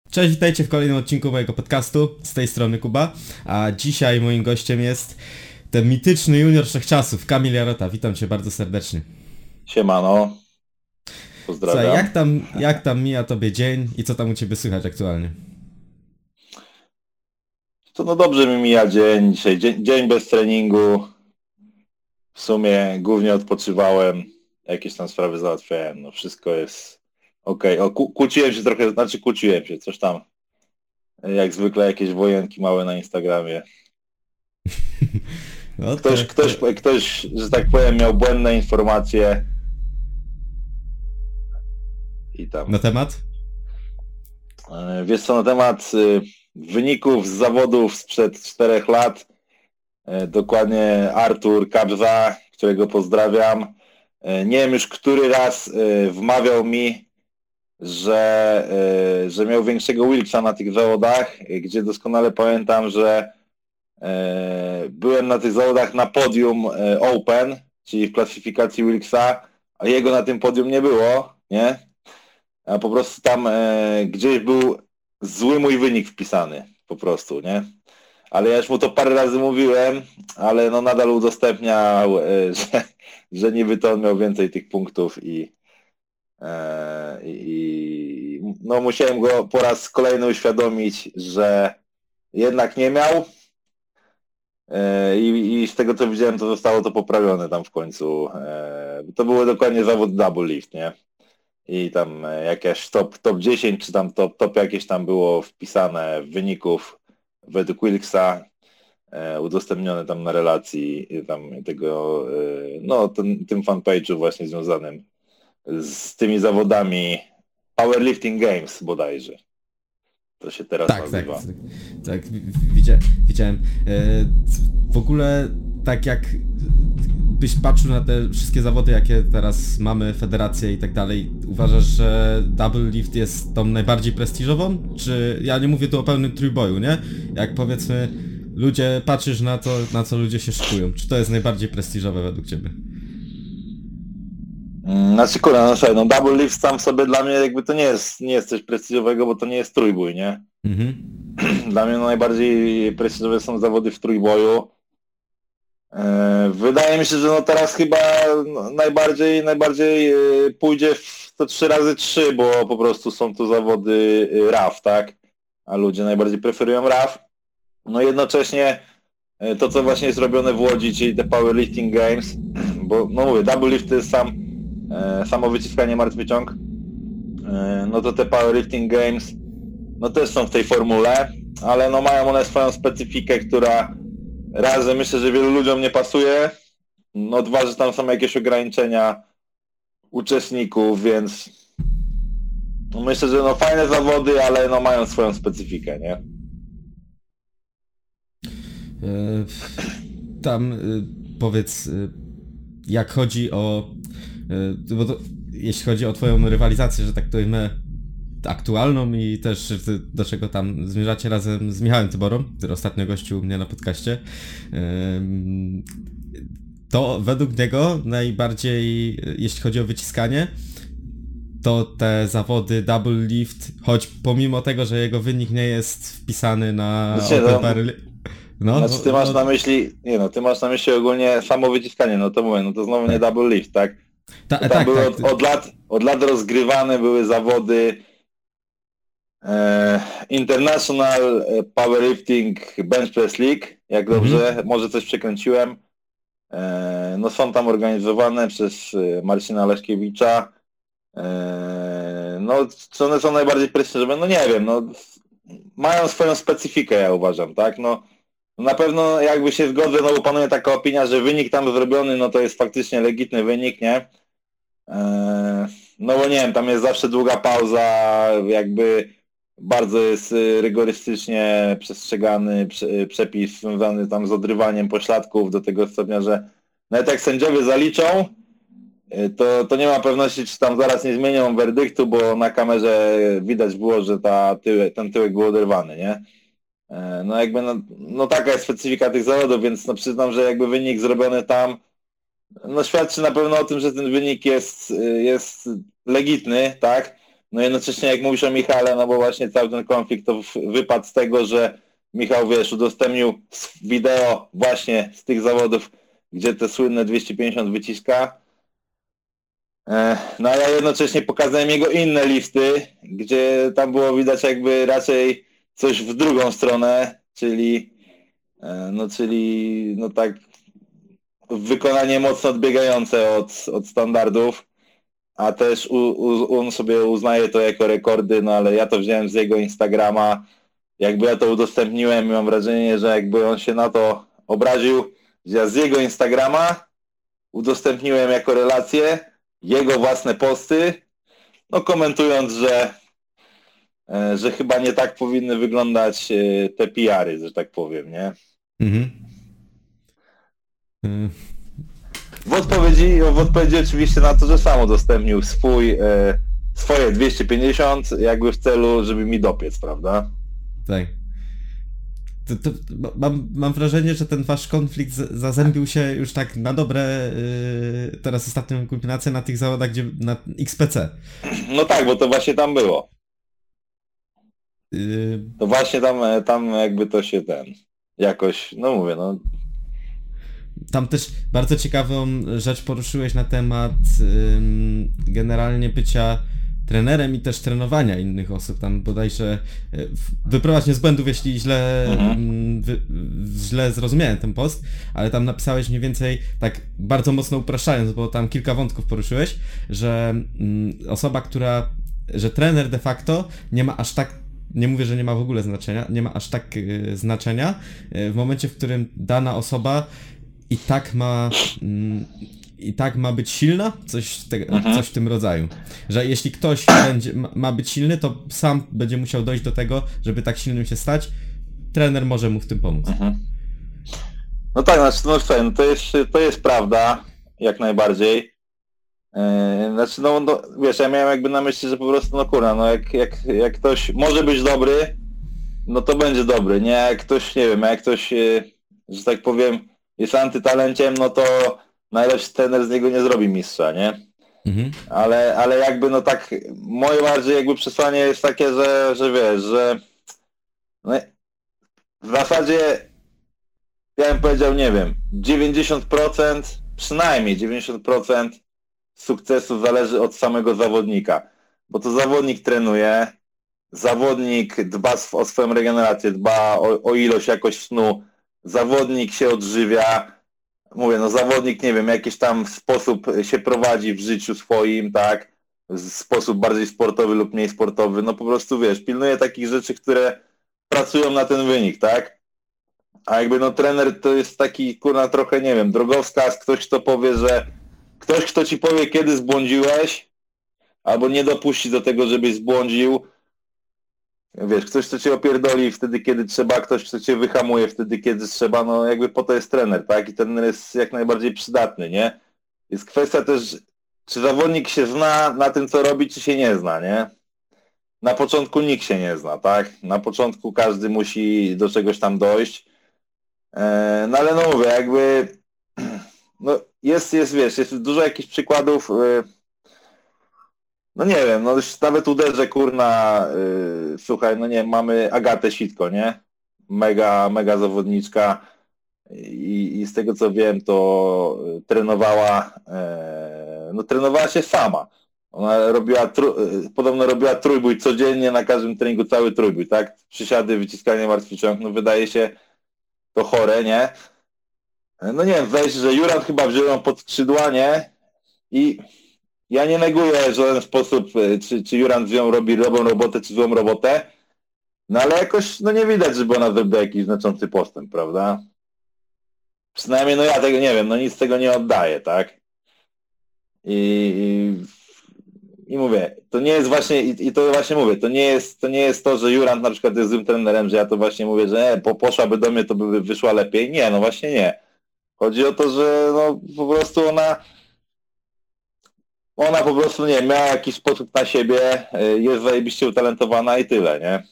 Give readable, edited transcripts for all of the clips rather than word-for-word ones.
Cześć, witajcie w kolejnym odcinku mojego podcastu. Z tej strony Kuba, a dzisiaj moim gościem jest ten mityczny junior wszechczasów, Kamil Jarota. Witam cię bardzo serdecznie. Siemano, Słuchaj, pozdrawiam. jak tam mija tobie dzień i co tam u ciebie słychać aktualnie? To no dobrze mi mija dzień dzisiaj, dzień bez treningu. W sumie głównie odpoczywałem, jakieś tam sprawy załatwiałem, no wszystko jest okej. O, kłóciłem się trochę, kłóciłem się, coś tam, jak zwykle jakieś wojenki małe na Instagramie. No Ktoś, ktoś, ktoś, że tak powiem, miał błędne informacje i na tam. temat? Wiesz co, na temat wyników z zawodów sprzed 4 lat. Dokładnie Artur Kabza, którego pozdrawiam. Nie wiem już który raz wmawiał mi, że miał większego Wilksa na tych zawodach, gdzie doskonale pamiętam, że byłem na tych zawodach na podium Open, czyli w klasyfikacji Wilksa, a jego na tym podium nie było, nie? A po prostu tam gdzieś był zły mój wynik wpisany, po prostu, nie? Ale ja już mu to parę razy mówiłem, ale no nadal udostępniał, że niby to on miał więcej tych punktów i no musiałem go po raz kolejny uświadomić, że jednak nie miał i z tego co widziałem to zostało to poprawione tam w końcu. To było dokładnie zawód double lift, nie? I tam jakieś top 10 czy tam top jakieś tam było wpisane wyników według Wilksa, udostępnione tam na relacji tam tego, no tym fanpage'u właśnie związanym z tymi zawodami Powerlifting Games bodajże. To się teraz Tak, tak, nazywa. tak, tak widziałem. W ogóle tak jak byś patrzył na te wszystkie zawody, jakie teraz mamy, federacje i tak dalej, uważasz, że double lift jest tą najbardziej prestiżową? Czy ja nie mówię tu o pełnym trójboju, nie? Jak powiedzmy ludzie, patrzysz na to, na co ludzie się szykują. Czy to jest najbardziej prestiżowe według ciebie? Znaczy kurwa, no słuchaj, no double lift sam w sobie dla mnie jakby to nie jest coś prestiżowego, bo to nie jest trójbój, nie? Mhm. Dla mnie no, najbardziej prestiżowe są zawody w trójboju. Wydaje mi się, że no teraz chyba no, najbardziej pójdzie w to 3x3, bo po prostu są to zawody RAF, tak? A ludzie najbardziej preferują RAF. No jednocześnie to, co właśnie jest robione w Łodzi, czyli te Powerlifting Games, bo no mówię, double lift to jest samo wyciskanie martwy ciąg, no to te Powerlifting Games no też są w tej formule, ale no mają one swoją specyfikę, która raz, że myślę, że wielu ludziom nie pasuje, no dwa, że tam są jakieś ograniczenia uczestników, więc no myślę, że no fajne zawody, ale no mają swoją specyfikę, nie? E, Tam powiedz, jak chodzi o, bo to, jeśli chodzi o twoją rywalizację, że tak to ujmę, aktualną i też do czego tam zmierzacie razem z Michałem Tyborą, który ostatnio gościł u mnie na podcaście, to według niego najbardziej, jeśli chodzi o wyciskanie, to te zawody double lift, choć pomimo tego, że jego wynik nie jest wpisany na Znaczy, Open no, Barrel, no, znaczy ty masz no, na myśli, nie no, ty masz na myśli ogólnie samo wyciskanie, no to mówię, no to znowu nie tak, double lift, tak? Bo tam tak, były tak, od lat rozgrywane były zawody International Powerlifting Bench Press League, jak mhm. dobrze, może coś przekręciłem. No są tam organizowane przez Marcina Leszkiewicza. No, czy one są najbardziej prestiżowe? No nie wiem, no mają swoją specyfikę, ja uważam, tak? No na pewno jakby się zgodzę, no bo panuje taka opinia, że wynik tam zrobiony, no to jest faktycznie legitny wynik, nie? No bo nie wiem, tam jest zawsze długa pauza, jakby bardzo jest rygorystycznie przestrzegany przepis związany tam z odrywaniem pośladków do tego stopnia, że nawet jak sędziowie zaliczą, to nie ma pewności, czy tam zaraz nie zmienią werdyktu, bo na kamerze widać było, że ten tyłek był oderwany, nie? No jakby, no taka jest specyfika tych zawodów, więc no przyznam, że jakby wynik zrobiony tam, no świadczy na pewno o tym, że ten wynik jest legitny, tak? No jednocześnie jak mówisz o Michale, no bo właśnie cały ten konflikt to wypadł z tego, że Michał, wiesz, udostępnił wideo właśnie z tych zawodów, gdzie te słynne 250 wyciska. No a ja jednocześnie pokazałem jego inne listy, gdzie tam było widać jakby raczej coś w drugą stronę, czyli no tak wykonanie mocno odbiegające od standardów, a też on sobie uznaje to jako rekordy, no ale ja to wziąłem z jego Instagrama, jakby ja to udostępniłem i mam wrażenie, że jakby on się na to obraził, że ja z jego Instagrama udostępniłem jako relację jego własne posty, no komentując, że chyba nie tak powinny wyglądać te PR-y, że tak powiem, nie? Mhm. W odpowiedzi oczywiście na to, że sam udostępnił swoje 250 jakby w celu, żeby mi dopiec, prawda? Tak. Mam wrażenie, że ten wasz konflikt zazębił się już tak na dobre, teraz ostatnią kulminację na tych zawodach, gdzie na XPC. No tak, bo to właśnie tam było. To właśnie tam jakby to się jakoś, no mówię, no. Tam też bardzo ciekawą rzecz poruszyłeś na temat generalnie bycia trenerem i też trenowania innych osób. Tam bodajże wyprowadź mnie z błędów, jeśli źle zrozumiałem ten post, ale tam napisałeś mniej więcej tak bardzo mocno upraszczając, bo tam kilka wątków poruszyłeś, że że trener de facto nie ma aż tak, nie mówię, że nie ma w ogóle znaczenia, nie ma aż tak znaczenia w momencie, w którym dana osoba i tak ma być silna, coś w tym rodzaju. Że jeśli ktoś ma być silny, to sam będzie musiał dojść do tego, żeby tak silnym się stać. Trener może mu w tym pomóc. No tak, znaczy, no to jest prawda, jak najbardziej. Znaczy, no wiesz, ja miałem jakby na myśli, że po prostu, no kurwa, no jak ktoś może być dobry, no to będzie dobry, nie? Jak ktoś, nie wiem, jak ktoś, że tak powiem, jest antytalenciem, no to najlepszy trener z niego nie zrobi mistrza, nie? Ale jakby no tak, moje bardziej jakby przesłanie jest takie, że wiesz, że no, w zasadzie ja bym powiedział, nie wiem, 90%, przynajmniej 90% sukcesu zależy od samego zawodnika, bo to zawodnik trenuje, zawodnik dba o swoją regenerację, dba o ilość, jakość snu, zawodnik się odżywia, mówię, no zawodnik, nie wiem, jakiś tam sposób się prowadzi w życiu swoim, tak, w sposób bardziej sportowy lub mniej sportowy, no po prostu, wiesz, pilnuje takich rzeczy, które pracują na ten wynik, tak, a jakby no trener to jest taki, kurna, trochę, nie wiem, drogowskaz, ktoś, kto ci powie, kiedy zbłądziłeś, albo nie dopuści do tego, żebyś zbłądził. Wiesz, ktoś, kto cię opierdoli wtedy, kiedy trzeba, ktoś, kto cię wyhamuje wtedy, kiedy trzeba, no jakby po to jest trener, tak? I trener jest jak najbardziej przydatny, nie? Jest kwestia też, czy zawodnik się zna na tym, co robi, czy się nie zna, nie? Na początku nikt się nie zna, tak? Na początku każdy musi do czegoś tam dojść. No ale no mówię, jakby no jest, wiesz, jest dużo jakichś przykładów. No nie wiem, no już nawet uderzę, kurna, słuchaj, no nie, mamy Agatę Sitko, nie? Mega zawodniczka i z tego co wiem, to trenowała się sama. Ona podobno robiła trójbój codziennie, na każdym treningu cały trójbój, tak? Przysiady, wyciskanie martwy ciąg, no wydaje się to chore, nie? No nie wiem, weź, że Juran chyba wziął ją pod skrzydła, nie? I ja nie neguję w żaden sposób, czy Juran z nią robi dobrą robotę, czy złą robotę, no ale jakoś, no nie widać, żeby ona zrobiła jakiś znaczący postęp, prawda? Przynajmniej, no ja tego nie wiem, no nic z tego nie oddaję, tak? I mówię, to nie jest właśnie, i to właśnie mówię, to nie jest to, że Juran na przykład jest złym trenerem, że ja to właśnie mówię, że poszłaby do mnie, to by wyszła lepiej. Nie, no właśnie nie. Chodzi o to, że no po prostu ona po prostu, nie miała jakiś sposób na siebie, jest zajebiście utalentowana i tyle, nie?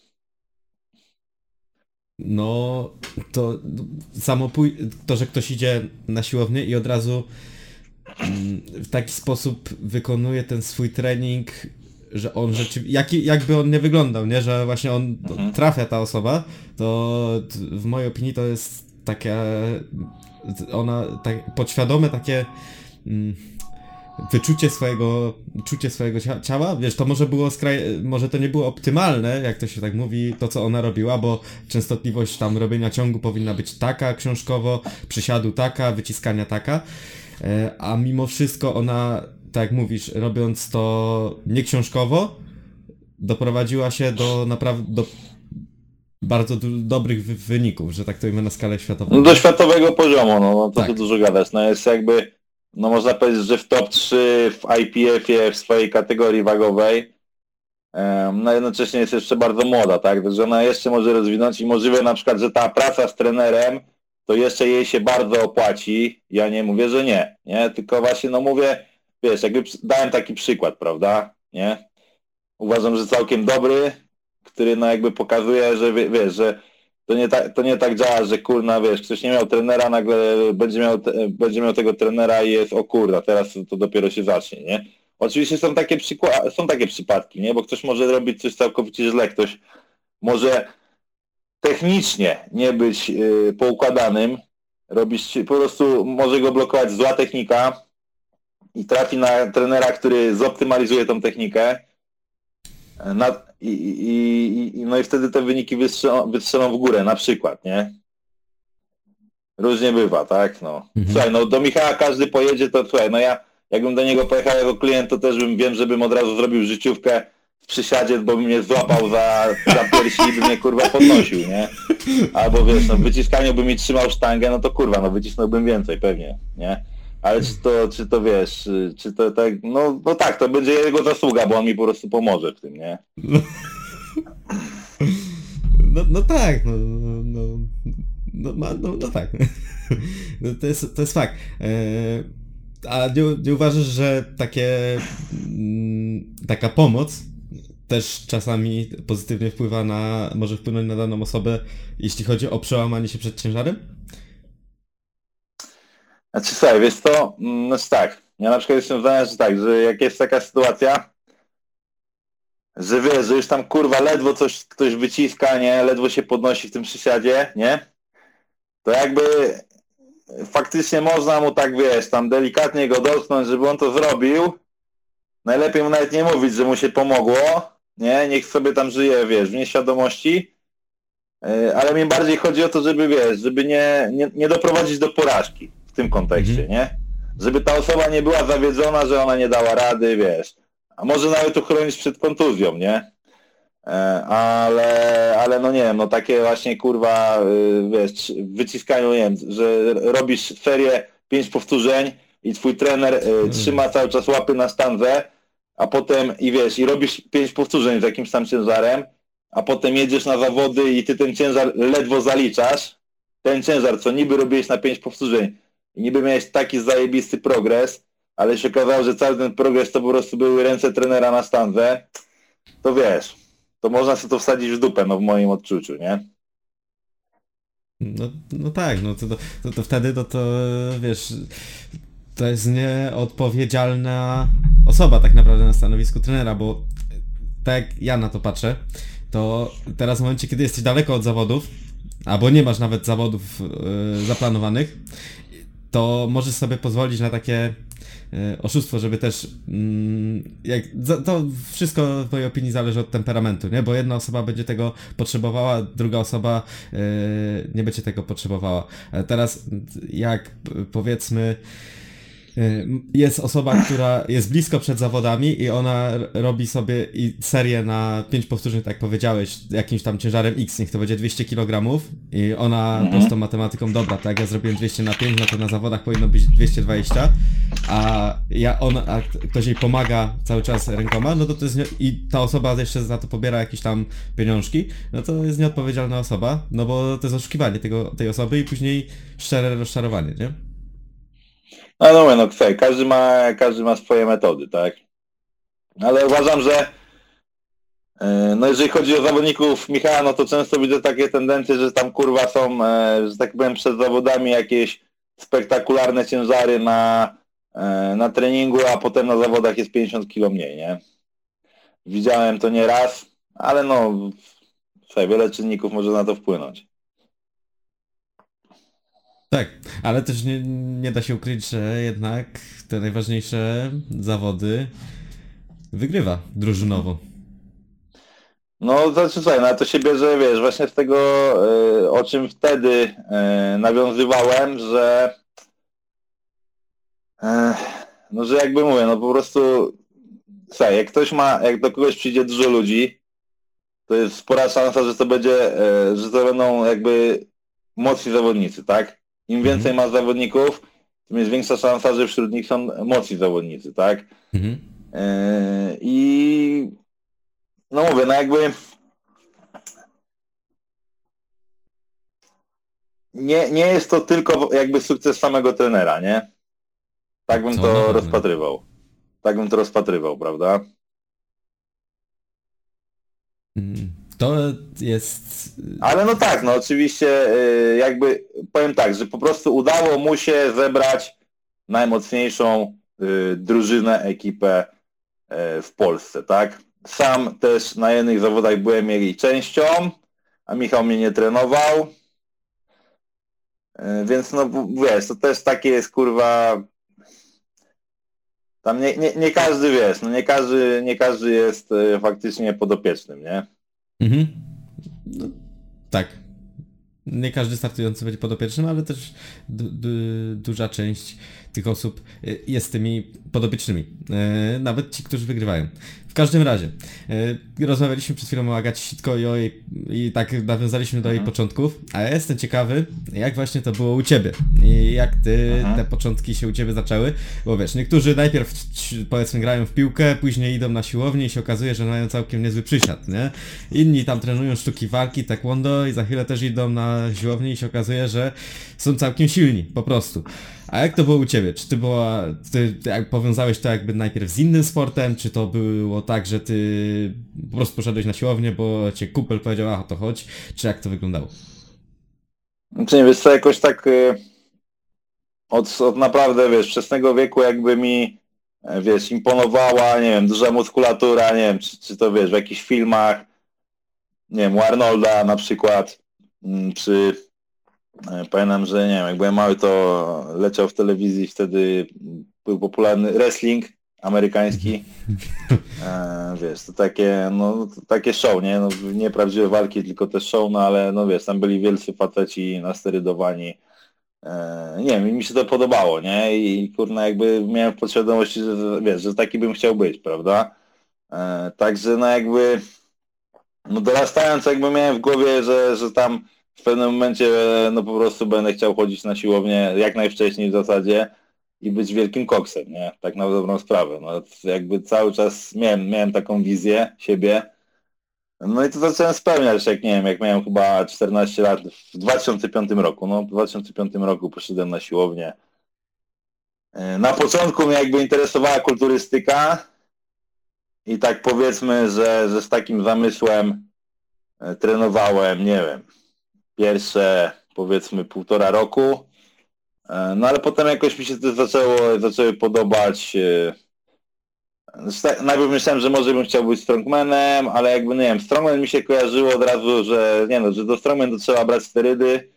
No, to to, że ktoś idzie na siłownię i od razu w taki sposób wykonuje ten swój trening, że on rzeczywiście, jakby on nie wyglądał, nie, że właśnie on trafia ta osoba, to w mojej opinii to jest takie, tak, podświadome takie czucie swojego ciała, wiesz, to może było może to nie było optymalne, jak to się tak mówi, to co ona robiła, bo częstotliwość tam robienia ciągu powinna być taka książkowo, przysiadu taka, wyciskania taka, a mimo wszystko ona, tak jak mówisz, robiąc to nieksiążkowo, doprowadziła się do naprawdę, do bardzo dobrych wyników, że tak to ujmę na skalę światową. No do światowego poziomu, no to Tak. tu dużo gadać, no jest jakby, no można powiedzieć, że w top 3 w IPF-ie w swojej kategorii wagowej, no jednocześnie jest jeszcze bardzo młoda, tak, że ona jeszcze może rozwinąć i możliwe na przykład, że ta praca z trenerem, to jeszcze jej się bardzo opłaci, ja nie mówię, że nie, tylko właśnie no mówię, wiesz, jakby dałem taki przykład, prawda, nie, uważam, że całkiem dobry, który no jakby pokazuje, że wiesz, że to nie tak działa, że kurna, wiesz, ktoś nie miał trenera, nagle będzie miał tego trenera i jest, o kurda, teraz to dopiero się zacznie, nie? Oczywiście są takie przypadki, nie? Bo ktoś może robić coś całkowicie źle, ktoś może technicznie nie być poukładanym, robić, po prostu może go blokować zła technika i trafi na trenera, który zoptymalizuje tą technikę, no i wtedy te wyniki wystrzelą w górę, na przykład, nie? Różnie bywa, tak? No. Słuchaj, no do Michała każdy pojedzie, to słuchaj, no ja jakbym do niego pojechał jako klient, to też wiem, żebym od razu zrobił życiówkę w przysiadzie, bo by mnie złapał za piersi i by mnie kurwa podnosił, nie? Albo wiesz, no w wyciskaniu by mi trzymał sztangę, no to kurwa, no wycisnąłbym więcej pewnie, nie? Ale czy to wiesz, czy to tak, no tak, to będzie jego zasługa, bo on mi po prostu pomoże w tym, nie? No tak, no tak. No to jest fakt. A nie uważasz, że taka pomoc też czasami pozytywnie może wpłynąć na daną osobę, jeśli chodzi o przełamanie się przed ciężarem? Znaczy słuchaj, wiesz co, znaczy tak, ja na przykład jestem zdania, że tak, że jak jest taka sytuacja, że wiesz, że już tam kurwa ledwo ktoś wyciska, nie, ledwo się podnosi w tym przysiadzie, nie, to jakby faktycznie można mu tak, wiesz, tam delikatnie go dotknąć, żeby on to zrobił, najlepiej mu nawet nie mówić, że mu się pomogło, nie, niech sobie tam żyje, wiesz, w nieświadomości, ale mi bardziej chodzi o to, żeby, wiesz, żeby nie doprowadzić do porażki w tym kontekście, nie? Żeby ta osoba nie była zawiedzona, że ona nie dała rady, wiesz. A może nawet uchronić przed kontuzją, nie? Ale no nie wiem, no takie właśnie kurwa, wiesz, w wyciskaniu, nie wiem, że robisz serię 5 powtórzeń i twój trener trzyma cały czas łapy na sztandze, a potem i robisz 5 powtórzeń z jakimś tam ciężarem, a potem jedziesz na zawody i ty ten ciężar ledwo zaliczasz, ten ciężar, co niby robiłeś na 5 powtórzeń i niby miałeś taki zajebisty progres, ale się okazało, że cały ten progres to po prostu były ręce trenera na sztandze, to wiesz, to można sobie to wsadzić w dupę, no w moim odczuciu, nie? No tak, no to wtedy to wiesz, to jest nieodpowiedzialna osoba tak naprawdę na stanowisku trenera, bo tak jak ja na to patrzę, to teraz w momencie, kiedy jesteś daleko od zawodów, albo nie masz nawet zawodów zaplanowanych, to możesz sobie pozwolić na takie oszustwo, żeby też to wszystko w mojej opinii zależy od temperamentu, nie? Bo jedna osoba będzie tego potrzebowała, druga osoba nie będzie tego potrzebowała. Teraz jak powiedzmy jest osoba, która jest blisko przed zawodami i ona robi sobie serię na 5 powtórzeń, tak jak powiedziałeś, jakimś tam ciężarem X, niech to będzie 200 kg i ona prostą matematyką, dobra, tak jak ja zrobiłem 200 na 5, no to na zawodach powinno być 220, a ktoś jej pomaga cały czas rękoma, no to jest i ta osoba jeszcze za to pobiera jakieś tam pieniążki, no to jest nieodpowiedzialna osoba, no bo to jest oszukiwanie tej osoby i później szczere rozczarowanie, nie? No każdy ma swoje metody, tak? Ale uważam, że no jeżeli chodzi o zawodników Michała, no to często widzę takie tendencje, że tam kurwa są, że tak powiem, przed zawodami jakieś spektakularne ciężary na treningu, a potem na zawodach jest 50 kg mniej, nie? widziałem to nieraz, ale no, słuchaj, wiele czynników może na to wpłynąć. Tak, ale też nie da się ukryć, że jednak te najważniejsze zawody wygrywa drużynowo. No, znaczy słuchaj, no to się bierze, wiesz, właśnie z tego, o czym wtedy nawiązywałem, że no, że jakby mówię, no po prostu słuchaj, jak do kogoś przyjdzie dużo ludzi, to jest spora szansa, że to będzie, że to będą jakby mocni zawodnicy, tak? Im więcej ma zawodników, tym jest większa szansa, że wśród nich są mocni zawodnicy, tak? I no mówię, no jakby nie jest to tylko jakby sukces samego trenera, nie? Tak bym to rozpatrywał. Tak bym to rozpatrywał, prawda? To jest... Ale no tak, no oczywiście jakby powiem tak, że po prostu udało mu się zebrać najmocniejszą drużynę, ekipę w Polsce, tak? Sam też na jednych zawodach byłem jej częścią, a Michał mnie nie trenował. Więc no wiesz, to też takie jest kurwa... Tam nie każdy wiesz, no nie każdy jest faktycznie podopiecznym, nie? No, tak. Nie każdy startujący będzie podopiecznym, ale też duża część tych osób jest tymi podopiecznymi. Nawet ci, którzy wygrywają. W każdym razie, rozmawialiśmy przed chwilą o Agacie Sitko i tak nawiązaliśmy do jej początków, a ja jestem ciekawy, jak właśnie to było u ciebie i jak te początki się u ciebie zaczęły, bo wiesz, niektórzy najpierw powiedzmy grają w piłkę, później idą na siłownię i się okazuje, że mają całkiem niezły przysiad, nie? Inni tam trenują sztuki walki, taekwondo i za chwilę też idą na siłownię i się okazuje, że są całkiem silni, po prostu. A jak to było u ciebie? Czy ty powiązałeś to jakby najpierw z innym sportem, czy to było tak, że ty po prostu poszedłeś na siłownię, bo cię kupel powiedział, a to chodź, czy jak to wyglądało? Czy nie, wiesz co, jakoś tak od naprawdę, wiesz, wczesnego wieku jakby mi, wiesz, imponowała, nie wiem, duża muskulatura, nie wiem, czy to wiesz, w jakichś filmach, nie wiem, u Arnolda na przykład, pamiętam, że nie wiem, jak byłem mały, to leciał w telewizji, wtedy był popularny wrestling amerykański. Wiesz, to takie, no, to takie show, nie? No, nie prawdziwe walki, tylko te show, no ale no wiesz, tam byli wielcy faceci nasterydowani. Nie wiem, mi się to podobało, nie? I kurna, jakby miałem podświadomości, że wiesz, że taki bym chciał być, prawda? Także no jakby, no dorastając jakby miałem w głowie, że tam w pewnym momencie no po prostu będę chciał chodzić na siłownię jak najwcześniej w zasadzie i być wielkim koksem, nie? Tak na dobrą sprawę. No jakby cały czas miałem taką wizję siebie. No i to zacząłem spełniać, jak nie wiem, jak miałem chyba 14 lat w 2005 roku. No w 2005 roku poszedłem na siłownię. Na początku mnie jakby interesowała kulturystyka i tak powiedzmy, że z takim zamysłem trenowałem, nie wiem, pierwsze powiedzmy 1,5 roku. No ale potem jakoś mi się to zaczęły podobać. Najpierw myślałem, że może bym chciał być strongmanem, ale jakby nie wiem, strongman mi się kojarzyło od razu, że nie no, że do strongman to trzeba brać sterydy.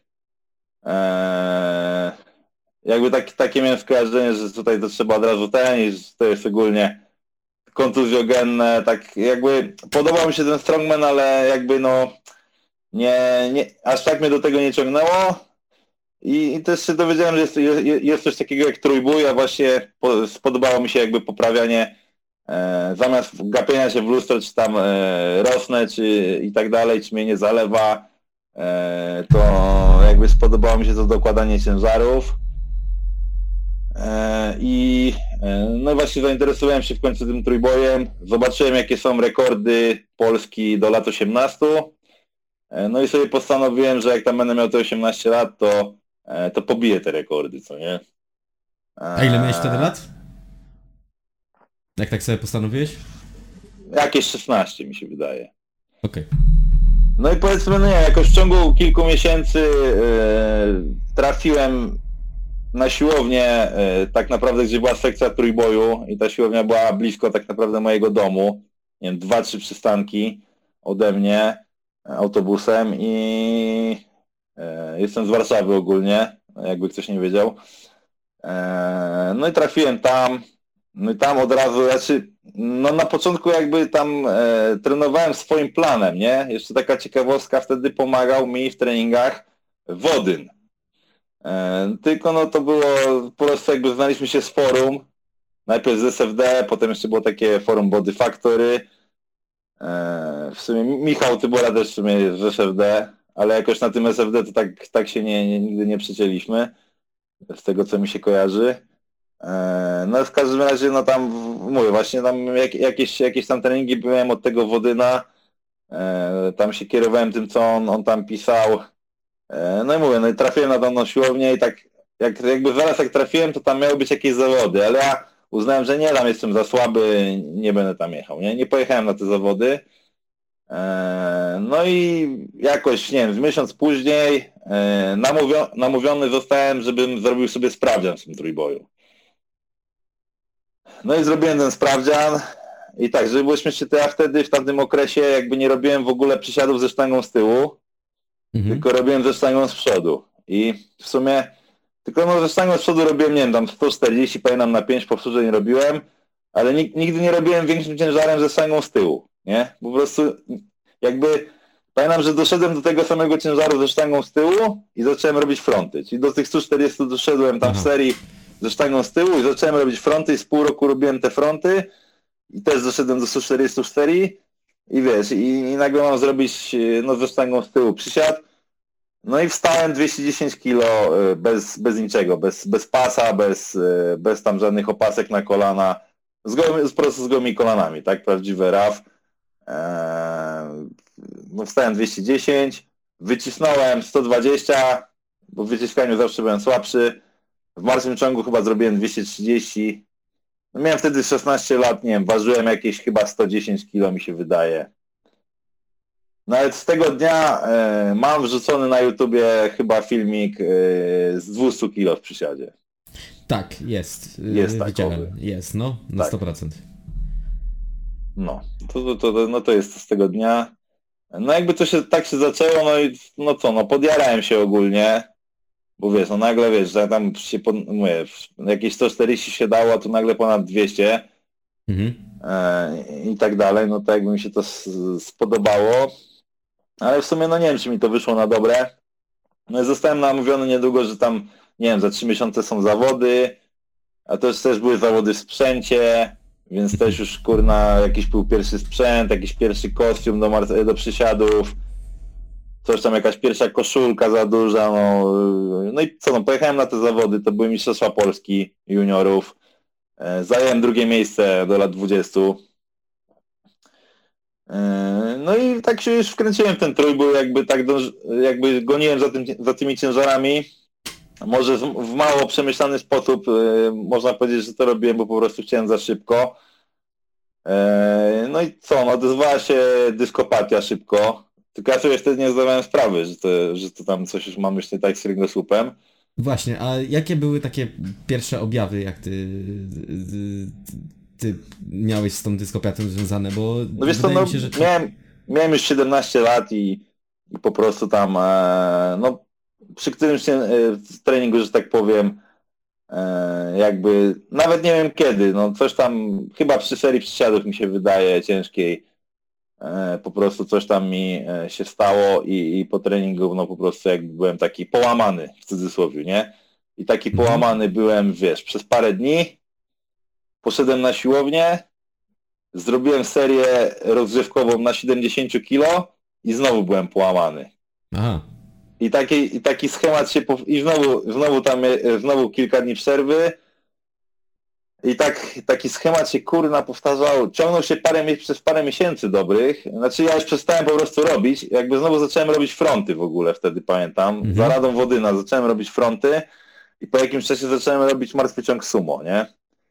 Jakby takie miałem skojarzenie, że tutaj to trzeba od razu i że to jest ogólnie kontuzjogenne, tak jakby podobał mi się ten strongman, ale jakby no nie aż tak mnie do tego nie ciągnęło. I też się dowiedziałem, że jest coś takiego jak trójbój, a właśnie spodobało mi się jakby poprawianie, zamiast gapienia się w lustro, czy tam rosnę, czy i tak dalej, czy mnie nie zalewa, to jakby spodobało mi się to dokładanie ciężarów. I no właśnie zainteresowałem się w końcu tym trójbojem, zobaczyłem jakie są rekordy Polski do lat 18. No i sobie postanowiłem, że jak tam będę miał te 18 lat, to pobiję te rekordy, co nie? A ile miałeś wtedy lat? Jak tak sobie postanowiłeś? Jakieś 16 mi się wydaje. Okej. No i powiedzmy, no nie, jakoś w ciągu kilku miesięcy trafiłem na siłownię, tak naprawdę, gdzie była sekcja trójboju i ta siłownia była blisko tak naprawdę mojego domu. nie wiem, 2-3 przystanki ode mnie autobusem i jestem z Warszawy ogólnie, jakby ktoś nie wiedział. No i trafiłem tam, no i tam od razu, no na początku jakby tam trenowałem swoim planem, nie? Jeszcze taka ciekawostka, wtedy pomagał mi w treningach Wodyn. Tylko no to było, po prostu jakby znaliśmy się z forum, najpierw z SFD, potem jeszcze było takie forum Body Factory. W sumie Michał Tybora też w sumie jest z SFD, ale jakoś na tym SFD to tak się nigdy nie przycięliśmy, z tego co mi się kojarzy. No w każdym razie, no tam mówię, właśnie tam jakieś tam treningi byłem od tego Wodyna, tam się kierowałem tym, co on tam pisał. No i mówię, no i trafiłem na daną siłownię i tak jakby zaraz jak trafiłem, to tam miały być jakieś zawody, ale ja uznałem, że nie, tam jestem za słaby, nie będę tam jechał, nie pojechałem na te zawody. No i jakoś, nie wiem, miesiąc później namówiony zostałem, żebym zrobił sobie sprawdzian w tym trójboju. No i zrobiłem ten sprawdzian i tak, żeby było śmiesznie, to ja wtedy w tamtym okresie jakby nie robiłem w ogóle przysiadów ze sztangą z tyłu, tylko robiłem ze sztangą z przodu. I w sumie, tylko no ze sztangą z przodu robiłem, nie wiem, tam 140, pamiętam, na 5 powtórzeń robiłem, ale nigdy nie robiłem większym ciężarem ze sztangą z tyłu, nie? Po prostu jakby pamiętam, że doszedłem do tego samego ciężaru ze sztangą z tyłu i zacząłem robić fronty. Czyli do tych 140 doszedłem tam w serii ze sztangą z tyłu i zacząłem robić fronty i z pół roku robiłem te fronty i też doszedłem do 140 w serii i wiesz, i nagle mam zrobić no ze sztangą z tyłu przysiad. No i wstałem 210 kg bez niczego, bez pasa, bez tam żadnych opasek na kolana, po prostu z gołymi kolanami, tak? Prawdziwy RAF. No wstałem 210, wycisnąłem 120, bo w wyciskaniu zawsze byłem słabszy. W martwym ciągu chyba zrobiłem 230. No miałem wtedy 16 lat, nie wiem, ważyłem jakieś chyba 110 kg mi się wydaje. Nawet z tego dnia mam wrzucony na YouTubie chyba filmik z 200 kg w przysiadzie. Tak, jest. Jest widziałem. takowy. Jest, no, na Tak. 100%. No, to jest z tego dnia. No jakby to się tak się zaczęło, no i no co, no podjarałem się ogólnie, bo wiesz, no nagle wiesz, że tam się, mówię, jakieś 140 się dało, a tu nagle ponad 200 i tak dalej, no to jakby mi się to spodobało, ale w sumie no nie wiem, czy mi to wyszło na dobre. No i zostałem namówiony niedługo, że tam, nie wiem, za 3 miesiące są zawody, a to też były zawody w sprzęcie, więc też już kurna jakiś był pierwszy sprzęt, jakiś pierwszy kostium do przysiadów, coś tam jakaś pierwsza koszulka za duża, no i co, no pojechałem na te zawody, to były Mistrzostwa Polski juniorów, zająłem drugie miejsce do lat 20. No i tak się już wkręciłem w ten trójbój, jakby tak jakby goniłem za tymi ciężarami. Może w mało przemyślany sposób można powiedzieć, że to robiłem, bo po prostu chciałem za szybko. No i co, no odezwała się dyskopatia szybko, tylko ja sobie wtedy nie zdawałem sprawy, że to tam coś już mam już nie tak z kręgosłupem. Właśnie, a jakie były takie pierwsze objawy, jak ty miałeś z tą dyskopatią związane, bo no wiesz co, wydaje mi się, że... miałem już 17 lat i po prostu tam, no przy którymś treningu, że tak powiem, jakby, nawet nie wiem kiedy, no coś tam, chyba przy serii przysiadów mi się wydaje ciężkiej, po prostu coś tam mi się stało i po treningu, no po prostu jakby byłem taki połamany, w cudzysłowie, nie? I taki połamany byłem, wiesz, przez parę dni, poszedłem na siłownię, zrobiłem serię rozgrzewkową na 70 kg i znowu byłem połamany. Aha. I taki schemat się... I znowu kilka dni przerwy. I taki schemat się kurna powtarzał. Ciągnął się przez parę miesięcy dobrych. Znaczy ja już przestałem po prostu robić. Jakby znowu zacząłem robić fronty w ogóle wtedy, pamiętam. Za radą Wodyna zacząłem robić fronty. I po jakimś czasie zacząłem robić martwy ciąg sumo, nie?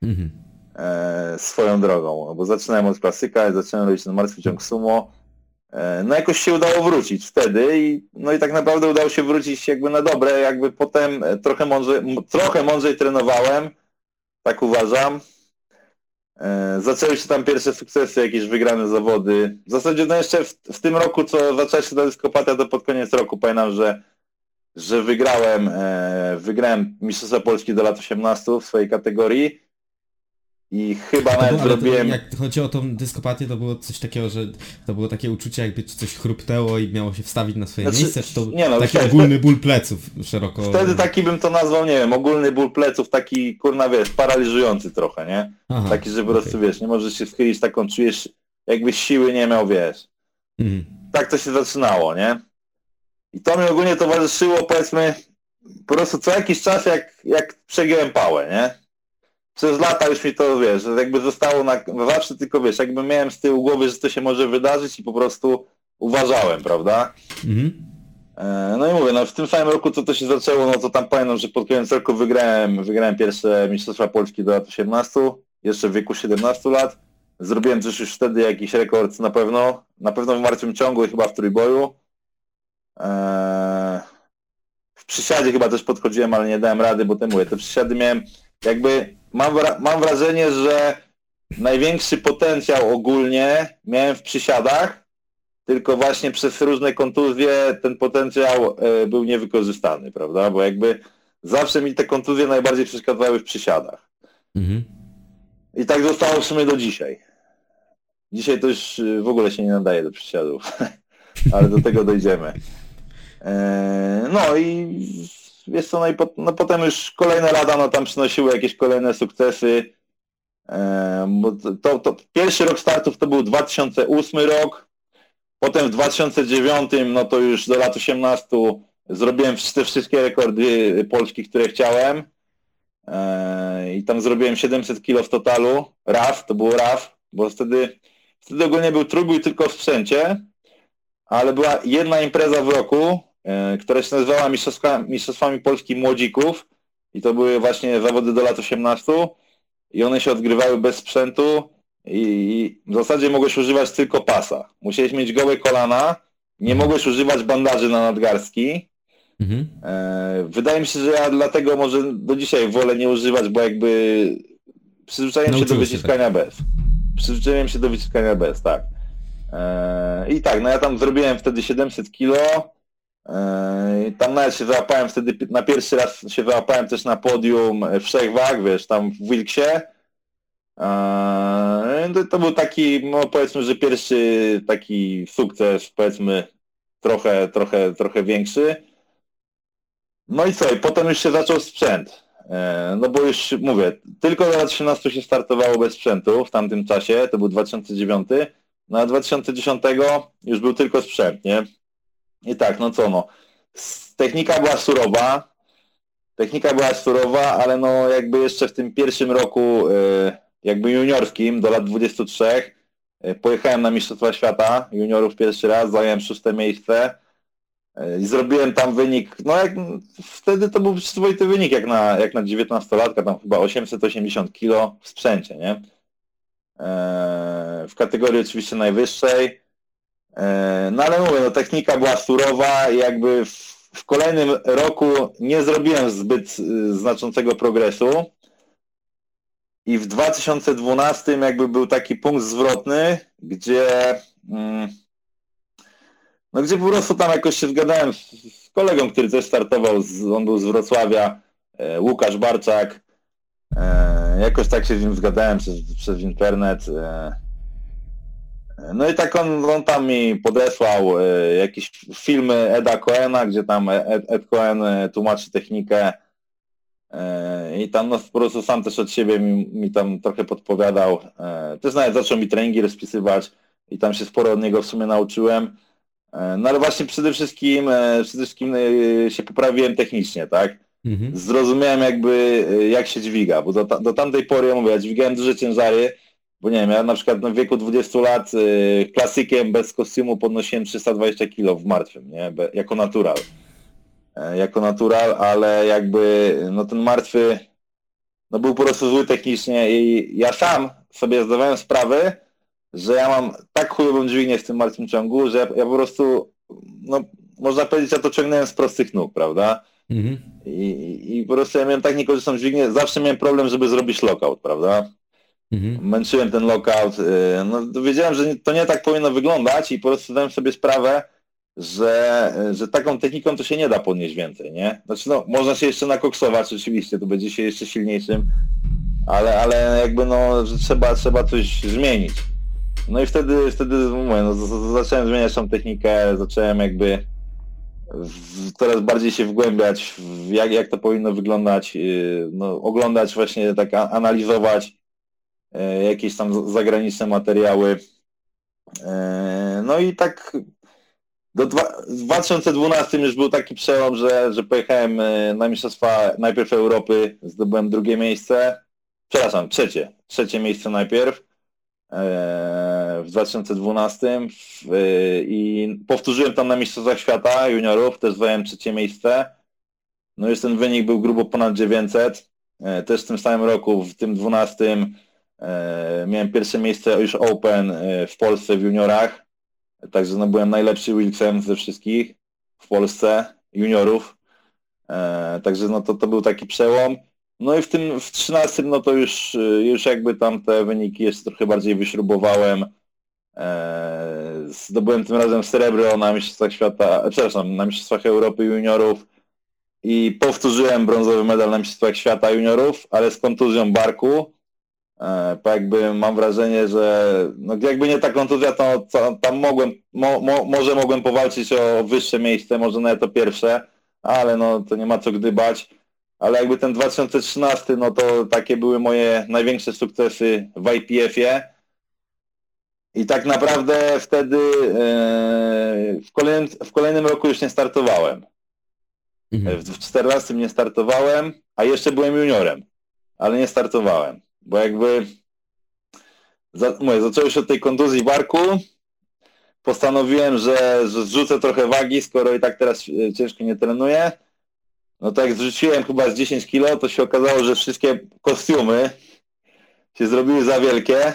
Swoją drogą. Bo zaczynałem od klasyka i zacząłem robić ten martwy ciąg sumo. No jakoś się udało wrócić wtedy no i tak naprawdę udało się wrócić jakby na dobre, jakby potem trochę mądrzej trenowałem, tak uważam. Zaczęły się tam pierwsze sukcesy, jakieś wygrane zawody. W zasadzie no jeszcze w tym roku, co zaczęła się ta dyskopatia, to pod koniec roku pamiętam, że wygrałem Mistrzostwa Polski do lat 18 w swojej kategorii i chyba To nawet było, ale to, zrobiłem... jak chodzi o tą dyskopatię, to było coś takiego, że to było takie uczucie, jakby coś chrupnęło i miało się wstawić na swoje Znaczy, miejsce, czy to nie no, taki wtedy- ogólny ból pleców szeroko... Wtedy taki bym to nazwał, nie wiem, ogólny ból pleców, taki kurna wiesz, paraliżujący trochę, nie? Aha, Taki, że po prostu wiesz, nie możesz się schylić, taką czujesz, jakbyś siły nie miał, wiesz. Mhm. Tak to się zaczynało, nie? I to mi ogólnie towarzyszyło, powiedzmy, po prostu co jakiś czas, jak przegiąłem pałę, nie? Przez lata już mi to, wiesz, że jakby zostało na zawsze, tylko wiesz, jakby miałem z tyłu głowy, że to się może wydarzyć i po prostu uważałem, prawda? Mhm. No i mówię, no w tym samym roku, co to się zaczęło, no to tam pamiętam, że pod koniec roku wygrałem pierwsze Mistrzostwa Polski do lat 18, jeszcze w wieku 17 lat. Zrobiłem też już wtedy jakiś rekord na pewno w martwym ciągu i chyba w trójboju. W przysiadzie chyba też podchodziłem, ale nie dałem rady, bo te przysiady miałem, jakby mam wrażenie, że największy potencjał ogólnie miałem w przysiadach, tylko właśnie przez różne kontuzje ten potencjał był niewykorzystany, prawda? Bo jakby zawsze mi te kontuzje najbardziej przeszkadzały w przysiadach. Mhm. I tak zostało w sumie do dzisiaj. Dzisiaj to już w ogóle się nie nadaje do przysiadów, ale do tego dojdziemy. No i wiesz co, no potem już kolejne lata no tam przynosiły jakieś kolejne sukcesy. Bo to pierwszy rok startów to był 2008 rok. Potem w 2009, no to już do lat 18 zrobiłem te wszystkie rekordy polskie, które chciałem. I tam zrobiłem 700 kg w totalu. RAF, to było RAF, bo wtedy ogólnie był trójbój tylko w sprzęcie, ale była jedna impreza w roku, która się nazywała Mistrzostwami Polski Młodzików i to były właśnie zawody do lat 18 i one się odgrywały bez sprzętu. I w zasadzie mogłeś używać tylko pasa. Musiałeś mieć gołe kolana, nie mogłeś używać bandaży na nadgarstki. Mhm. Wydaje mi się, że ja dlatego może do dzisiaj wolę nie używać, bo jakby przyzwyczaiłem się do Nauczyłeś się wyciskania bez. Przyzwyczaiłem się do wyciskania bez, tak. I tak, no ja tam zrobiłem wtedy 700 kilo. Tam nawet się załapałem wtedy, na pierwszy raz się załapałem też na podium wszechwag, wiesz, tam w Wilksie. To był taki, no powiedzmy, że pierwszy taki sukces, powiedzmy, trochę większy. No i co, i potem już się zaczął sprzęt. No bo już mówię, tylko do lat 18 się startowało bez sprzętu w tamtym czasie, to był 2009, no a 2010 już był tylko sprzęt, nie? I tak, no co no, technika była surowa, ale no jakby jeszcze w tym pierwszym roku jakby juniorskim do lat 23 pojechałem na Mistrzostwa Świata juniorów pierwszy raz, zająłem 6. miejsce i zrobiłem tam wynik, no jak wtedy to był przyzwoity wynik jak na 19-latka, tam chyba 880 kg w sprzęcie, nie? W kategorii oczywiście najwyższej. No ale mówię, no technika była surowa i jakby w kolejnym roku nie zrobiłem zbyt znaczącego progresu. I w 2012 jakby był taki punkt zwrotny, gdzie po prostu tam jakoś się zgadałem z kolegą, który też startował, on był z Wrocławia, Łukasz Barczak. Jakoś tak się z nim zgadałem przez internet. No i tak on tam mi podesłał jakieś filmy Eda Coena, gdzie tam Ed Coen tłumaczy technikę. I tam no, po prostu sam też od siebie mi tam trochę podpowiadał. Też nawet zaczął mi treningi rozpisywać i tam się sporo od niego w sumie nauczyłem. No ale właśnie przede wszystkim się poprawiłem technicznie, tak? Mhm. Zrozumiałem jakby jak się dźwiga, bo do tamtej pory, ja mówię, ja dźwigałem duże ciężary, bo nie wiem, ja na przykład w wieku 20 lat klasykiem bez kostiumu podnosiłem 320 kg w martwym, nie? Jako natural, ale jakby no ten martwy no był po prostu zły technicznie i ja sam sobie zdawałem sprawę, że ja mam tak chujową dźwignię w tym martwym ciągu, że ja po prostu, no można powiedzieć, ja to ciągnąłem z prostych nóg, prawda? Mhm. I po prostu ja miałem tak niekorzystną dźwignię, zawsze miałem problem, żeby zrobić lockout, prawda? Męczyłem ten lockout. No, wiedziałem, że to nie tak powinno wyglądać i po prostu zdałem sobie sprawę, że taką techniką to się nie da podnieść więcej, nie? Znaczy no, można się jeszcze nakoksować oczywiście, to będzie się jeszcze silniejszym, ale jakby no, że trzeba coś zmienić. No i wtedy mówię, no, zacząłem zmieniać tą technikę, zacząłem jakby coraz bardziej się wgłębiać w jak to powinno wyglądać, no, oglądać właśnie, tak analizować jakieś tam zagraniczne materiały. No i tak w 2012 już był taki przełom, że pojechałem na Mistrzostwa najpierw Europy, zdobyłem drugie miejsce, przepraszam, trzecie miejsce najpierw w 2012 i powtórzyłem tam na Mistrzostwach Świata juniorów, też zająłem trzecie miejsce. No już ten wynik był grubo ponad 900. Też w tym samym roku, w tym 12 miałem pierwsze miejsce już Open w Polsce w juniorach. Także no, byłem najlepszy Wilksem ze wszystkich w Polsce juniorów. Także no to był taki przełom. No i w 13 no to już jakby tam te wyniki jeszcze trochę bardziej wyśrubowałem. Zdobyłem tym razem srebro na Mistrzostwach Świata, przepraszam, na Mistrzostwach Europy juniorów i powtórzyłem brązowy medal na Mistrzostwach Świata juniorów, ale z kontuzją barku. Bo jakby mam wrażenie, że no jakby nie ta kontuzja, to tam może mogłem powalczyć o wyższe miejsce, może nawet o pierwsze, ale no to nie ma co gdybać. Ale jakby ten 2013, no to takie były moje największe sukcesy w IPF-ie. I tak naprawdę wtedy w kolejnym roku już nie startowałem. W 14 nie startowałem, a jeszcze byłem juniorem, ale nie startowałem. Bo jakby zaczęło się od tej kontuzji barku, postanowiłem, że zrzucę trochę wagi, skoro i tak teraz ciężko nie trenuję. No to jak zrzuciłem chyba z 10 kilo, to się okazało, że wszystkie kostiumy się zrobiły za wielkie.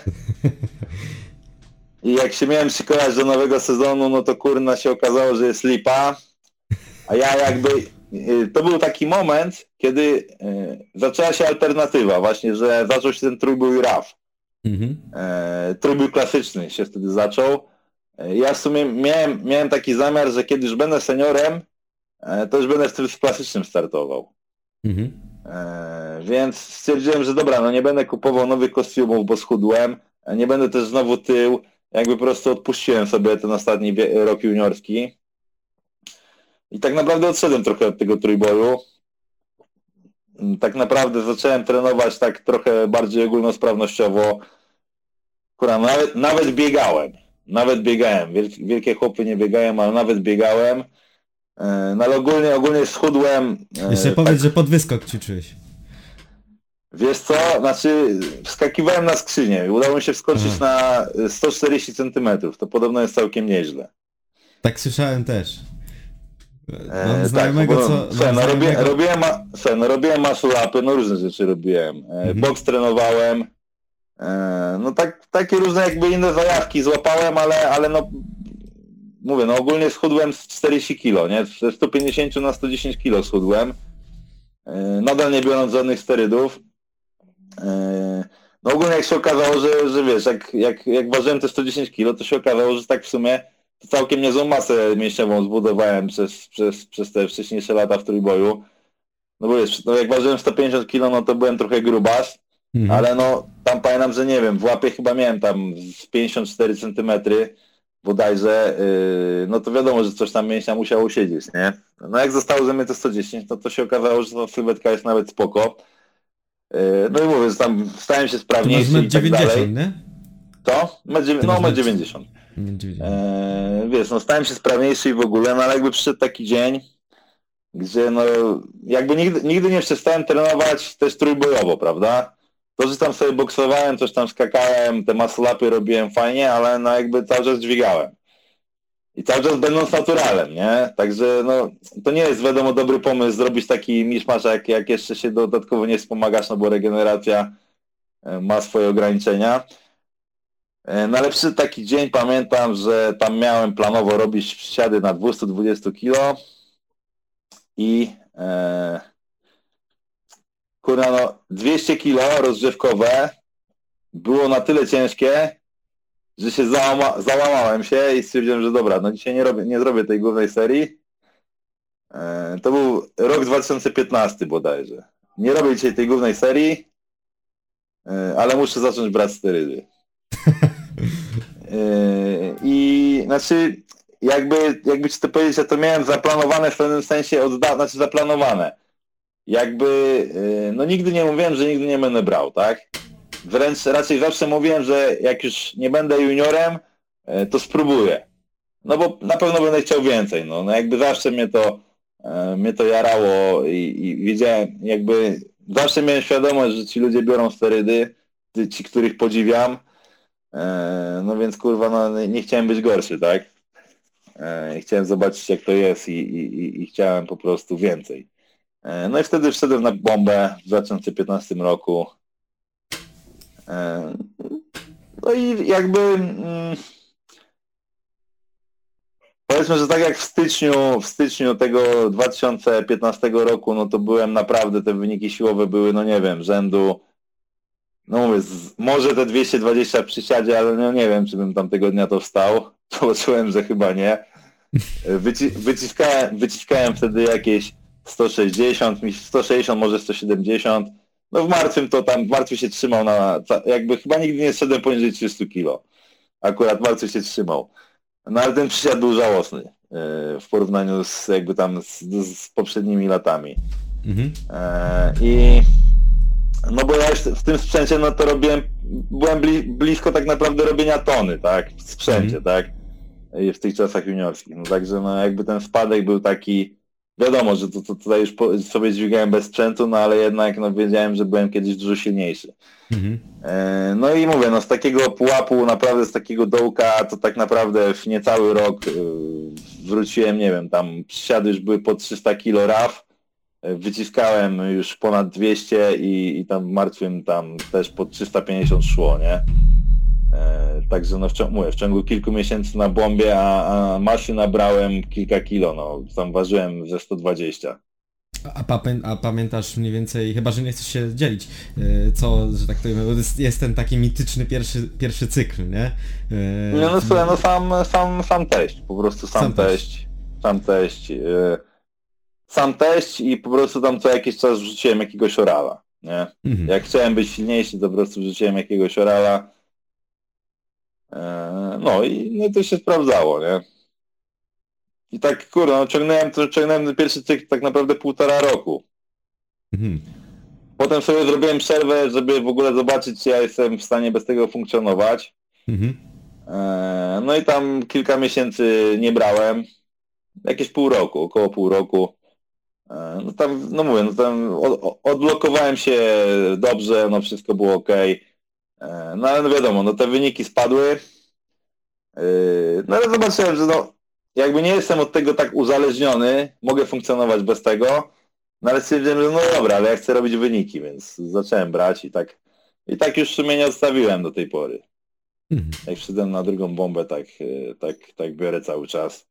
I jak się miałem szykować do nowego sezonu, no to kurna się okazało, że jest lipa. A ja jakby... To był taki moment, kiedy zaczęła się alternatywa właśnie, że zaczął się ten trójbój RAF. Trójbój klasyczny się wtedy zaczął. Ja w sumie miałem taki zamiar, że kiedy już będę seniorem, to już będę w klasycznym startował. Więc stwierdziłem, że dobra, no nie będę kupował nowych kostiumów, bo schudłem. Nie będę też znowu tył. Jakby po prostu odpuściłem sobie ten ostatni rok juniorski. I tak naprawdę odszedłem trochę od tego trójboju. Tak naprawdę zacząłem trenować tak trochę bardziej ogólnosprawnościowo. Kurwa, nawet biegałem. Wielkie chłopy nie biegają, ale nawet biegałem. No ale ogólnie schudłem. Jeszcze powiedz, że podwyskok ćwiczyłeś. Wiesz co? Znaczy wskakiwałem na skrzynię i udało mi się wskoczyć na 140 cm. To podobno jest całkiem nieźle. Tak słyszałem też. Mam znajomego, robiłem muscle-upy, no różne rzeczy robiłem. Boks trenowałem. No takie różne jakby inne zajawki złapałem, ale no mówię, no ogólnie schudłem z 40 kg, nie? Ze 150 na 110 kg schudłem. Nadal nie biorąc żadnych sterydów. No ogólnie jak się okazało, że wiesz, jak ważyłem te 110 kg, to się okazało, że tak w sumie to całkiem niezłą masę mięśniową zbudowałem przez te wcześniejsze lata w trójboju. No bo wiesz, no jak ważyłem 150 kg, no to byłem trochę grubas, ale no tam pamiętam, że nie wiem, w łapie chyba miałem tam z 54 cm bodajże, no to wiadomo, że coś tam mięśnia musiało siedzieć, nie? No jak zostało ze mnie to 110, no to się okazało, że ta sylwetka jest nawet spoko. No i mówię, że tam stałem się sprawniejszy i tak dalej. Nie? To? No 90. Wiesz, no stałem się sprawniejszy i w ogóle, no ale jakby przyszedł taki dzień, gdzie no jakby nigdy nie przestałem trenować też trójbojowo, prawda? To, że tam sobie boksowałem, coś tam skakałem, te muscle-upy robiłem fajnie, ale no jakby cały czas dźwigałem. I cały czas będąc naturalem, nie? Także no to nie jest wiadomo dobry pomysł zrobić taki miszmasz, jak jeszcze się dodatkowo nie wspomagasz, no bo regeneracja ma swoje ograniczenia. No ale przy taki dzień pamiętam, że tam miałem planowo robić przysiady na 220 kg i kurwa no 200 kg rozgrzewkowe było na tyle ciężkie, że się załamałem się i stwierdziłem, że dobra, no dzisiaj nie zrobię tej głównej serii. To był rok 2015 bodajże. Nie robię dzisiaj tej głównej serii, ale muszę zacząć brać sterydy. I znaczy, jakby ci to powiedzieć, ja to miałem zaplanowane w pewnym sensie znaczy zaplanowane. No nigdy nie mówiłem, że nigdy nie będę brał, tak? Wręcz raczej zawsze mówiłem, że jak już nie będę juniorem, to spróbuję. No bo na pewno będę chciał więcej, no jakby zawsze mnie to jarało i wiedziałem, zawsze miałem świadomość, że ci ludzie biorą sterydy, ci, których podziwiam, no więc kurwa, no nie chciałem być gorszy, tak? Chciałem zobaczyć, jak to jest i chciałem po prostu więcej. No i wtedy wszedłem na bombę w 2015 roku. No i powiedzmy, że tak jak w styczniu tego 2015 roku, no to byłem naprawdę, te wyniki siłowe były, no nie wiem, rzędu, no mówię, może te 220 przy siadzie, ale no nie wiem, czy bym tamtego dnia to wstał. Zobaczyłem, że chyba nie. Wyciskałem wtedy jakieś 160, może 170. No w martwy się trzymał chyba nigdy nie szedłem poniżej 300 kg. Akurat martwy się trzymał. No ale ten przysiad był żałosny w porównaniu z poprzednimi latami. Mhm. No bo ja już w tym sprzęcie, no to byłem blisko tak naprawdę robienia tony, tak? W sprzęcie, tak? W tych czasach juniorskich. No także no jakby ten spadek był taki, wiadomo, że to tutaj już sobie dźwigałem bez sprzętu, no ale jednak no wiedziałem, że byłem kiedyś dużo silniejszy. Mhm. No i mówię, no z takiego pułapu, naprawdę z takiego dołka, to tak naprawdę w niecały rok wróciłem, nie wiem, tam przysiady już były po 300 kg RAF, wyciskałem już ponad 200 i tam martwym tam też po 350 szło, nie? Także no w ciągu kilku miesięcy na bombie, a masy nabrałem kilka kilo, no tam ważyłem ze 120. A pamiętasz mniej więcej, chyba że nie chcesz się dzielić, co, że tak powiem, bo jest ten taki mityczny pierwszy cykl, nie? No słuchaj, no sam teść, po prostu sam teść i po prostu tam co jakiś czas wrzuciłem jakiegoś orala, nie? Mhm. Jak chciałem być silniejszy, to po prostu wrzuciłem jakiegoś orala. No i to się sprawdzało, nie? I tak, kurde, no ciągnąłem ten pierwszy cykl tak naprawdę 1,5 roku. Mhm. Potem sobie zrobiłem przerwę, żeby w ogóle zobaczyć, czy ja jestem w stanie bez tego funkcjonować. Mhm. No i tam kilka miesięcy nie brałem. Jakieś około pół roku. No tam, no mówię, no tam odblokowałem się dobrze, no wszystko było okej. No ale no wiadomo, no te wyniki spadły. No ale zobaczyłem, że no jakby nie jestem od tego tak uzależniony, mogę funkcjonować bez tego, no ale stwierdziłem, że no dobra, ale ja chcę robić wyniki, więc zacząłem brać i tak już w sumie nie odstawiłem do tej pory. Mhm. Jak wszedłem na drugą bombę, tak biorę cały czas.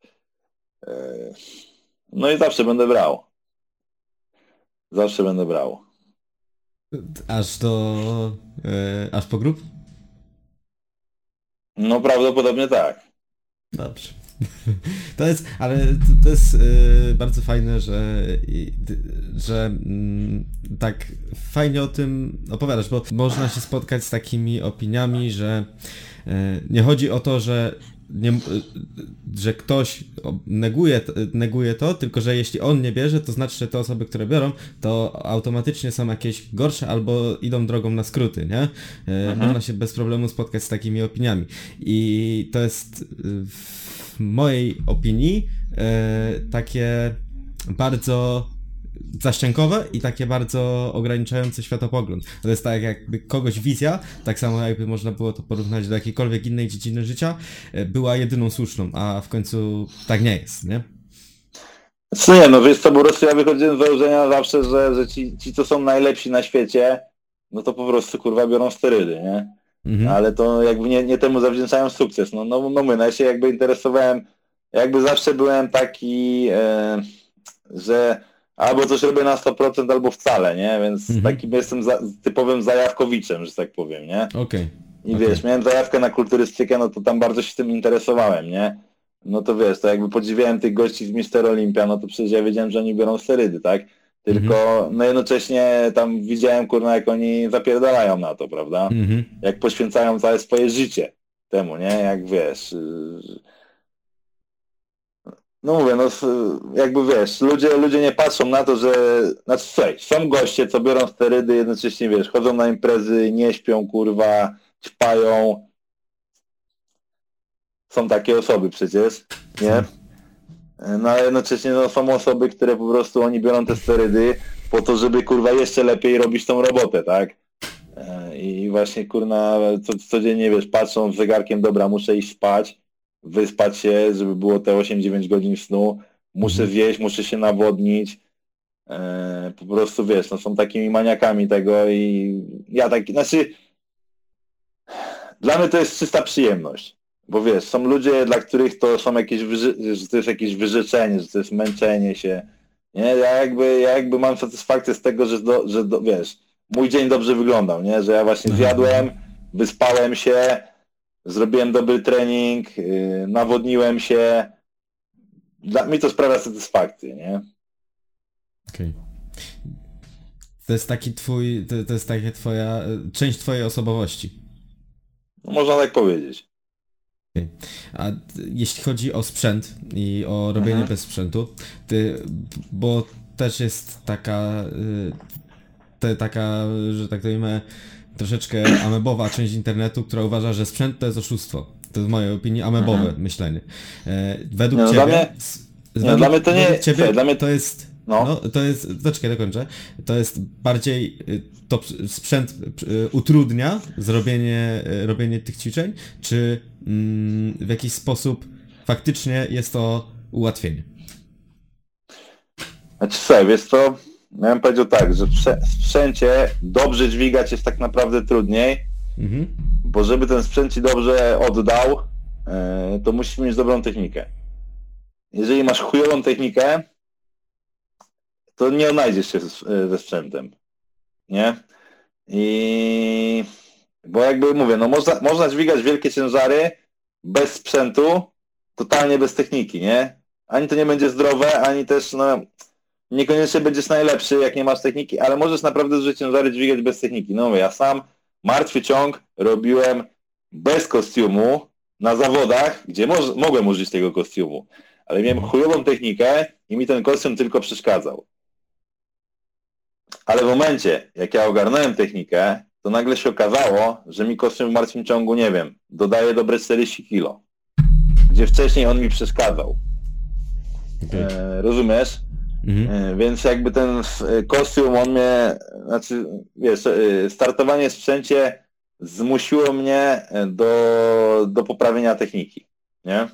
No i zawsze będę brał. Zawsze będę brał. Aż po grób? No prawdopodobnie tak. Dobrze. To jest bardzo fajne, że tak fajnie o tym opowiadasz, bo można się spotkać z takimi opiniami, że nie chodzi o to, że ktoś neguje to, tylko że jeśli on nie bierze, to znaczy, że te osoby, które biorą, to automatycznie są jakieś gorsze albo idą drogą na skróty, nie? Można się bez problemu spotkać z takimi opiniami. I to jest w mojej opinii takie bardzo zaściankowe i takie bardzo ograniczające światopogląd. To jest tak jakby kogoś wizja, tak samo jakby można było to porównać do jakiejkolwiek innej dziedziny życia, była jedyną słuszną, a w końcu tak nie jest, nie? Nie, no wiesz co, po prostu ja wychodziłem z założenia zawsze, że ci co są najlepsi na świecie, no to po prostu kurwa biorą sterydy, nie? Mhm. Ale to jakby nie temu zawdzięczają sukces. No ja się jakby interesowałem, jakby zawsze byłem taki, że albo coś robię na 100%, albo wcale, nie? Więc takim jestem typowym zajawkowiczem, że tak powiem, nie? Okej. I wiesz, miałem zajawkę na kulturystykę, no to tam bardzo się tym interesowałem, nie? No to wiesz, to jakby podziwiałem tych gości z Mister Olympia, no to przecież ja wiedziałem, że oni biorą sterydy, tak? Tylko no jednocześnie tam widziałem, kurna, jak oni zapierdalają na to, prawda? Jak poświęcają całe swoje życie temu, nie? Jak wiesz... No mówię, no jakby wiesz, ludzie nie patrzą na to, że... Znaczy słuchaj, są goście, co biorą sterydy, jednocześnie wiesz, chodzą na imprezy, nie śpią, kurwa, ćpają. Są takie osoby przecież, nie? No ale jednocześnie no, są osoby, które po prostu oni biorą te sterydy po to, żeby kurwa jeszcze lepiej robić tą robotę, tak? I właśnie kurna codziennie wiesz, patrzą z zegarkiem, dobra, muszę iść spać, wyspać się, żeby było te 8-9 godzin snu, muszę zjeść, muszę się nawodnić. Po prostu wiesz, no są takimi maniakami tego i ja taki, znaczy dla mnie to jest czysta przyjemność. Bo wiesz, są ludzie, dla których to są jakieś że to jest jakieś wyrzeczenie, że to jest męczenie się. Nie? Ja jakby mam satysfakcję z tego, że wiesz, mój dzień dobrze wyglądał, nie? Że ja właśnie zjadłem, wyspałem się, zrobiłem dobry trening, nawodniłem się. Dla mnie to sprawia satysfakcję, nie? Okej. To jest taki to jest taka część twojej osobowości. No, można tak powiedzieć. Okay. A jeśli chodzi o sprzęt i o robienie bez sprzętu, bo też jest taka, że tak powiem, troszeczkę amebowa część internetu, która uważa, że sprzęt to jest oszustwo. To jest w mojej opinii amebowe myślenie. Według ciebie... Dla mnie to nie... Według ciebie dla mnie... to jest... No, to jest... Zaczekaj, dokończę. To jest bardziej... To sprzęt utrudnia robienie tych ćwiczeń, czy w jakiś sposób faktycznie jest to ułatwienie? Znaczy słuchaj, wiesz co, ja bym powiedział tak, że w sprzęcie dobrze dźwigać jest tak naprawdę trudniej, bo żeby ten sprzęt ci dobrze oddał, to musisz mieć dobrą technikę. Jeżeli masz chujową technikę, to nie odnajdziesz się ze sprzętem, nie? Bo jakby mówię, no można dźwigać wielkie ciężary bez sprzętu, totalnie bez techniki, nie? Ani to nie będzie zdrowe, ani też, no, niekoniecznie będziesz najlepszy, jak nie masz techniki, ale możesz naprawdę duże ciężary dźwigać bez techniki. No mówię, ja sam martwy ciąg robiłem bez kostiumu na zawodach, gdzie mogłem użyć tego kostiumu, ale miałem chujową technikę i mi ten kostium tylko przeszkadzał. Ale w momencie, jak ja ogarnąłem technikę, to nagle się okazało, że mi kostium w martwym ciągu, nie wiem, dodaje dobre 40 kilo, gdzie wcześniej on mi przeszkadzał. Rozumiesz? Więc jakby ten kostium, on mnie, znaczy, wiesz, startowanie w sprzęcie zmusiło mnie do poprawienia techniki, nie?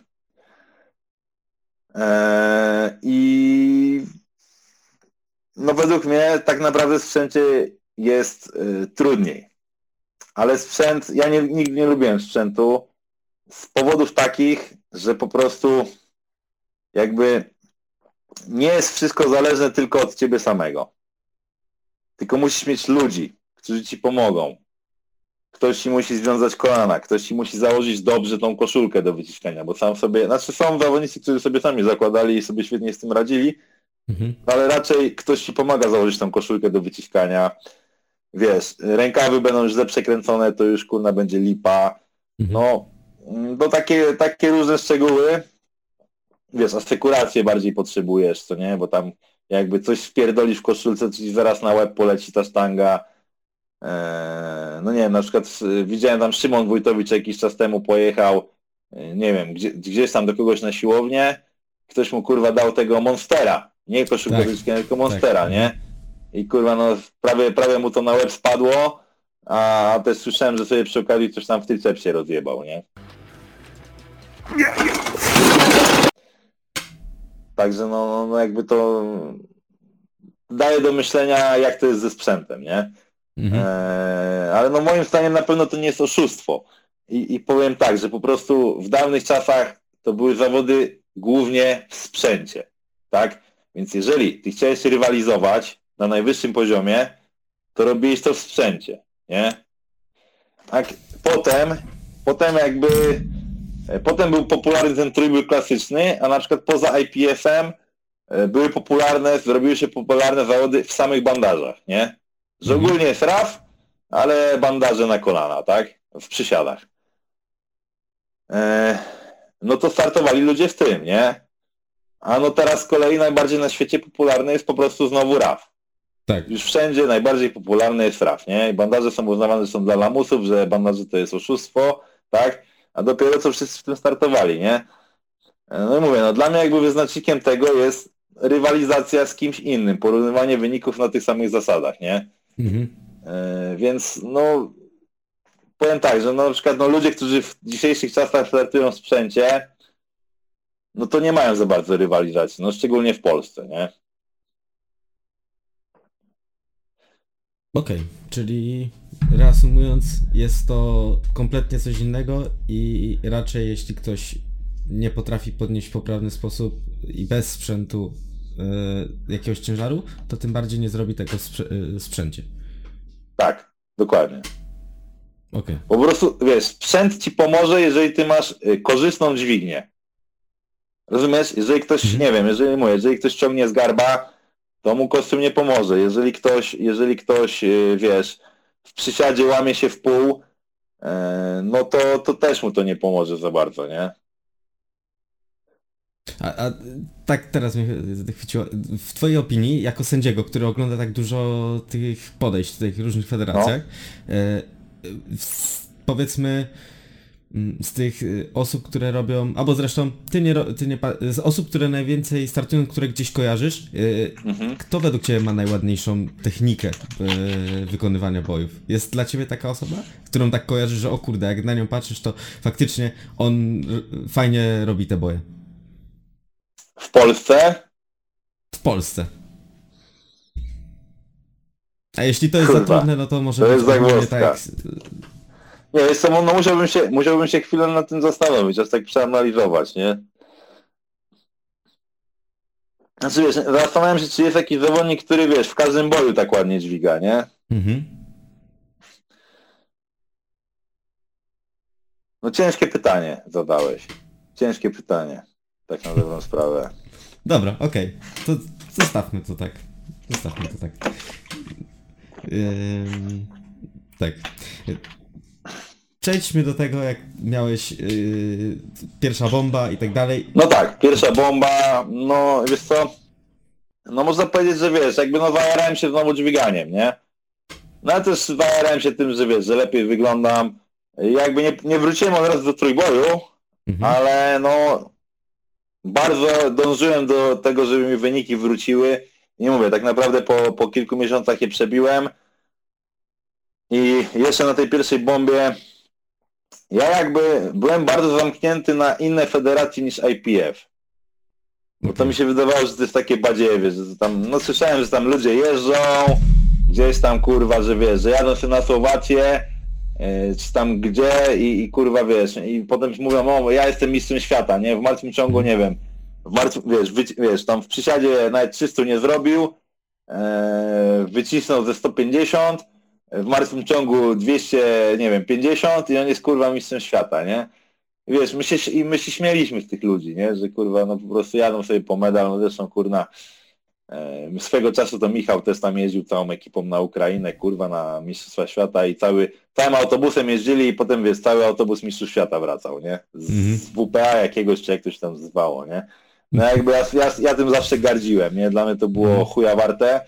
I no według mnie tak naprawdę w sprzęcie jest trudniej. Ale sprzęt, ja nigdy nie lubiłem sprzętu z powodów takich, że po prostu jakby nie jest wszystko zależne tylko od ciebie samego. Tylko musisz mieć ludzi, którzy ci pomogą. Ktoś ci musi związać kolana, ktoś ci musi założyć dobrze tą koszulkę do wyciskania, bo sam sobie, znaczy są zawodnicy, którzy sobie sami zakładali i sobie świetnie z tym radzili, ale raczej ktoś ci pomaga założyć tą koszulkę do wyciskania. Wiesz, rękawy będą źle przekręcone, to już kurna będzie lipa. No, to takie różne szczegóły. Wiesz, asekurację bardziej potrzebujesz, co nie? Bo tam jakby coś wpierdolisz w koszulce, to ci zaraz na łeb poleci ta sztanga. No nie wiem, na przykład widziałem tam Szymon Wójtowicz jakiś czas temu pojechał, nie wiem, gdzieś tam do kogoś na siłownię, ktoś mu kurwa dał tego Monstera, nie koszulkę wyciskania, tylko Monstera, nie? I kurwa no prawie mu to na łeb spadło, a też słyszałem, że sobie przy okazji coś tam w tricepsie rozjebał, nie? Także no jakby to daje do myślenia, jak to jest ze sprzętem, nie? Ale no moim zdaniem na pewno to nie jest oszustwo. I powiem tak, że po prostu w dawnych czasach to były zawody głównie w sprzęcie, tak? Więc jeżeli ty chciałeś rywalizować na najwyższym poziomie, to robiłeś to w sprzęcie, nie? Tak, potem był popularny ten trójbój klasyczny, a na przykład poza IPF-em zrobiły się popularne zawody w samych bandażach, nie? Że ogólnie jest RAF, ale bandaże na kolana, tak? W przysiadach. No to startowali ludzie w tym, nie? A no teraz z kolei najbardziej na świecie popularny jest po prostu znowu RAF. Tak. Już wszędzie najbardziej popularny jest RAF, nie? I bandaże są uznawane, że są dla lamusów, że bandaże to jest oszustwo, tak? A dopiero co wszyscy w tym startowali, nie? No i mówię, no dla mnie jakby wyznacznikiem tego jest rywalizacja z kimś innym, porównywanie wyników na tych samych zasadach, nie? Więc no powiem tak, że no, na przykład no, ludzie, którzy w dzisiejszych czasach startują w sprzęcie, no to nie mają za bardzo rywalizacji, no szczególnie w Polsce, nie? Okej, czyli reasumując, jest to kompletnie coś innego i raczej jeśli ktoś nie potrafi podnieść w poprawny sposób i bez sprzętu jakiegoś ciężaru, to tym bardziej nie zrobi tego w sprzęcie. Tak, dokładnie. Okej. Po prostu, wiesz, sprzęt ci pomoże, jeżeli ty masz korzystną dźwignię. Rozumiesz? Jeżeli ktoś, nie wiem, jeżeli ktoś ciągnie z garba, to mu kostium nie pomoże. Jeżeli ktoś, wiesz, w przysiadzie łamie się w pół, no to też mu to nie pomoże za bardzo, nie? A tak teraz mnie chwyciło. W twojej opinii, jako sędziego, który ogląda tak dużo tych podejść w tych różnych federacjach, powiedzmy z tych osób, które robią, albo zresztą z osób, które najwięcej startują, które gdzieś kojarzysz, kto według ciebie ma najładniejszą technikę wykonywania bojów? Jest dla ciebie taka osoba, którą tak kojarzysz, że o kurde, jak na nią patrzysz, to faktycznie on fajnie robi te boje? W Polsce? W Polsce. A jeśli to jest Kurwa, za trudne, no to może to być jest ogólnie zagwozdka. tak. Nie, no musiałbym się chwilę nad tym zastanowić, aż tak przeanalizować, nie? Znaczy wiesz, zastanawiam się, czy jest jakiś zawodnik, który wiesz, w każdym boju tak ładnie dźwiga, nie? No ciężkie pytanie zadałeś. Ciężkie pytanie. Tak na dobrą sprawę. Dobra, okej. To zostawmy to tak. Tak. Przejdźmy do tego, jak miałeś pierwsza bomba i tak dalej. No tak, pierwsza bomba, no wiesz co, no można powiedzieć, że wiesz, jakby no zajarałem się znowu dźwiganiem, nie? No ale też zajarałem się tym, że wiesz, że lepiej wyglądam. Jakby nie wróciłem od razu do trójboju, ale no bardzo dążyłem do tego, żeby mi wyniki wróciły. Nie mówię, tak naprawdę po kilku miesiącach je przebiłem i jeszcze na tej pierwszej bombie ja jakby byłem bardzo zamknięty na inne federacje niż IPF. Bo to mi się wydawało, że to jest takie badziewie, że tam, no słyszałem, że tam ludzie jeżdżą, gdzieś tam kurwa, że wiesz, że jadą sobie na Słowację, czy tam gdzie i kurwa wiesz, i potem mówią, o ja jestem mistrzem świata, nie, w martwym ciągu nie wiem, wiesz, tam w przysiadzie nawet 300 nie zrobił, wycisnął ze 150, w martwym ciągu 200, nie wiem, 50 i on jest kurwa mistrzem świata, nie? I wiesz, my się śmieliśmy z tych ludzi, nie? Że kurwa, no po prostu jadą sobie po medal, no zresztą kurna, swego czasu to Michał też tam jeździł całą ekipą na Ukrainę, kurwa, na Mistrzostwa Świata i całym autobusem jeździli i potem wiesz, cały autobus Mistrzów Świata wracał, nie? Z WPA jakiegoś, czy jak to się tam zwało, nie? No jakby ja tym zawsze gardziłem, nie? Dla mnie to było chuja warte.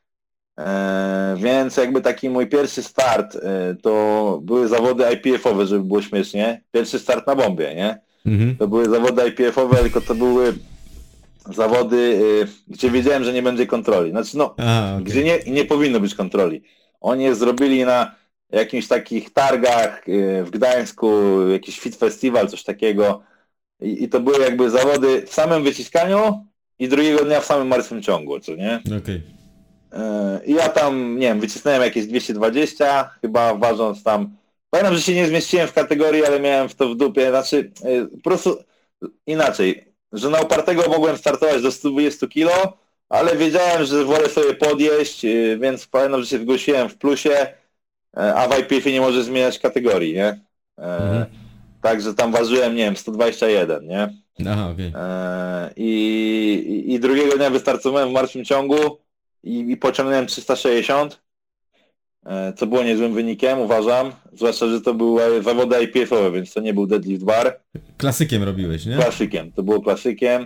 Więc jakby taki mój pierwszy start to były zawody IPF-owe, żeby było śmiesznie. Pierwszy start na bombie, nie? To były zawody IPF-owe, tylko to były zawody, gdzie wiedziałem, że nie będzie kontroli. Znaczy no, gdzie nie powinno być kontroli. Oni je zrobili na jakimś takich targach w Gdańsku, jakiś fit festival, coś takiego. I to były jakby zawody w samym wyciskaniu i drugiego dnia w samym martwym ciągu, co nie? Okej. I ja tam, nie wiem, wycisnąłem jakieś 220, chyba ważąc tam, pamiętam, że się nie zmieściłem w kategorii, ale miałem to w dupie, znaczy po prostu inaczej, że na upartego mogłem startować do 120 kg, Ale wiedziałem, że wolę sobie podjeść, więc pamiętam, że się zgłosiłem w plusie, a w IPF-ie nie może zmieniać kategorii, nie? Mhm. Także tam ważyłem, nie wiem, 121, nie? Aha, okej. I drugiego dnia wystartowałem w martwym ciągu i pociągnąłem 360, co było niezłym wynikiem, uważam. Zwłaszcza, że to były zawody IPF-owe, więc to nie był deadlift bar. Klasykiem robiłeś, nie? Klasykiem, to było klasykiem.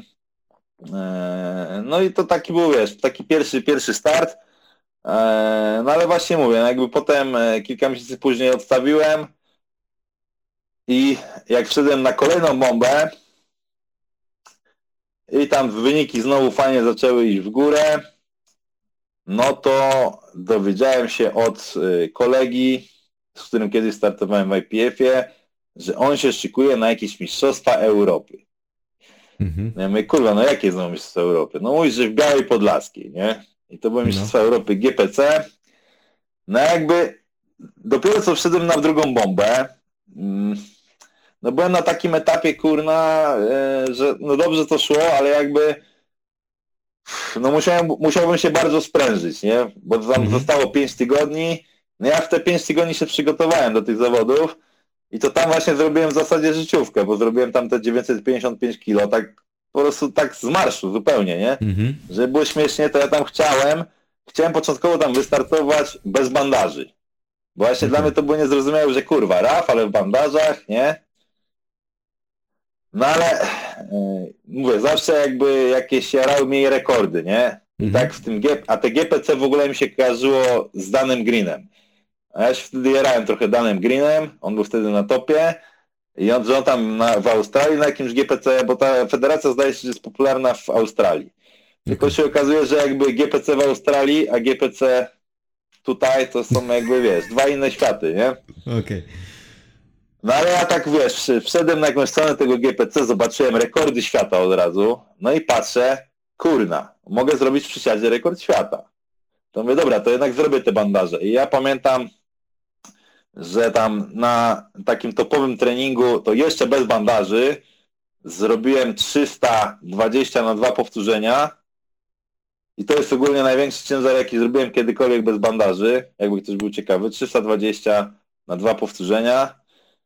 No i to taki był, wiesz, taki pierwszy start. No ale właśnie mówię, no jakby potem kilka miesięcy później odstawiłem i jak wszedłem na kolejną bombę i tam wyniki znowu fajnie zaczęły iść w górę, no to dowiedziałem się od kolegi, z którym kiedyś startowałem w IPF-ie, że on się szykuje na jakieś Mistrzostwa Europy. Mhm. No ja mówię, kurwa, no jakie znowu Mistrzostwa Europy? No mówisz, że w Białej Podlaskiej, nie? I to były Mistrzostwa Europy GPC. No jakby dopiero co wszedłem na drugą bombę, no byłem na takim etapie, kurna, że no dobrze to szło, ale jakby no musiałbym się bardzo sprężyć, nie? Bo tam zostało 5 tygodni, no ja w te 5 tygodni się przygotowałem do tych zawodów i to tam właśnie zrobiłem w zasadzie życiówkę, bo zrobiłem tam te 955 kilo, tak po prostu tak z marszu zupełnie, nie? Żeby było śmiesznie, to ja tam chciałem początkowo tam wystartować bez bandaży. Bo właśnie dla mnie to było niezrozumiałe, że kurwa, RAF, ale w bandażach, nie? No ale mówię, zawsze jakby jakieś jarały mi rekordy, nie? I tak w tym a te GPC w ogóle mi się kojarzyło z Danem Greenem. A ja się wtedy jarałem trochę Danem Greenem, on był wtedy na topie i on tam w Australii na jakimś GPC, bo ta federacja zdaje się, że jest popularna w Australii. Tylko się okazuje, że jakby GPC w Australii, a GPC tutaj to są jakby, wiesz, dwa inne światy, nie? Okej. No ale ja tak, wiesz, wszedłem na jakąś stronę tego GPC, zobaczyłem rekordy świata od razu, no i patrzę, kurna, mogę zrobić w przysiadzie rekord świata. To mówię, dobra, to jednak zrobię te bandaże. I ja pamiętam, że tam na takim topowym treningu, to jeszcze bez bandaży, zrobiłem 320 na 2 powtórzenia i to jest ogólnie największy ciężar, jaki zrobiłem kiedykolwiek bez bandaży, jakby ktoś był ciekawy, 320 na 2 powtórzenia.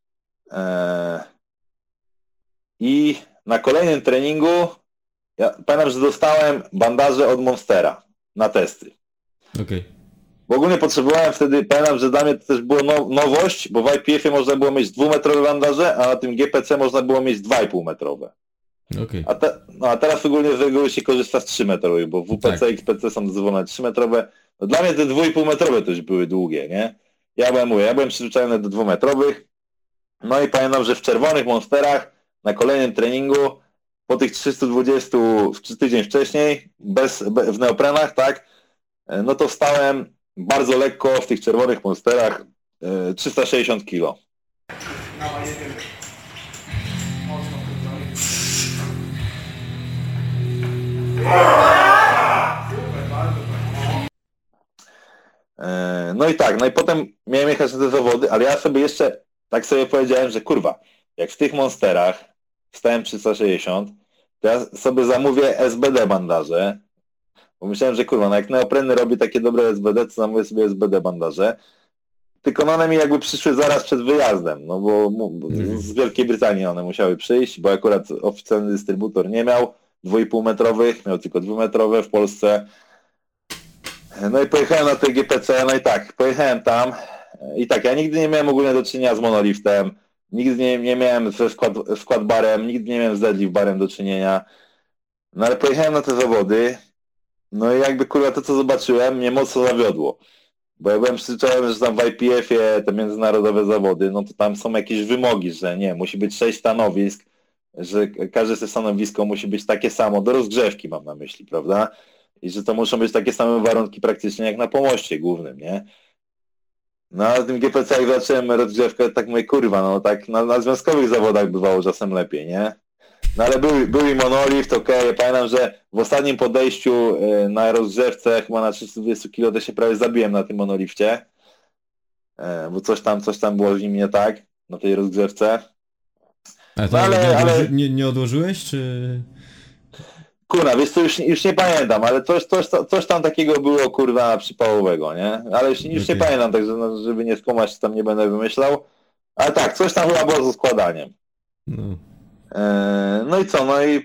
I na kolejnym treningu ja pamiętam, że dostałem bandaże od Monstera na testy. Okej. W ogóle potrzebowałem wtedy, pamiętam, że dla mnie to też było nowość, bo w IPF-ie można było mieć 2-metrowe bandaże, a na tym GPC można było mieć 2,5-metrowe. Okej. A teraz ogólnie z reguły się korzysta z 3-metrowych, bo WPC Tak. i XPC są dozwolone 3-metrowe. No dla mnie te 2,5-metrowe też były długie, nie? Ja byłem przyzwyczajony do 2-metrowych. No i pamiętam, że w czerwonych Monsterach na kolejnym treningu po tych 320 tydzień wcześniej, w neoprenach, tak, no to wstałem bardzo lekko w tych czerwonych Monsterach 360 kg. No i tak, no i potem miałem jechać na te zawody, ale ja sobie jeszcze tak sobie powiedziałem, że kurwa, jak w tych Monsterach wstałem 360, to ja sobie zamówię SBD bandaże, bo myślałem, że kurwa, no jak neopreny robi takie dobre SBD, to zamówię sobie SBD bandaże. Tylko one mi jakby przyszły zaraz przed wyjazdem, no bo z Wielkiej Brytanii one musiały przyjść, bo akurat oficjalny dystrybutor nie miał 2,5-metrowych, miał tylko 2-metrowe w Polsce. No i pojechałem na te GPC, no i tak, pojechałem tam i tak, ja nigdy nie miałem ogólnie do czynienia z monoliftem, nigdy nie miałem ze squat barem, nigdy nie miałem z deadlift barem do czynienia, no ale pojechałem na te zawody, no i jakby kurwa to co zobaczyłem mnie mocno zawiodło, bo ja byłem przyzwyczajony, że tam w IPF-ie te międzynarodowe zawody, no to tam są jakieś wymogi, że nie, musi być 6 stanowisk, że każde stanowisko musi być takie samo, do rozgrzewki mam na myśli, prawda? I że to muszą być takie same warunki praktycznie jak na pomoście głównym, nie? No a na tym GPC jak zacząłem rozgrzewkę, tak mówię, kurwa, no tak na związkowych zawodach bywało czasem lepiej, nie? No ale był i monolift, okej. Ja pamiętam, że w ostatnim podejściu na rozgrzewce, chyba na 320 kg, to się prawie zabiłem na tym monolifcie, bo coś tam było z nim nie tak, na tej rozgrzewce. Ale to No, ale nie odłożyłeś, czy... Kurwa, wiesz co, już nie pamiętam, ale coś tam takiego było, kurwa, przypałowego, nie? Ale już nie Okej. pamiętam, także no, żeby nie skłamać, tam nie będę wymyślał. Ale tak, coś tam chyba było ze składaniem. No. No i co,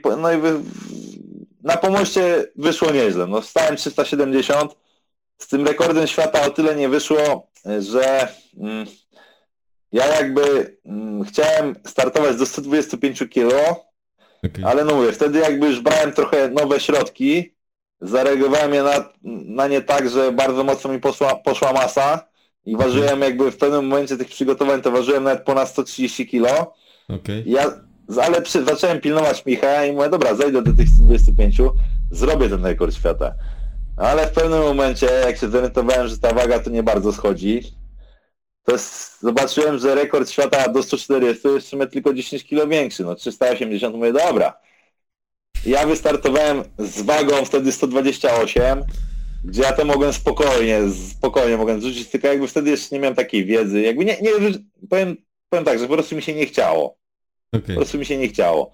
na pomoście wyszło nieźle. No wstałem 370, z tym rekordem świata o tyle nie wyszło, że ja jakby chciałem startować do 125 kg, Okej. ale no mówię, wtedy jakby już brałem trochę nowe środki, zareagowałem je na nie tak, że bardzo mocno mi poszła masa i ważyłem jakby w pewnym momencie tych przygotowań, to ważyłem nawet ponad 130 kg. Okej. Ale zacząłem pilnować Michała i mówię, dobra, zejdę do tych 125, zrobię ten rekord świata. Ale w pewnym momencie, jak się zorientowałem, że ta waga to nie bardzo schodzi, to zobaczyłem, że rekord świata do 140 jest w sumie tylko 10 kg większy, no 380, mówię, dobra. Ja wystartowałem z wagą wtedy 128, gdzie ja to mogłem spokojnie mogłem zrzucić, tylko jakby wtedy jeszcze nie miałem takiej wiedzy, jakby powiem tak, że po prostu mi się nie chciało. Po Okej. prostu mi się nie chciało.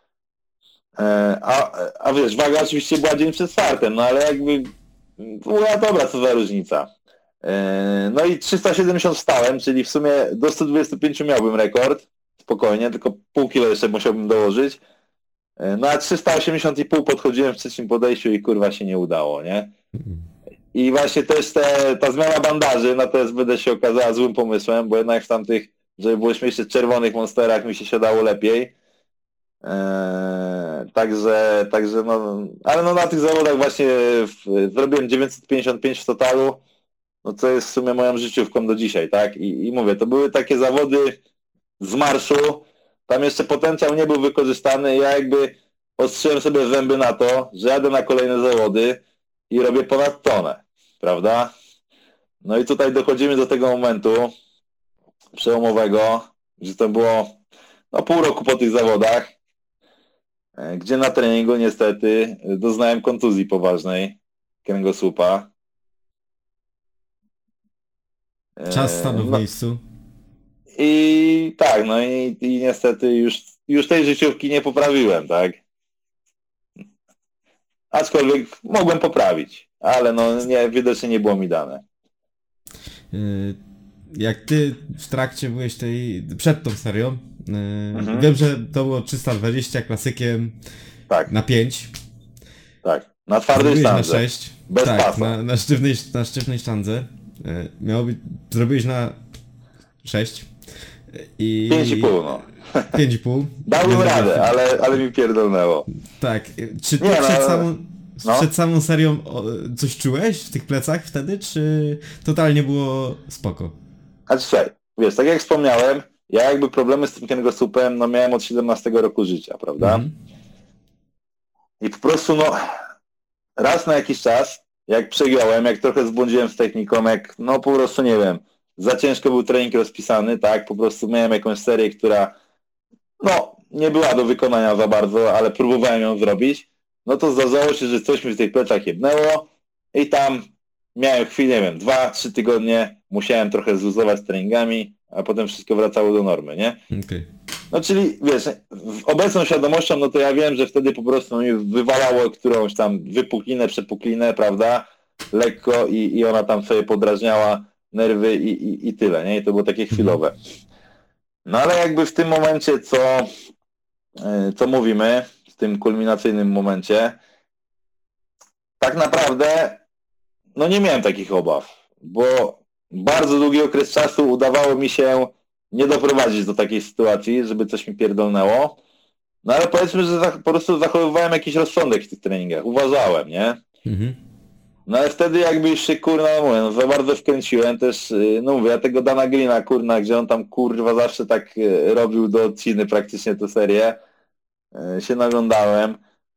A wiesz, waga oczywiście była dzień przed startem, no ale jakby była dobra, co za różnica. No i 370 wstałem, czyli w sumie do 125 miałbym rekord, spokojnie, tylko pół kilo jeszcze musiałbym dołożyć. No a 380,5 podchodziłem w trzecim podejściu i kurwa się nie udało, nie? I właśnie też ta zmiana bandaży na TSBD się okazała złym pomysłem, bo jednak w tamtych, żeby było śmiesznie, czerwonych monsterach mi się siadało lepiej. Także no, ale no na tych zawodach właśnie zrobiłem 955 w totalu, no co jest w sumie moją życiówką do dzisiaj, tak? I mówię, to były takie zawody z marszu, tam jeszcze potencjał nie był wykorzystany, ja jakby ostrzyłem sobie zęby na to, że jadę na kolejne zawody i robię ponad tonę, prawda? No i tutaj dochodzimy do tego momentu przełomowego, że to było no, pół roku po tych zawodach, gdzie na treningu niestety doznałem kontuzji poważnej kręgosłupa. Czas stanął w No, miejscu. i tak, no i niestety już tej życiówki nie poprawiłem, tak? Aczkolwiek mogłem poprawić, ale no nie, widocznie nie było mi dane. Jak ty w trakcie byłeś przed tą serią, Mhm. wiem, że to było 320 klasykiem Tak, na 5. tak. Na twardej Zrobiłeś na sztandze. 6. Bez Tak, pasa. na sztywnej sztandze. Miało być, zrobiłeś na 6. I 5,5 no. 5,5. Dałem Nie radę, zrobiłeś- ale mi pierdolnęło. Tak. Czy ty Nie, no, no. przed samą serią coś czułeś w tych plecach wtedy, czy totalnie było spoko? A słuchaj, wiesz, tak jak wspomniałem, ja jakby problemy z tym kręgosłupem no miałem od 17 roku życia, prawda? Mhm. I po prostu no raz na jakiś czas, jak przegiąłem, jak trochę zbłądziłem z techniką, jak no po prostu nie wiem, za ciężko był trening rozpisany, tak? Po prostu miałem jakąś serię, która no nie była do wykonania za bardzo, ale próbowałem ją zrobić, no to zdarzało się, że coś mi w tych plecach jebnęło i tam miałem chwilę, nie wiem, 2-3 tygodnie, musiałem trochę zluzować treningami, a potem wszystko wracało do normy, nie? Okej. No czyli, wiesz, z obecną świadomością, no to ja wiem, że wtedy po prostu mi wywalało którąś tam wypuklinę, przepuklinę, prawda, lekko i ona tam sobie podrażniała nerwy i tyle, nie? I to było takie chwilowe. No ale jakby w tym momencie, co mówimy, w tym kulminacyjnym momencie, tak naprawdę, no nie miałem takich obaw, bo bardzo długi okres czasu udawało mi się nie doprowadzić do takiej sytuacji, żeby coś mi pierdolnęło. No ale powiedzmy, że po prostu zachowywałem jakiś rozsądek w tych treningach. Uważałem, nie? Mhm. No ale wtedy jakby już się, kurna, no mówię, no za bardzo wkręciłem też, no mówię, ja tego Dana Greena, kurna, gdzie on tam, kurwa, zawsze tak robił do odciny praktycznie tę serię, się naglądałem.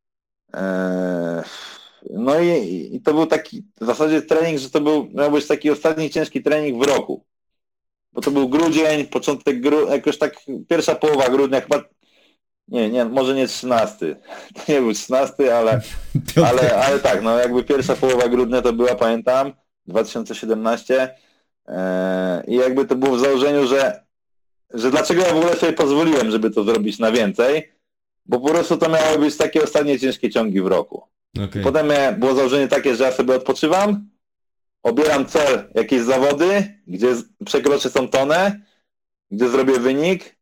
No i to był taki w zasadzie trening, że miał być taki ostatni ciężki trening w roku. Bo to był grudzień, początek jakoś tak pierwsza połowa grudnia, chyba nie, może nie 13. To nie był 13, ale tak, no jakby pierwsza połowa grudnia to była, pamiętam, 2017 i jakby to było w założeniu, że dlaczego ja w ogóle sobie pozwoliłem, żeby to zrobić na więcej, bo po prostu to miały być takie ostatnie ciężkie ciągi w roku. Okej. Potem było założenie takie, że ja sobie odpoczywam, obieram cel, jakieś zawody, gdzie przekroczę tą tonę, gdzie zrobię wynik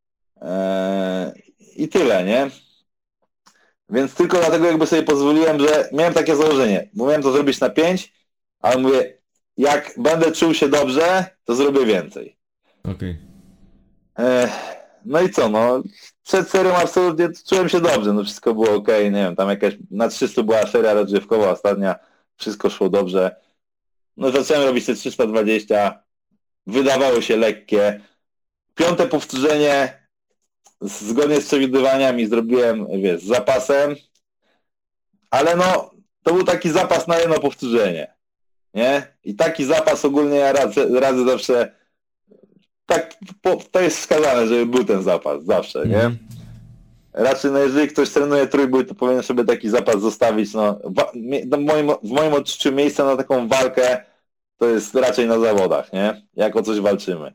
i tyle, nie? Więc tylko dlatego jakby sobie pozwoliłem, że miałem takie założenie, bo miałem to zrobić na 5, ale mówię, jak będę czuł się dobrze, to zrobię więcej. Okej. No i co, no przed serią absolutnie czułem się dobrze, no wszystko było okej, nie wiem, tam jakaś na 300 była seria rozgrzewkowa ostatnia, wszystko szło dobrze. No zacząłem robić te 320, wydawało się lekkie. 5. powtórzenie zgodnie z przewidywaniami zrobiłem, wiesz, z zapasem, ale no to był taki zapas na jedno powtórzenie, nie? I taki zapas ogólnie ja radzę zawsze, tak, to jest wskazane, żeby był ten zapas, zawsze, nie? Raczej, no jeżeli ktoś trenuje trójbój, to powinien sobie taki zapas zostawić, no w moim odczuciu miejsce na taką walkę to jest raczej na zawodach, nie? Jak o coś walczymy.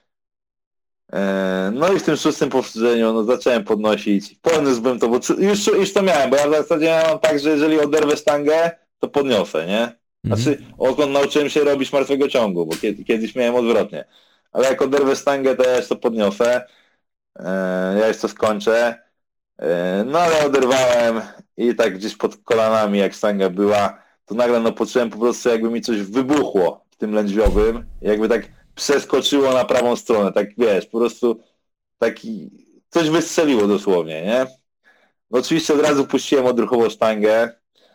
No i w tym 6. powtórzeniu no zacząłem podnosić, podniósłbym to, bo już to miałem, bo ja w zasadzie miałem tak, że jeżeli oderwę sztangę, to podniosę, nie? Znaczy, odkąd nauczyłem się robić martwego ciągu, bo kiedyś miałem odwrotnie. Ale jak oderwę sztangę, to ja już to podniosę, ja już to skończę. No ale oderwałem i tak gdzieś pod kolanami, jak sztanga była, to nagle no poczułem po prostu, jakby mi coś wybuchło w tym lędźwiowym, jakby tak przeskoczyło na prawą stronę, tak wiesz, po prostu taki, coś wystrzeliło dosłownie, nie? No oczywiście od razu puściłem odruchowo sztangę.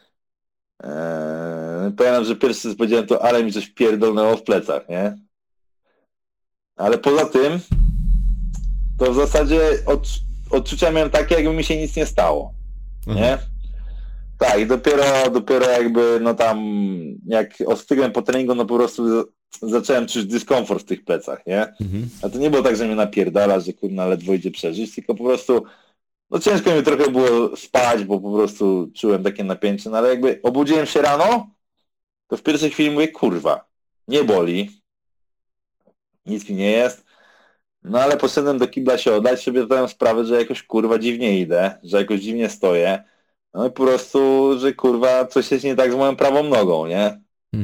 Pamiętam, że pierwszy co powiedziałem to, ale mi coś pierdolnęło w plecach, nie? Ale poza tym, to w zasadzie odczucia miałem takie, jakby mi się nic nie stało, nie? Tak, i dopiero jakby, no tam, jak ostygłem po treningu, no po prostu zacząłem czuć dyskomfort w tych plecach, nie? A to nie było tak, że mnie napierdala, że kurna ledwo idzie przeżyć, tylko po prostu, no ciężko mi trochę było spać, bo po prostu czułem takie napięcie, no ale jakby obudziłem się rano, to w pierwszej chwili mówię, kurwa, nie boli, nic mi nie jest, no ale poszedłem do kibla się oddać, sobie zdałem sprawę, że jakoś kurwa dziwnie idę, że jakoś dziwnie stoję, no i po prostu, że kurwa coś jest nie tak z moją prawą nogą, nie?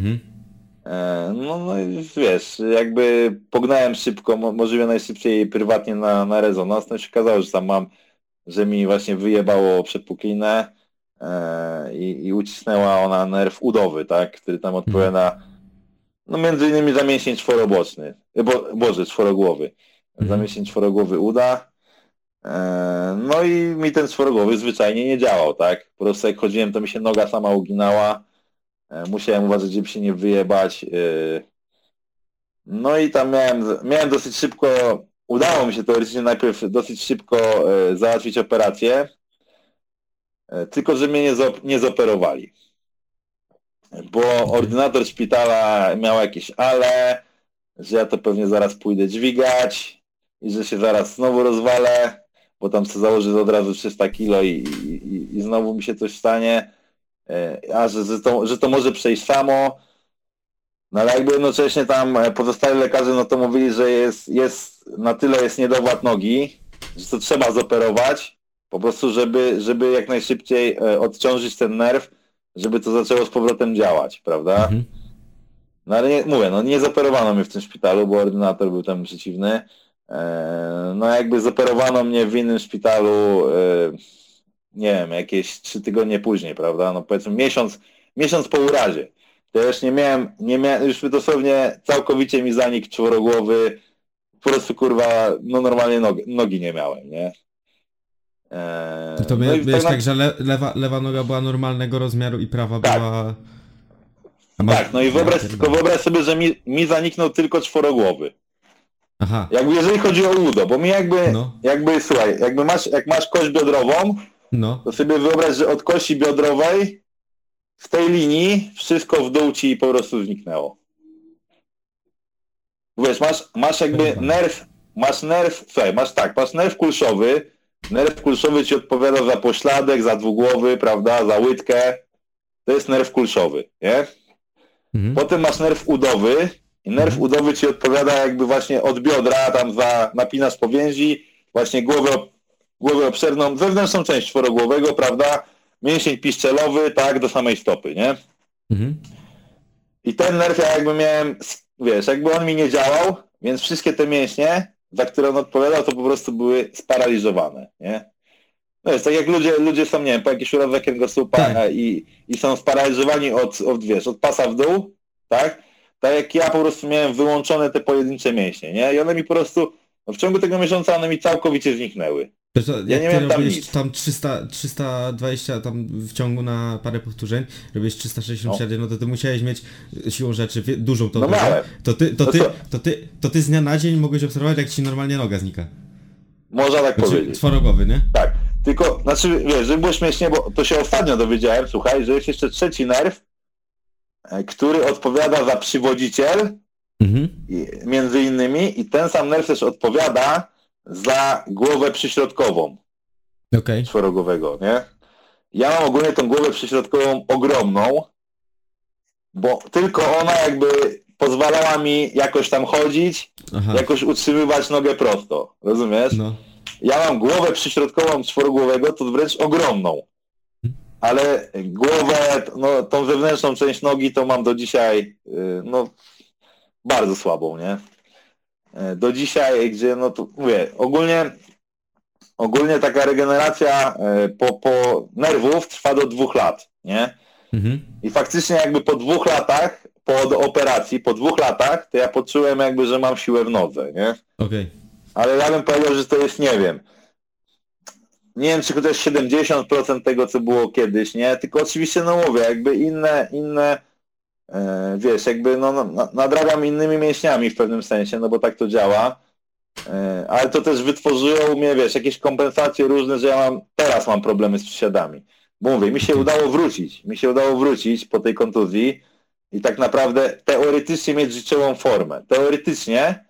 No i wiesz, jakby pognałem szybko, możliwie najszybciej prywatnie na rezonans, no i się okazało, że tam że mi właśnie wyjebało przepuklinę i ucisnęła ona nerw udowy, tak, który tam odpowiada, no między innymi za mięsień czworoboczny, czworogłowy, za mięsień czworogłowy uda. No i mi ten czworogłowy zwyczajnie nie działał, tak? Po prostu jak chodziłem, to mi się noga sama uginała. Musiałem uważać, żeby się nie wyjebać. No i tam miałem dosyć szybko, udało mi się teoretycznie najpierw dosyć szybko załatwić operację, tylko że mnie nie zoperowali. Bo ordynator szpitala miał jakieś że ja to pewnie zaraz pójdę dźwigać i że się zaraz znowu rozwalę, bo tam chcę założyć od razu 300 kilo i znowu mi się coś stanie, a że to może przejść samo. No ale jakby jednocześnie tam pozostali lekarze no to mówili, że jest na tyle jest niedowład nogi, że to trzeba zoperować, po prostu żeby jak najszybciej odciążyć ten nerw, żeby to zaczęło z powrotem działać, prawda? No ale nie zoperowano mnie w tym szpitalu, bo ordynator był tam przeciwny. No jakby zoperowano mnie w innym szpitalu, nie wiem, jakieś 3 tygodnie później, prawda? No powiedzmy miesiąc po urazie. To ja już nie miałem, już dosłownie całkowicie mi zanikł czworogłowy, po prostu kurwa, no normalnie nogi nie miałem, nie? To miałeś tak, że lewa noga była normalnego rozmiaru i prawa była... Tak, no i wyobraź sobie, że mi zaniknął tylko czworogłowy. Aha. Jakby jeżeli chodzi o udo, bo mi jakby słuchaj, jak masz kość biodrową, to sobie wyobraź, że od kości biodrowej w tej linii wszystko w dół ci po prostu zniknęło. Wiesz, masz jakby nerw, masz nerw kulszowy, nerw kulszowy ci odpowiada za pośladek, za dwugłowy, prawda, za łydkę, to jest nerw kulszowy, nie? Potem masz nerw udowy i nerw udowy ci odpowiada jakby właśnie od biodra, tam napinasz powięzi, właśnie głowę głowę obszerną, wewnętrzną część czworogłowego, prawda? Mięsień piszczelowy, tak, do samej stopy, nie? Mhm. I ten nerw ja jakby miałem, wiesz, jakby on mi nie działał, więc wszystkie te mięśnie, za które on odpowiadał, to po prostu były sparaliżowane, nie? No jest tak jak ludzie są, nie wiem, po jakiś urazek kręgosłupa Tak. i są sparaliżowani wiesz, od pasa w dół, tak? Tak jak ja po prostu miałem wyłączone te pojedyncze mięśnie, nie? I one mi po prostu, no w ciągu tego miesiąca one mi całkowicie zniknęły. Wiesz co, Ja jak nie ty miałem tam robisz nic. tam 320 tam w ciągu na parę powtórzeń, robisz 364, no to ty musiałeś mieć siłą rzeczy dużą tą No nogę. miałem. To ty z dnia na dzień mogłeś obserwować, jak ci normalnie noga znika. Można tak Znaczy, powiedzieć. czworogowy, nie? Tak. Tylko, znaczy, wiesz, żeby było śmiesznie, bo to się ostatnio dowiedziałem, słuchaj, że jest jeszcze trzeci nerw, który odpowiada za przywodziciel, Mhm. między innymi, i ten sam nerw też odpowiada za głowę przyśrodkową Okej. czworogłowego, nie? Ja mam ogólnie tą głowę przyśrodkową ogromną, bo tylko ona jakby pozwalała mi jakoś tam chodzić, Aha. jakoś utrzymywać nogę prosto, rozumiesz? No. Ja mam głowę przyśrodkową czworogłowego, to wręcz ogromną, ale głowę, no tą zewnętrzną część nogi to mam do dzisiaj, no bardzo słabą, nie? Do dzisiaj, gdzie, no to mówię, ogólnie taka regeneracja po nerwów trwa do 2 lat, nie? Mhm. I faktycznie jakby po 2 latach, po operacji, po 2 latach, to ja poczułem jakby, że mam siłę w nodze, nie? Okej. Ale ja bym powiedział, że to jest, nie wiem, czy to jest 70% tego, co było kiedyś, nie? Tylko oczywiście, no mówię, jakby inne wiesz, jakby no, nadrabiam innymi mięśniami w pewnym sensie, no bo tak to działa, ale to też wytworzyło u mnie, wiesz, jakieś kompensacje różne, że teraz mam problemy z przysiadami. Bo mówię, mi się udało wrócić po tej kontuzji i tak naprawdę teoretycznie mieć życiową formę. Teoretycznie.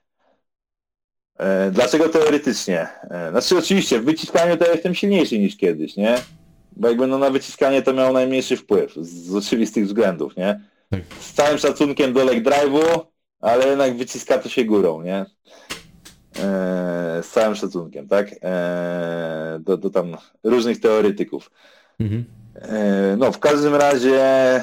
Dlaczego teoretycznie? Znaczy oczywiście, w wyciskaniu to ja jestem silniejszy niż kiedyś, nie? Bo jakby no na wyciskanie to miało najmniejszy wpływ, z oczywistych względów, nie? Tak. Z całym szacunkiem do leg drive'u, ale jednak wyciska to się górą, nie? Z całym szacunkiem, tak? Do tam różnych teoretyków. Mhm. No w każdym razie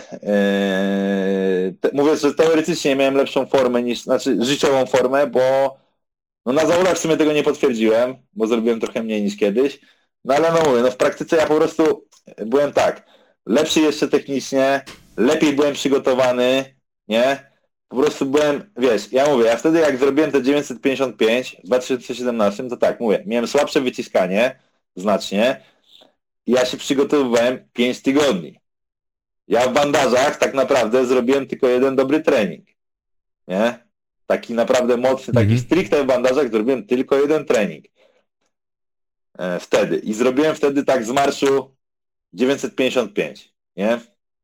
mówię, że teoretycznie miałem lepszą formę znaczy życiową formę, bo no na zawodach w sumie tego nie potwierdziłem, bo zrobiłem trochę mniej niż kiedyś. No ale no mówię, no w praktyce ja po prostu byłem tak, lepszy jeszcze technicznie, lepiej byłem przygotowany, nie? Po prostu byłem, wiesz, ja mówię, ja wtedy jak zrobiłem te 955 w 2017, to tak, mówię, miałem słabsze wyciskanie, znacznie, i ja się przygotowywałem 5 tygodni. Ja w bandażach tak naprawdę zrobiłem tylko jeden dobry trening, nie? Taki naprawdę mocny, taki stricte w bandażach zrobiłem tylko jeden trening. Wtedy. I zrobiłem wtedy tak z marszu 955, nie?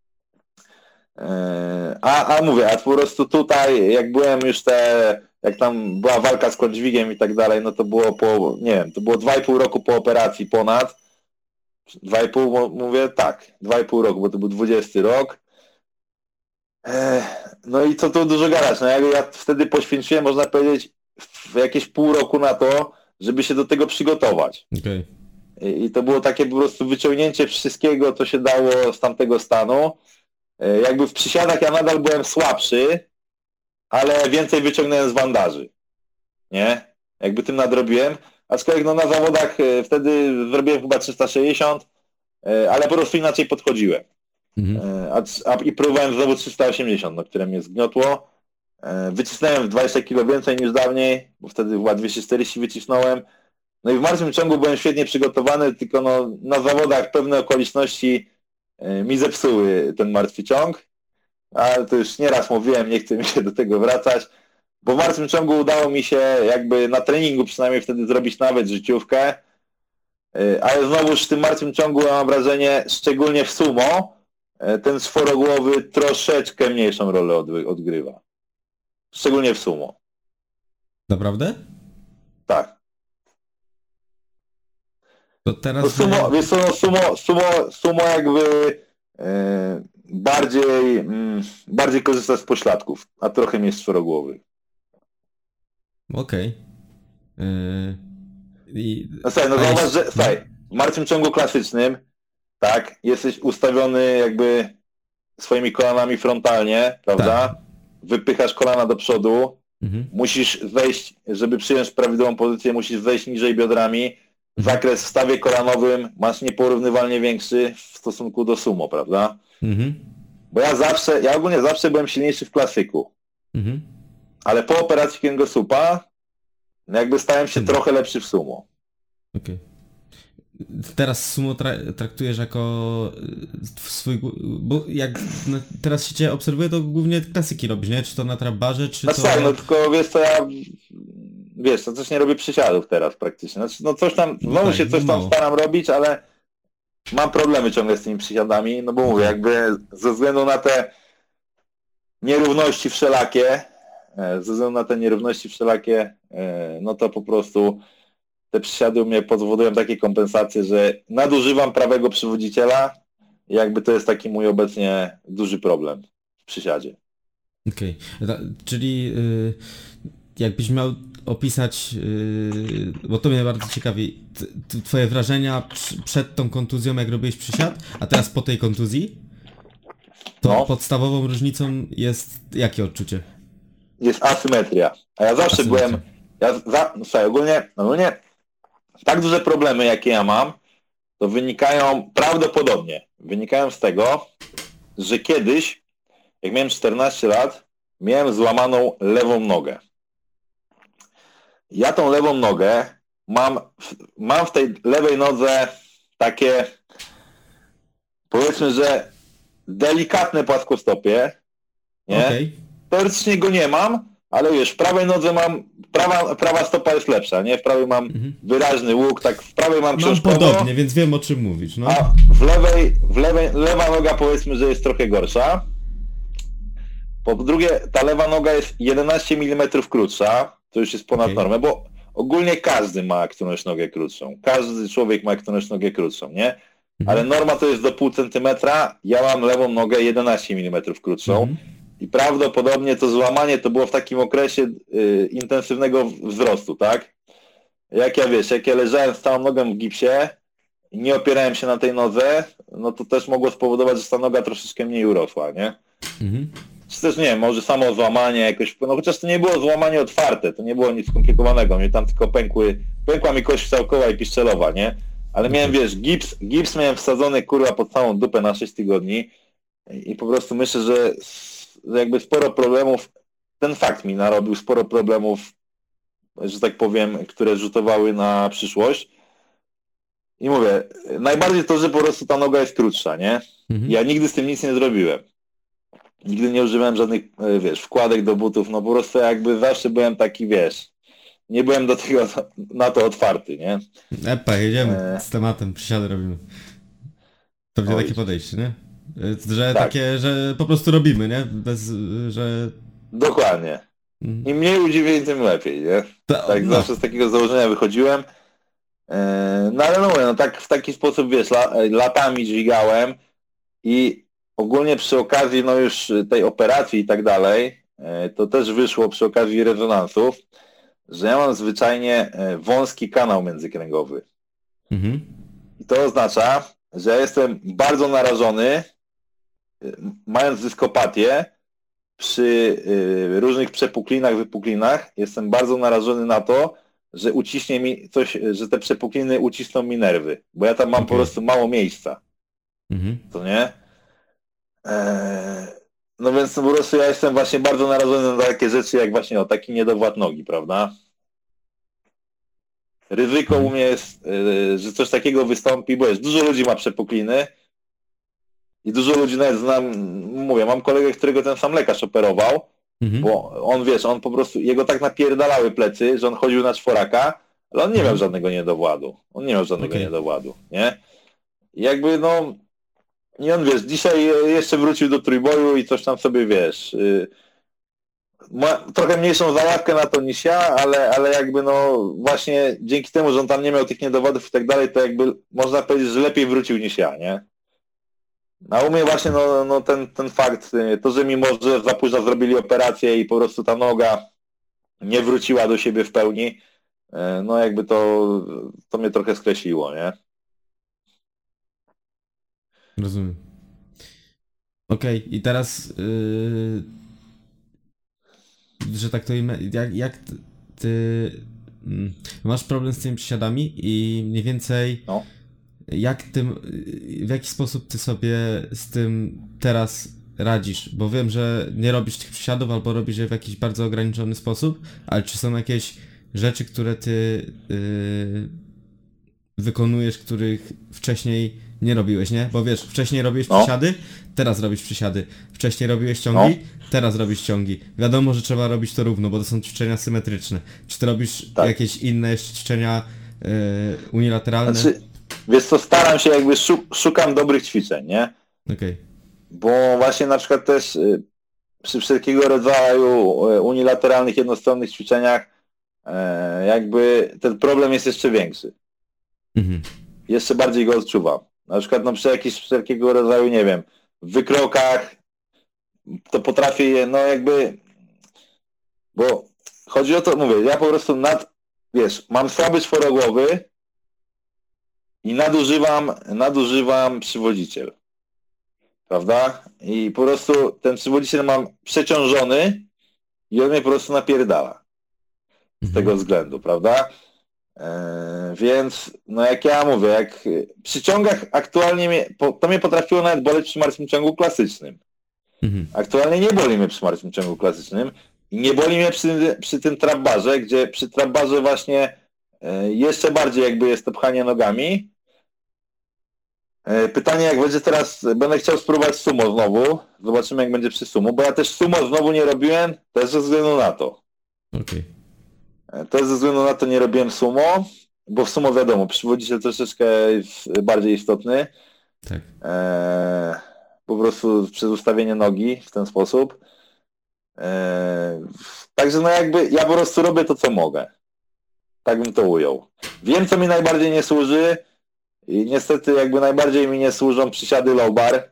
Mówię, a po prostu tutaj, jak byłem już jak tam była walka z kądźwigiem i tak dalej, no to było to było 2,5 roku po operacji ponad. 2,5, mówię, tak, 2,5 roku, bo to był 20 rok. No i co tu dużo gadać, no ja wtedy poświęciłem, można powiedzieć, jakieś pół roku na to, żeby się do tego przygotować. Okay. I to było takie po prostu wyciągnięcie wszystkiego, co się dało z tamtego stanu. Jakby w przysiadach ja nadal byłem słabszy, ale więcej wyciągnąłem z bandaży, nie? Jakby tym nadrobiłem. Aczkolwiek no na zawodach wtedy zrobiłem chyba 360, ale po prostu inaczej podchodziłem. I próbowałem znowu 380, no, które mnie zgniotło. Wycisnąłem 20 kg więcej niż dawniej, bo wtedy chyba 240 wycisnąłem. No i w martwym ciągu byłem świetnie przygotowany, tylko no, na zawodach pewne okoliczności mi zepsuły ten martwy ciąg, ale to już nieraz mówiłem, nie chcę mi się do tego wracać, bo w martwym ciągu udało mi się jakby na treningu przynajmniej wtedy zrobić nawet życiówkę, ale znowuż w tym martwym ciągu mam wrażenie, szczególnie w sumo, ten czworogłowy troszeczkę mniejszą rolę odgrywa. Szczególnie w sumo. Naprawdę? Tak. To teraz... No sumo jakby bardziej korzysta z pośladków, a trochę mniej z czworogłowych. Okej. No słuchaj, no zauważ, że słuchaj, w martwym ciągu klasycznym, tak, jesteś ustawiony jakby swoimi kolanami frontalnie, prawda? Tak. Wypychasz kolana do przodu, Mhm. musisz zejść, żeby przyjąć prawidłową pozycję, musisz zejść niżej biodrami. Zakres w stawie kolanowym masz nieporównywalnie większy w stosunku do sumo, prawda? Mhm. Bo ja ogólnie zawsze byłem silniejszy w klasyku, Mhm. ale po operacji kręgosłupa jakby stałem się trochę lepszy w sumo. Okej. Teraz sumo traktujesz jako swój... Bo jak teraz się cię obserwuję, to głównie klasyki robisz, nie? Czy to na trap-barze, czy No to... tak, no tylko wiesz co, wiesz, to też nie robię przysiadów teraz praktycznie. Znaczy, no coś tam, No znowu tak, się coś tam mało. staram robić, ale mam problemy ciągle z tymi przysiadami, no bo mówię, jakby ze względu na te nierówności wszelakie, no to po prostu te przysiady u mnie powodują takie kompensacje, że nadużywam prawego przywodziciela i jakby to jest taki mój obecnie duży problem w przysiadzie. Okej. Czyli jakbyś miał opisać, bo to mnie bardzo ciekawi, twoje wrażenia przed tą kontuzją, jak robiłeś przysiad, a teraz po tej kontuzji, to No. podstawową różnicą jest jakie odczucie? Jest asymetria. A ja zawsze Asymetria. no słuchaj, ogólnie tak duże problemy, jakie ja mam, to prawdopodobnie wynikają z tego, że kiedyś, jak miałem 14 lat, miałem złamaną lewą nogę. Ja tą lewą nogę mam w tej lewej nodze takie, powiedzmy, że delikatne płaskostopie, nie? Okej. Teoretycznie go nie mam, ale wiesz, w prawej nodze prawa stopa jest lepsza, nie? W prawej mam wyraźny łuk, tak w prawej mam Mam książkowo, podobnie, więc wiem o czym mówisz, no. a lewa noga powiedzmy, że jest trochę gorsza. Po drugie, ta lewa noga jest 11 mm krótsza, to już jest ponad normę, bo ogólnie każdy ma którąś nogę krótszą. Każdy człowiek ma którąś nogę krótszą, nie? Ale norma to jest do pół centymetra, ja mam lewą nogę 11 mm krótszą. I prawdopodobnie to złamanie to było w takim okresie intensywnego wzrostu, tak? Jak ja leżałem z całą nogą w gipsie i nie opierałem się na tej nodze, no to też mogło spowodować, że ta noga troszeczkę mniej urosła, nie? Czy też nie wiem, może samo złamanie jakoś, no chociaż to nie było złamanie otwarte, to nie było nic skomplikowanego, mnie tam tylko pękła mi kość wcałkowa i piszczelowa, nie? Ale miałem, wiesz, gips miałem wsadzony, kurwa, pod całą dupę na 6 tygodni i po prostu myślę, że jakby sporo problemów, ten fakt mi narobił sporo problemów, że tak powiem, które rzutowały na przyszłość. I mówię, najbardziej to, że po prostu ta noga jest krótsza, nie? Ja nigdy z tym nic nie zrobiłem. Nigdy nie używałem żadnych, wiesz, wkładek do butów, no po prostu jakby zawsze byłem taki, wiesz, nie byłem do tego, na to otwarty, nie? Epa, jedziemy z tematem, przysiady robimy. To będzie Oj. takie podejście, nie? Że Tak. takie, że po prostu robimy, nie? Że... Dokładnie. Im mniej udziwień, tym lepiej, nie? Tak, zawsze z takiego założenia wychodziłem. No ale no, tak w taki sposób, wiesz, latami dźwigałem i ogólnie przy okazji, no już tej operacji i tak dalej, to też wyszło przy okazji rezonansów, że ja mam zwyczajnie wąski kanał międzykręgowy. I to oznacza, że ja jestem bardzo narażony, mając dyskopatię, przy różnych przepuklinach, wypuklinach, jestem bardzo narażony na to, że uciśnie mi coś, że te przepukliny ucisną mi nerwy, bo ja tam mam po prostu mało miejsca. To nie? No więc po prostu ja jestem właśnie bardzo narażony na takie rzeczy, jak właśnie taki niedowład nogi, prawda? Ryzyko u mnie jest, że coś takiego wystąpi, bo jest dużo ludzi ma przepukliny i dużo ludzi nawet znam, mówię, mam kolegę, którego ten sam lekarz operował, bo on, wiesz, on po prostu, jego tak napierdalały plecy, że on chodził na czworaka, ale on nie miał żadnego niedowładu. On nie miał żadnego niedowładu, nie? I jakby, no, i on, wiesz, dzisiaj jeszcze wrócił do trójboju i coś tam sobie, wiesz, ma trochę mniejszą załatkę na to niż ja, ale jakby, no, właśnie dzięki temu, że on tam nie miał tych niedowodów i tak dalej, to jakby można powiedzieć, że lepiej wrócił niż ja, nie? A u mnie właśnie no ten fakt, to, że mimo, że za późno zrobili operację i po prostu ta noga nie wróciła do siebie w pełni, no jakby to mnie trochę skreśliło, nie? Rozumiem. Okej, i teraz, że tak to imię, jak ty masz problem z tymi przysiadami i mniej więcej No. w jaki sposób ty sobie z tym teraz radzisz? Bo wiem, że nie robisz tych przysiadów albo robisz je w jakiś bardzo ograniczony sposób, ale czy są jakieś rzeczy, które ty wykonujesz, których wcześniej nie robiłeś, nie? Bo wiesz, wcześniej robiłeś No. przysiady, teraz robisz przysiady. Wcześniej robiłeś ciągi, teraz robisz ciągi. Wiadomo, że trzeba robić to równo, bo to są ćwiczenia symetryczne. Czy ty robisz Tak. jakieś inne jeszcze ćwiczenia unilateralne? Znaczy, wiesz co, staram się jakby szukam dobrych ćwiczeń, nie? Okej. Bo właśnie na przykład też przy wszelkiego rodzaju unilateralnych, jednostronnych ćwiczeniach jakby ten problem jest jeszcze większy. Mhm. Jeszcze bardziej go odczuwam. Na przykład no, przy jakichś wszelkiego rodzaju, nie wiem, wykrokach to potrafię je, no jakby, bo chodzi o to, mówię, ja po prostu mam słaby czworogłowy i nadużywam przywodziciel. Prawda? I po prostu ten przywodziciel mam przeciążony i on mnie po prostu napierdala. Z tego względu, prawda? Więc, no jak ja mówię, jak przy ciągach aktualnie to mnie potrafiło nawet boleć przy martwym ciągu klasycznym. Aktualnie nie boli mnie przy martwym ciągu klasycznym i nie boli mnie przy tym trap barze, gdzie przy trap barze właśnie jeszcze bardziej jakby jest to pchanie nogami. Pytanie, jak będzie teraz, będę chciał spróbować sumo znowu, zobaczymy jak będzie przy sumo, bo ja też sumo znowu nie robiłem, też ze względu na to. Okej. Też ze względu na to nie robiłem sumo, bo w sumo wiadomo, przywodziciel troszeczkę jest bardziej istotny. Tak. Po prostu przez ustawienie nogi w ten sposób. Także no jakby ja po prostu robię to, co mogę. Tak bym to ujął. Wiem, co mi najbardziej nie służy i niestety jakby najbardziej mi nie służą przysiady low bar,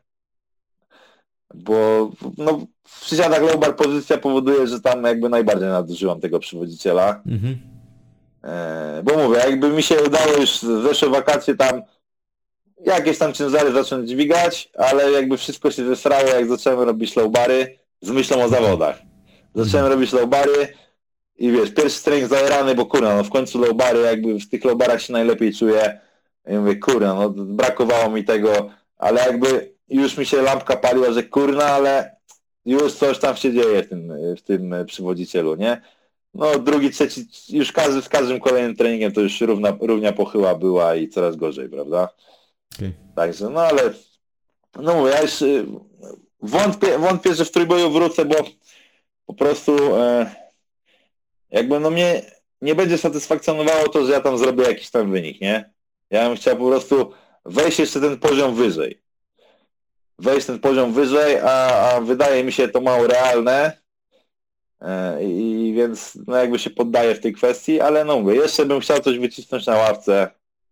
bo no, w przysiadach low bar pozycja powoduje, że tam jakby najbardziej nadużyłam tego przywodziciela. Bo mówię, jakby mi się udało już w zeszłe wakacje tam jakieś tam ciężary zacząć dźwigać, ale jakby wszystko się zesrało, jak zacząłem robić low bary z myślą o zawodach. Zacząłem robić low bary i wiesz, pierwszy trening zajerany, bo kurwa, no w końcu low bary, jakby w tych low barach się najlepiej czuję. I mówię, kurwa, no brakowało mi tego, ale jakby już mi się lampka paliła, że kurna, ale już coś tam się dzieje w tym przywodzicielu, nie? No drugi, trzeci, już z każdym kolejnym treningiem to już równia pochyła była i coraz gorzej, prawda? Okay. Także, no ale no mówię, ja już wątpię, że w trójboju wrócę, bo po prostu jakby no mnie nie będzie satysfakcjonowało to, że ja tam zrobię jakiś tam wynik, nie? Ja bym chciał po prostu wejść jeszcze ten poziom wyżej. A wydaje mi się to mało realne i więc no jakby się poddaję w tej kwestii, ale no mówię, jeszcze bym chciał coś wycisnąć na ławce,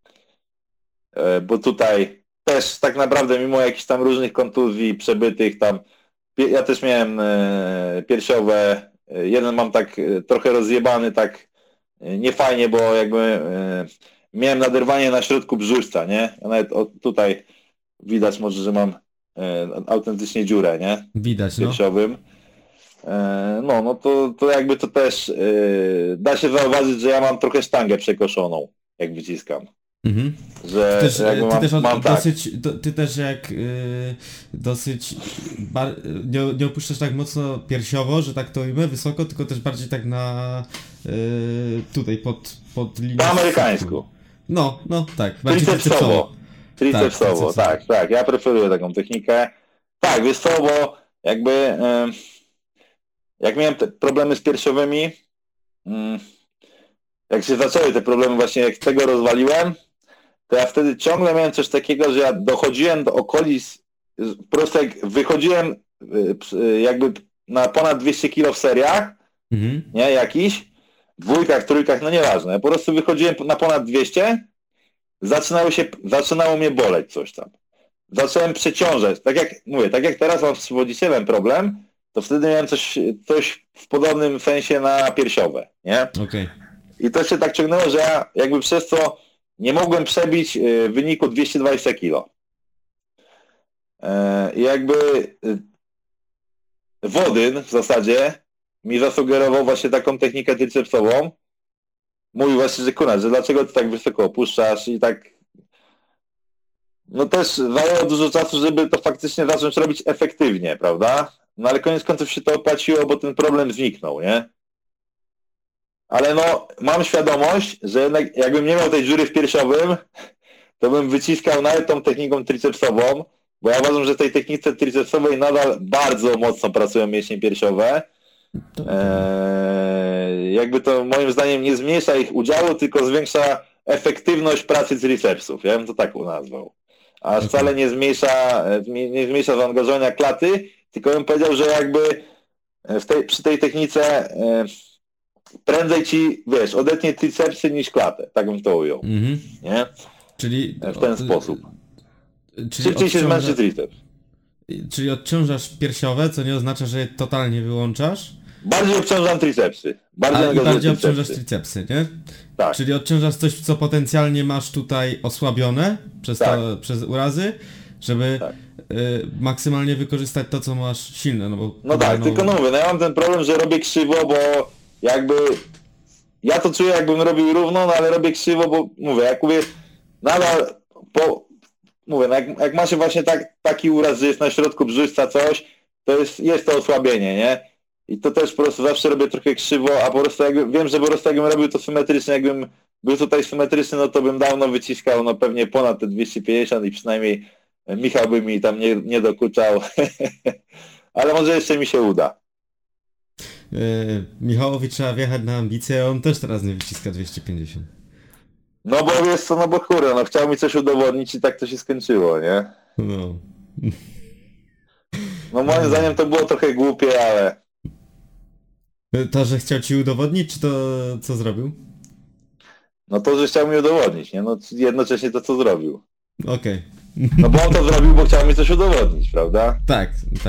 bo tutaj też tak naprawdę mimo jakichś tam różnych kontuzji przebytych tam, ja też miałem piersiowe, jeden mam tak trochę rozjebany, tak niefajnie, bo jakby miałem naderwanie na środku brzuszca, nie? A nawet tutaj widać może, że mam autentycznie dziurę, nie? Widać, no. Piersiowym. No to jakby to też da się zauważyć, że ja mam trochę sztangę przekoszoną, jak wyciskam. Że ty też jak dosyć nie opuszczasz tak mocno piersiowo, że tak to ujmę, wysoko, tylko też bardziej tak na tutaj pod linią. Po amerykańsku. No, tak. Tricepsowo, tak. Ja preferuję taką technikę. Tak, wiesz co, bo jakby jak miałem te problemy z piersiowymi, jak się zaczęły te problemy właśnie, jak tego rozwaliłem, to ja wtedy ciągle miałem coś takiego, że ja dochodziłem do okolic, po prostu jak wychodziłem jakby na ponad 200 kg w seriach, nie, jakiś, dwójkach, trójkach, no nieważne, ja po prostu wychodziłem na ponad 200, zaczynało mnie boleć coś tam. Zacząłem przeciążać, tak jak teraz mam z przywodzicielem problem, to wtedy miałem coś w podobnym sensie na piersiowe, nie? Okay. I to się tak ciągnęło, że ja jakby przez to nie mogłem przebić wyniku 220 kg. I jakby Wodyn w zasadzie mi zasugerował właśnie taką technikę tricepsową. Mówi właśnie, że kurwa, że dlaczego ty tak wysoko opuszczasz i tak... No też zajęło dużo czasu, żeby to faktycznie zacząć robić efektywnie, prawda? No ale koniec końców się to opłaciło, bo ten problem zniknął, nie? Ale no, mam świadomość, że jednak jakbym nie miał tej dziury w piersiowym, to bym wyciskał nawet tą techniką tricepsową, bo ja uważam, że w tej technice tricepsowej nadal bardzo mocno pracują mięśnie piersiowe. Jakby to moim zdaniem nie zmniejsza ich udziału, tylko zwiększa efektywność pracy tricepsów. Ja bym to tak nazwał. A wcale nie zmniejsza zaangażowania klaty, tylko bym powiedział, że jakby przy tej technice prędzej ci, wiesz, odetnie tricepsy niż klatę. Tak bym to ujął. Nie? Czyli w ten sposób. Szybciej się zmęczy triceps. Czyli odciążasz piersiowe, co nie oznacza, że je totalnie wyłączasz. Bardziej obciążam tricepsy. Bardziej obciążasz tricepsy, nie? Tak. Czyli odciążasz coś, co potencjalnie masz tutaj osłabione przez urazy, żeby maksymalnie wykorzystać to, co masz silne. No tak, tylko mówię, ja mam ten problem, że robię krzywo, bo jakby... Ja to czuję, jakbym robił równo, no ale robię krzywo, bo mówię, jak mówię, nadal mówię, no jak ma się właśnie taki uraz, że jest na środku brzuszca coś, to jest to osłabienie, nie? I to też po prostu zawsze robię trochę krzywo, a po prostu wiem, że po prostu jakbym robił to symetrycznie, jakbym był tutaj symetryczny, no to bym dawno wyciskał no pewnie ponad te 250 i przynajmniej Michał by mi tam nie dokuczał. Ale może jeszcze mi się uda. Michałowi trzeba wjechać na ambicje, a on też teraz nie wyciska 250. No bo wiesz co, no bo kurwa, no chciał mi coś udowodnić i tak to się skończyło, nie? No. No moim zdaniem to było trochę głupie, ale... To, że chciał ci udowodnić, czy to co zrobił? No to, że chciał mi udowodnić, nie? No jednocześnie to, co zrobił. Okej. No bo on to zrobił, bo chciał mi coś udowodnić, prawda? Tak.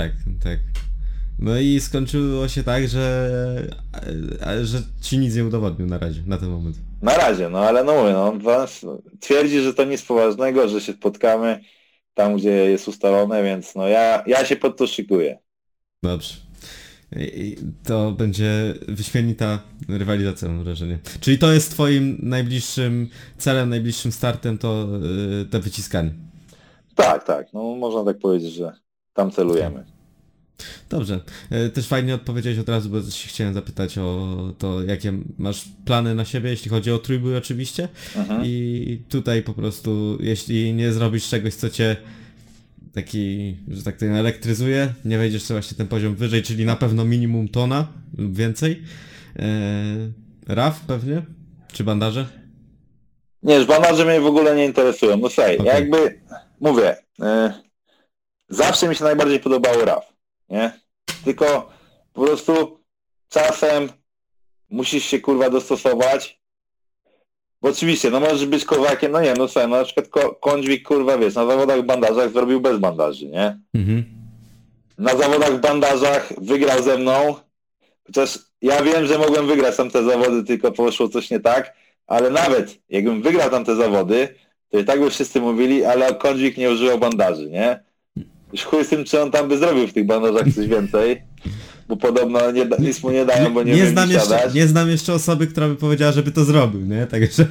No i skończyło się tak, że ci nic nie udowodnił na razie, na ten moment. Na razie, no ale no mówię, no on twierdzi, że to nic poważnego, że się spotkamy tam, gdzie jest ustalone, więc no ja się pod to szykuję. Dobrze. I to będzie wyśmienita rywalizacja, mam wrażenie. Czyli to jest twoim najbliższym celem, najbliższym startem, to wyciskanie. Tak, no można tak powiedzieć, że tam celujemy. Dobrze. Też fajnie odpowiedziałeś od razu, bo się chciałem zapytać o to, jakie masz plany na siebie, jeśli chodzi o trójbój oczywiście. I tutaj po prostu, jeśli nie zrobisz czegoś, co cię taki, że tak powiem, elektryzuje, nie wejdziesz sobie właśnie ten poziom wyżej, czyli na pewno minimum tona lub więcej. RAF pewnie? Czy bandaże? Nie, już bandaże mnie w ogóle nie interesują. No słuchaj, ja jakby mówię, zawsze mi się najbardziej podobało RAF, nie? Tylko po prostu czasem musisz się kurwa dostosować. Bo oczywiście, no możesz być kozakiem, no nie, no słuchaj, no na przykład Kądźwik, kurwa, wiesz, na zawodach w bandażach zrobił bez bandaży, nie? Na zawodach w bandażach wygrał ze mną, chociaż ja wiem, że mogłem wygrać tam te zawody, tylko poszło coś nie tak, ale nawet jakbym wygrał tam te zawody, to i tak by wszyscy mówili, ale Kądźwik nie używał bandaży, nie? Już chuj z tym, czy on tam by zrobił w tych bandażach coś więcej, bo podobno nic mu nie dają, bo nie umie siadać. Nie znam jeszcze osoby, która by powiedziała, żeby to zrobił, nie? Także...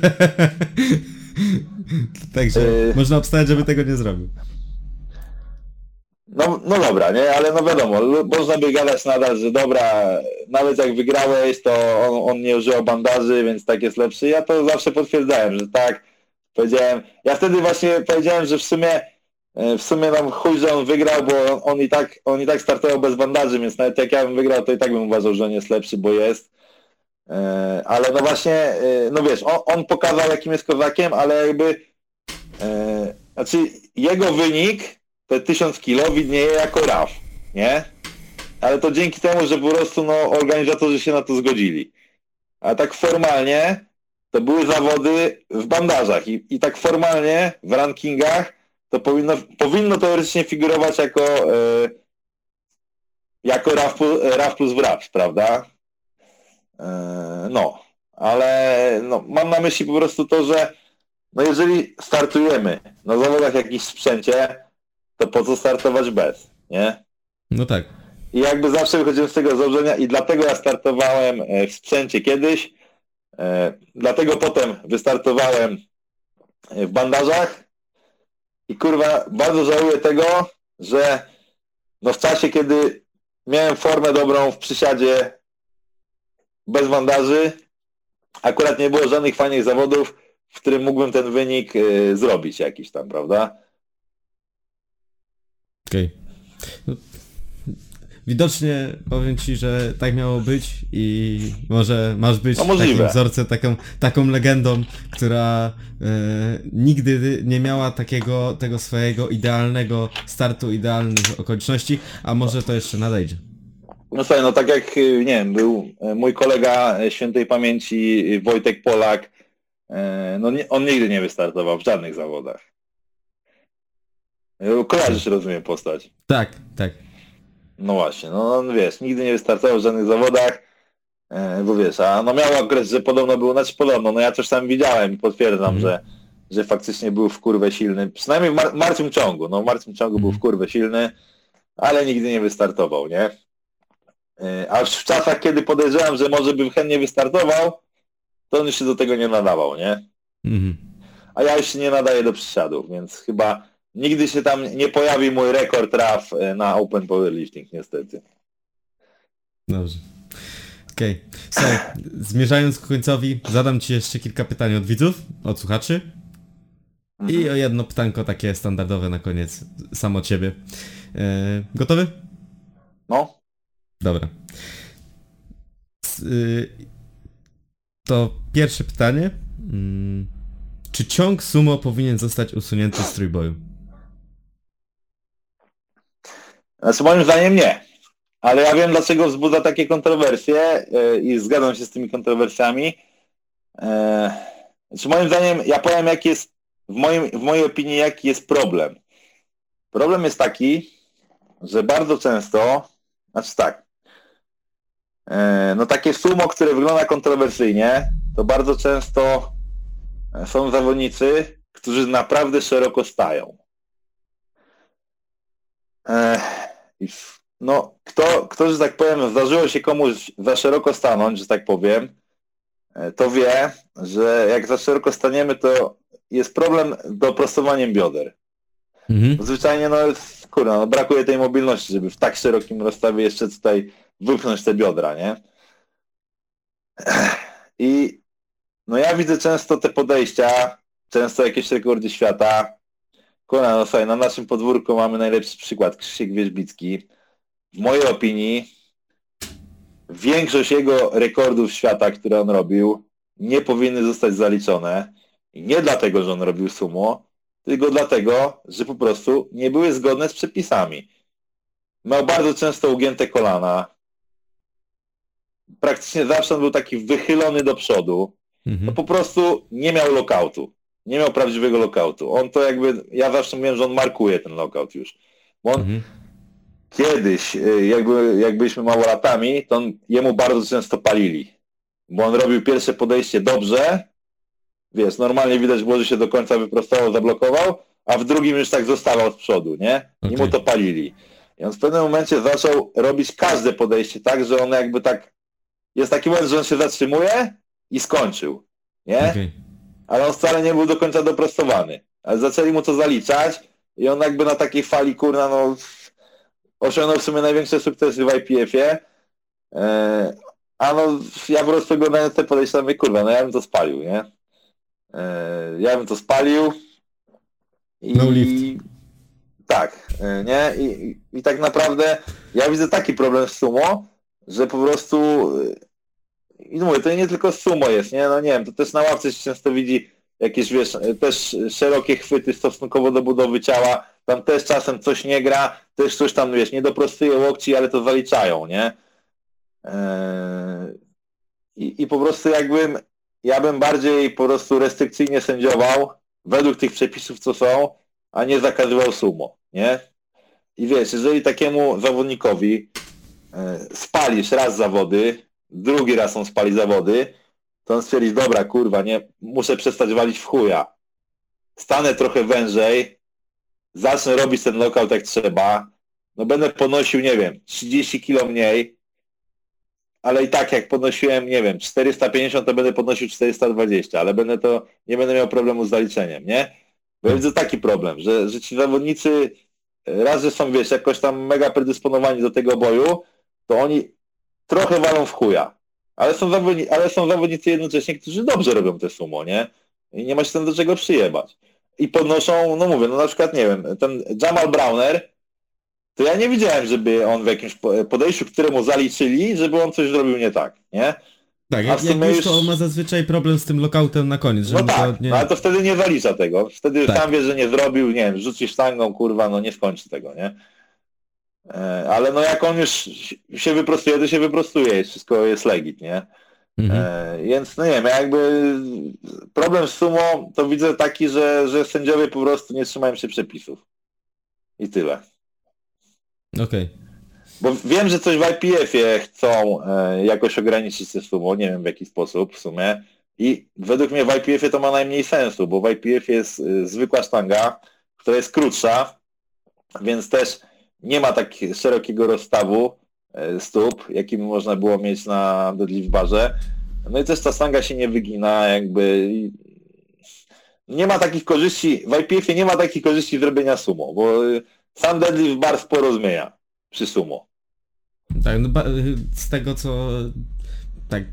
można obstawiać, żeby tego nie zrobił. No dobra, nie? Ale no wiadomo, można by gadać nadal, że dobra, nawet jak wygrałeś, to on nie używał bandaży, więc tak jest lepszy. Ja to zawsze potwierdzałem, że tak, powiedziałem. Ja wtedy właśnie powiedziałem, że w sumie nam chuj, że on wygrał, bo on i tak startował bez bandaży, więc nawet jak ja bym wygrał, to i tak bym uważał, że on jest lepszy, bo jest. Ale no właśnie, no wiesz, on pokazał, jakim jest kozakiem, ale jakby, znaczy jego wynik, te 1000 kilo widnieje jako RAF, nie? Ale to dzięki temu, że po prostu no, organizatorzy się na to zgodzili. A tak formalnie to były zawody w bandażach i tak formalnie w rankingach to powinno teoretycznie figurować jako RAF plus WRAP, prawda? No, ale no, mam na myśli po prostu to, że no jeżeli startujemy na zawodach jakimś sprzęcie, to po co startować bez, nie? No tak. I jakby zawsze wychodziłem z tego założenia i dlatego ja startowałem w sprzęcie kiedyś, dlatego potem wystartowałem w bandażach i kurwa bardzo żałuję tego, że no w czasie, kiedy miałem formę dobrą w przysiadzie bez bandaży, akurat nie było żadnych fajnych zawodów, w którym mógłbym ten wynik zrobić jakiś tam, prawda? Okej. No, widocznie powiem ci, że tak miało być i może masz być No takim możliwe. wzorcem, taką legendą, która nigdy nie miała tego swojego idealnego startu, idealnych okoliczności, a może to jeszcze nadejdzie. No słuchaj, no tak jak, nie wiem, był mój kolega świętej pamięci Wojtek Polak, no nie, on nigdy nie wystartował w żadnych zawodach. Kojarzysz, rozumiem, postać. Tak, tak. No właśnie, no on, wiesz, nigdy nie wystartował w żadnych zawodach, bo wiesz, a no miał okres, że podobno był, znaczy podobno, no ja coś tam widziałem i potwierdzam, że faktycznie był w kurwę silny, przynajmniej w martwym ciągu, no w martwym ciągu był w kurwę silny, ale nigdy nie wystartował, nie? A już w czasach, kiedy podejrzewam, że może bym chętnie wystartował, to on już się do tego nie nadawał, nie? Mhm. A ja już się nie nadaję do przysiadów, więc chyba nigdy się tam nie pojawi mój rekord RAF na Open Powerlifting, niestety. Dobrze. Okej. Słuchaj, zmierzając ku końcowi, zadam ci jeszcze kilka pytań od widzów, od słuchaczy. I o jedno pytanko takie standardowe na koniec, samo od ciebie. Gotowy? No. Dobra. To pierwsze pytanie. Czy ciąg sumo powinien zostać usunięty z trójboju? Znaczy moim zdaniem nie. Ale ja wiem, dlaczego wzbudza takie kontrowersje i zgadzam się z tymi kontrowersjami. Znaczy moim zdaniem, ja powiem, jaki jest, w mojej opinii, jaki jest problem. Problem jest taki, że bardzo często, znaczy tak, no takie sumo, które wygląda kontrowersyjnie, to bardzo często są zawodnicy, którzy naprawdę szeroko stają. No, kto, że tak powiem, zdarzyło się komuś za szeroko stanąć, że tak powiem, to wie, że jak za szeroko staniemy, to jest problem z doprostowaniem bioder. Zwyczajnie, no, kurwa, no, brakuje tej mobilności, żeby w tak szerokim rozstawie jeszcze tutaj wypchnąć te biodra, nie? I no ja widzę często te podejścia, często jakieś rekordy świata. Kurwa, no słuchaj, na naszym podwórku mamy najlepszy przykład, Krzysiek Wierzbicki. W mojej opinii większość jego rekordów świata, które on robił, nie powinny zostać zaliczone. I nie dlatego, że on robił sumo, tylko dlatego, że po prostu nie były zgodne z przepisami. Miał bardzo często ugięte kolana. Praktycznie zawsze on był taki wychylony do przodu. No po prostu nie miał lockoutu. Nie miał prawdziwego lockoutu. On to jakby, ja zawsze mówiłem, że on markuje ten lockout już. Bo on kiedyś, jak byliśmy małolatami, to jemu bardzo często palili. Bo on robił pierwsze podejście dobrze, wiesz, normalnie widać było, że się do końca wyprostował, zablokował, a w drugim już tak zostawał z przodu, nie? I mu to palili. I on w pewnym momencie zaczął robić każde podejście tak, że on jakby tak, jest taki moment, że on się zatrzymuje i skończył, nie? Ale on wcale nie był do końca doprostowany. Ale zaczęli mu to zaliczać i on jakby na takiej fali, kurna, no osiągnął w sumie największe sukcesy w IPF-ie. A no ja po prostu oglądając te podejścia mówię, kurwa, no ja bym to spalił, nie? Ja bym to spalił i... No lift. Tak, nie? I tak naprawdę ja widzę taki problem z sumo, że po prostu i mówię, to nie tylko sumo jest, nie? No nie wiem, to też na ławce się często widzi jakieś, wiesz, też szerokie chwyty stosunkowo do budowy ciała, tam też czasem coś nie gra, też coś tam, wiesz, nie doprostuje łokci, ale to zaliczają, nie? I po prostu ja bym bardziej po prostu restrykcyjnie sędziował według tych przepisów, co są, a nie zakazywał sumo, nie? I wiesz, jeżeli takiemu zawodnikowi spalisz raz zawody, drugi raz on spali zawody, to on stwierdzi, dobra, kurwa, nie, muszę przestać walić w chuja. Stanę trochę wężej, zacznę robić ten knockout jak trzeba, no będę ponosił, nie wiem, 30 kilo mniej, ale i tak jak podnosiłem, nie wiem, 450, to będę podnosił 420, ale nie będę miał problemu z zaliczeniem, nie? Bo ja widzę taki problem, że ci zawodnicy raz, że są, wiesz, jakoś tam mega predysponowani do tego boju, to oni trochę walą w chuja. Ale są zawodnicy jednocześnie, którzy dobrze robią te sumo, nie? I nie ma się tam do czego przyjebać. I podnoszą, no mówię, no na przykład, nie wiem, ten Jamal Browner, to ja nie widziałem, żeby on w jakimś podejściu, któremu zaliczyli, żeby on coś zrobił nie tak, nie? Tak, jak już to on ma zazwyczaj problem z tym lockoutem na koniec. Że no tak, to nie... no ale to wtedy nie zalicza tego. Wtedy tak. sam wie, że nie zrobił, nie wiem, rzuci sztangą, kurwa, no nie skończy tego, nie? Ale no jak on już się wyprostuje, to się wyprostuje, wszystko jest legit, nie? Więc no nie wiem, jakby problem z sumo to widzę taki, że sędziowie po prostu nie trzymają się przepisów. I tyle. Okej. Bo wiem, że coś w IPF-ie chcą jakoś ograniczyć te sumo, nie wiem w jaki sposób w sumie. I według mnie w IPF-ie to ma najmniej sensu, bo w IPF-ie jest zwykła sztanga, która jest krótsza, więc też nie ma tak szerokiego rozstawu stóp, jaki by można było mieć na deadlift barze. No i też ta sztanga się nie wygina, jakby nie ma takich korzyści, w IPF-ie nie ma takich korzyści zrobienia sumo, bo sam deadlift bar sporo zmienia przy sumo. Tak, no z tego co tak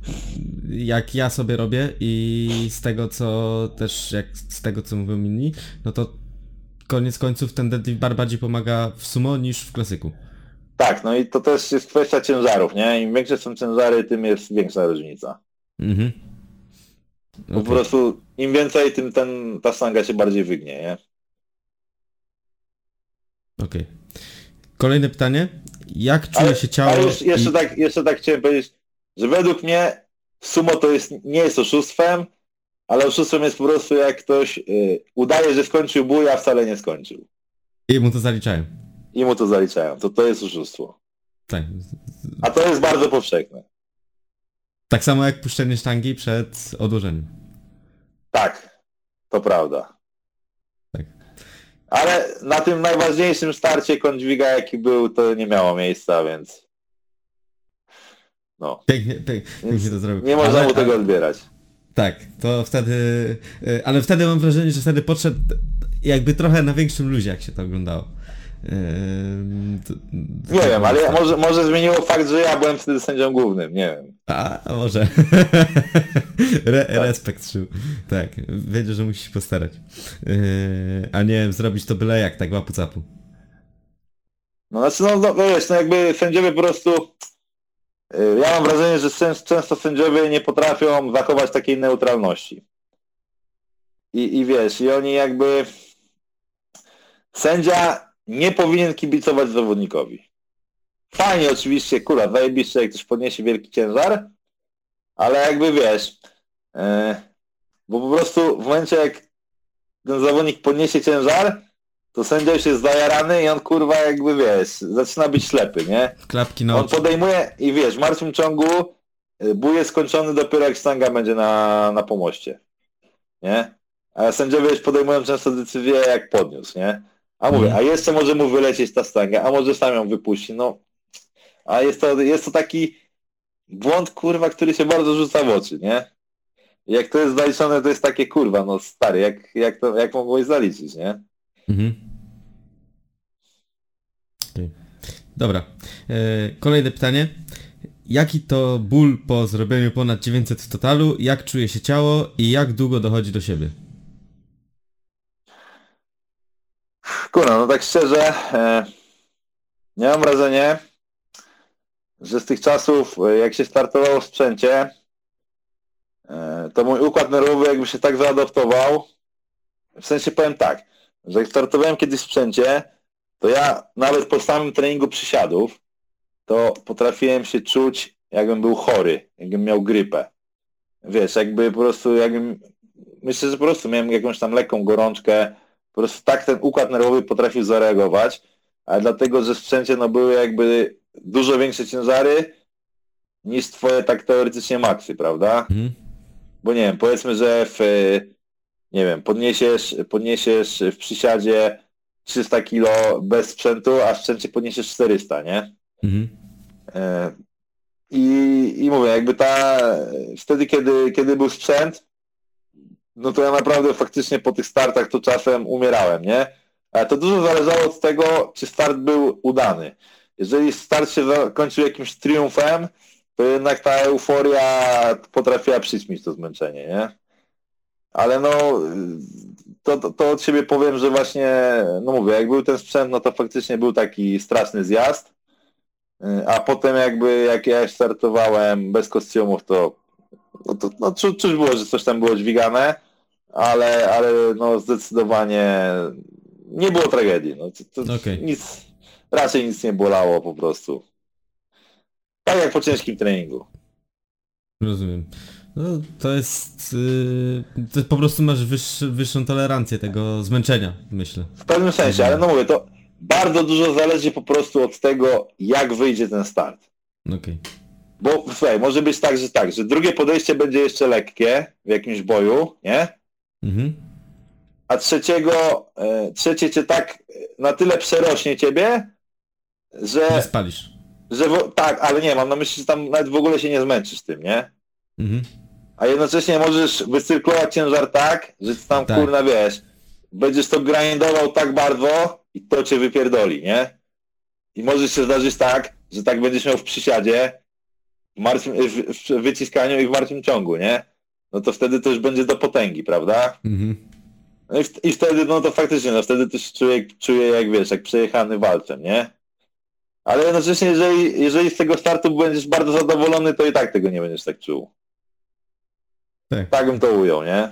jak ja sobie robię i z tego co mówią inni, no to koniec końców ten deadlift bar bardziej pomaga w sumo niż w klasyku. Tak, no i to też jest kwestia ciężarów, nie? Im większe są ciężary, tym jest większa różnica. Mhm. Po prostu im więcej, tym ta sztanga się bardziej wygnie, nie? Okej. Kolejne pytanie. Jak czuje się ciało... Ale jeszcze tak chciałem powiedzieć, że według mnie sumo to nie jest oszustwem, ale oszustwem jest po prostu jak ktoś udaje, że skończył bój, a wcale nie skończył. I mu to zaliczają. I mu to zaliczają. To jest oszustwo. Tak. A to jest bardzo powszechne. Tak samo jak puszczenie sztangi przed odłożeniem. Tak, to prawda. Tak. Ale na tym najważniejszym starcie Kondźwiga, jaki był, to nie miało miejsca, więc... No. Pięknie to zrobił. Nie można mu tego odbierać. Tak, to wtedy... Ale wtedy mam wrażenie, że wtedy podszedł jakby trochę na większym luzie, jak się to oglądało. Nie wiem, ale może zmieniło fakt, że ja byłem wtedy sędzią głównym, nie wiem. A może. Respekt czuł. Tak, wiedział, że musi się postarać. A nie zrobić to byle jak, tak łapu capu. No znaczy, no wiesz, no jakby sędziowie po prostu... Ja mam wrażenie, że często sędziowie nie potrafią zachować takiej neutralności. I wiesz, i oni jakby... Sędzia nie powinien kibicować zawodnikowi. Fajnie oczywiście, kurwa, zajebiście, jak ktoś podniesie wielki ciężar, ale jakby wiesz, bo po prostu w momencie jak ten zawodnik podniesie ciężar, to sędzia już jest zajarany i on kurwa jakby wiesz, zaczyna być ślepy, nie? Klapki na On oczy. podejmuje i wiesz, w martwym ciągu bój jest skończony dopiero jak sztanga będzie na pomoście, nie? A sędziowie już podejmują często decyzję jak podniósł, nie? A mówię, a jeszcze może mu wylecieć ta sztanga, a może sam ją wypuści, no. A jest to taki błąd, kurwa, który się bardzo rzuca w oczy, nie? I jak to jest zaliczone, to jest takie, kurwa, no stary, jak mogłeś zaliczyć, nie? Mhm. Okay. Dobra. Kolejne pytanie. Jaki to ból po zrobieniu ponad 900 w totalu? Jak czuje się ciało i jak długo dochodzi do siebie? Kurwa, no tak szczerze, nie mam wrażenia, że z tych czasów, jak się startowało w sprzęcie, to mój układ nerwowy jakby się tak zaadaptował. W sensie powiem tak, że jak startowałem kiedyś w sprzęcie, to ja nawet po samym treningu przysiadów, to potrafiłem się czuć, jakbym był chory, jakbym miał grypę. Wiesz, jakby po prostu, myślę, że po prostu miałem jakąś tam lekką gorączkę, po prostu tak ten układ nerwowy potrafił zareagować, ale dlatego, że w sprzęcie no były jakby dużo większe ciężary niż twoje tak teoretycznie maksy, prawda? bo nie wiem, powiedzmy, że nie wiem, podniesiesz w przysiadzie 300 kilo bez sprzętu, a w sprzęcie podniesiesz 400, nie? Mhm. I mówię, jakby wtedy, kiedy był sprzęt, no to ja naprawdę faktycznie po tych startach to czasem umierałem, nie? Ale to dużo zależało od tego, czy start był udany. Jeżeli start się zakończył jakimś triumfem, to jednak ta euforia potrafiła przyćmić to zmęczenie, nie? Ale no, to od siebie powiem, że właśnie, no mówię, jak był ten sprzęt, no to faktycznie był taki straszny zjazd, a potem jakby, jak ja startowałem bez kostiumów, to czuć było, że coś tam było dźwigane, ale no zdecydowanie nie było tragedii, no Okej. raczej nic nie bolało po prostu. Tak jak po ciężkim treningu. Rozumiem. No to jest... to po prostu masz wyższą tolerancję tego zmęczenia, myślę. W pewnym sensie, ale no mówię, to bardzo dużo zależy po prostu od tego, jak wyjdzie ten start. Okej. Bo słuchaj, może być tak, że drugie podejście będzie jeszcze lekkie w jakimś boju, nie? Mhm. A trzecie cię tak na tyle przerośnie ciebie, Nie że spalisz. tak, ale nie, mam na myśli, że tam nawet w ogóle się nie zmęczysz tym, nie? Mhm. A jednocześnie możesz wycyrklować ciężar tak, że ty tam Tak. kurna wiesz, będziesz to grindował tak bardzo i to cię wypierdoli, nie? I może się zdarzyć tak, że tak będziesz miał w przysiadzie, w wyciskaniu i w martwym ciągu, nie? No to wtedy to już będzie do potęgi, prawda? Mhm. No i wtedy, no to faktycznie, no wtedy to się czuje jak wiesz, jak przejechany walcem, nie? Ale jednocześnie, jeżeli z tego startu będziesz bardzo zadowolony, to i tak tego nie będziesz tak czuł. Tak. Tak bym to ujął, nie?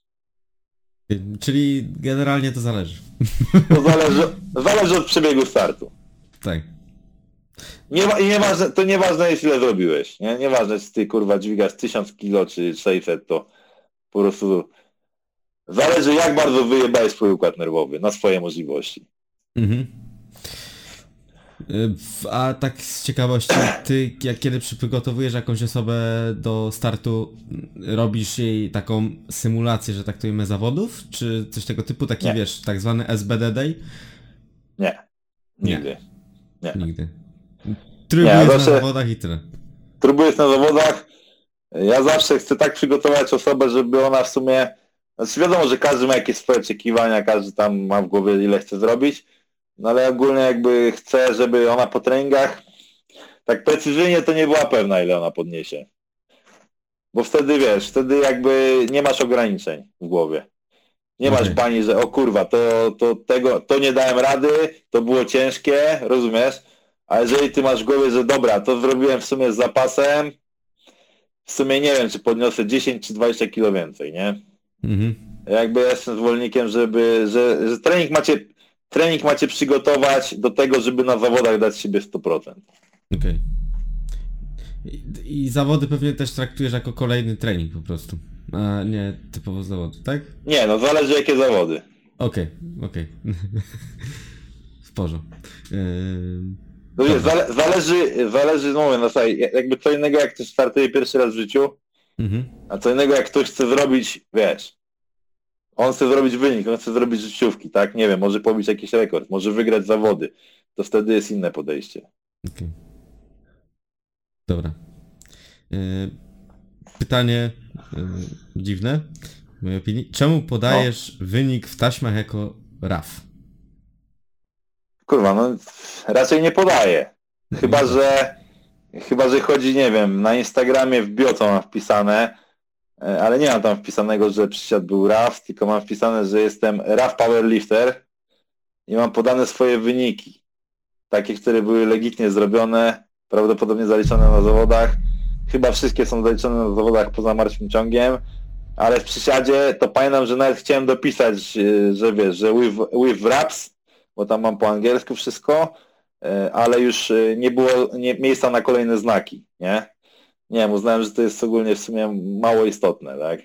Czyli generalnie to zależy. To zależy od przebiegu startu. Tak. To nieważne jest ile zrobiłeś, nie? Nieważne czy ty kurwa dźwigasz 1000 kilo czy 600, to po prostu zależy jak bardzo wyjebałeś swój układ nerwowy na swoje możliwości. Mhm. A tak z ciekawości, ty kiedy przygotowujesz jakąś osobę do startu, robisz jej taką symulację, że tak to ujmę, zawodów? Czy coś tego typu, taki Nie. wiesz, tak zwany SBD Day? Nie. Nigdy. Nie. Nigdy. Trybujesz zawsze- na zawodach i tyle. Próbujesz na zawodach. Ja zawsze chcę tak przygotować osobę, żeby ona w sumie... Znaczy wiadomo, że każdy ma jakieś swoje oczekiwania, każdy tam ma w głowie ile chce zrobić, no ale ogólnie jakby chcę, żeby ona po treningach tak precyzyjnie to nie była pewna ile ona podniesie. Bo wtedy wiesz, wtedy jakby nie masz ograniczeń w głowie. Nie masz Okej. bani, że o kurwa, to nie dałem rady, to było ciężkie, rozumiesz? A jeżeli ty masz w głowie, że dobra, to zrobiłem w sumie z zapasem, w sumie nie wiem, czy podniosę 10 czy 20 kilo więcej, nie? Mhm. Jakby jestem zwolennikiem, że trening macie przygotować do tego, żeby na zawodach dać siebie 100%. Okej. I zawody pewnie też traktujesz jako kolejny trening po prostu, a nie typowo zawody, tak? Nie, no zależy jakie zawody. Okej. W porządku. No wiesz, Dobra. zależy, no mówię, no słuchaj, jakby co innego jak ktoś startuje pierwszy raz w życiu, Mhm. a co innego jak ktoś chce zrobić, wiesz, on chce zrobić wynik, on chce zrobić życiówki, tak? Nie wiem, może pobić jakiś rekord, może wygrać zawody, to wtedy jest inne podejście. Okej. Dobra. Pytanie dziwne, w mojej opinii. Czemu podajesz wynik w taśmach jako RAF? Kurwa, no raczej nie podaję. Chyba, że chodzi, nie wiem, na Instagramie w bio co mam wpisane, ale nie mam tam wpisanego, że przysiad był RAF, tylko mam wpisane, że jestem RAF Powerlifter i mam podane swoje wyniki. Takie, które były legitnie zrobione, prawdopodobnie zaliczone na zawodach. Chyba wszystkie są zaliczone na zawodach poza martwym ciągiem, ale w przysiadzie to pamiętam, że nawet chciałem dopisać, że wiesz, że with wraps, bo tam mam po angielsku wszystko, ale już nie było miejsca na kolejne znaki, nie? Nie wiem, uznałem, że to jest ogólnie w sumie mało istotne, tak?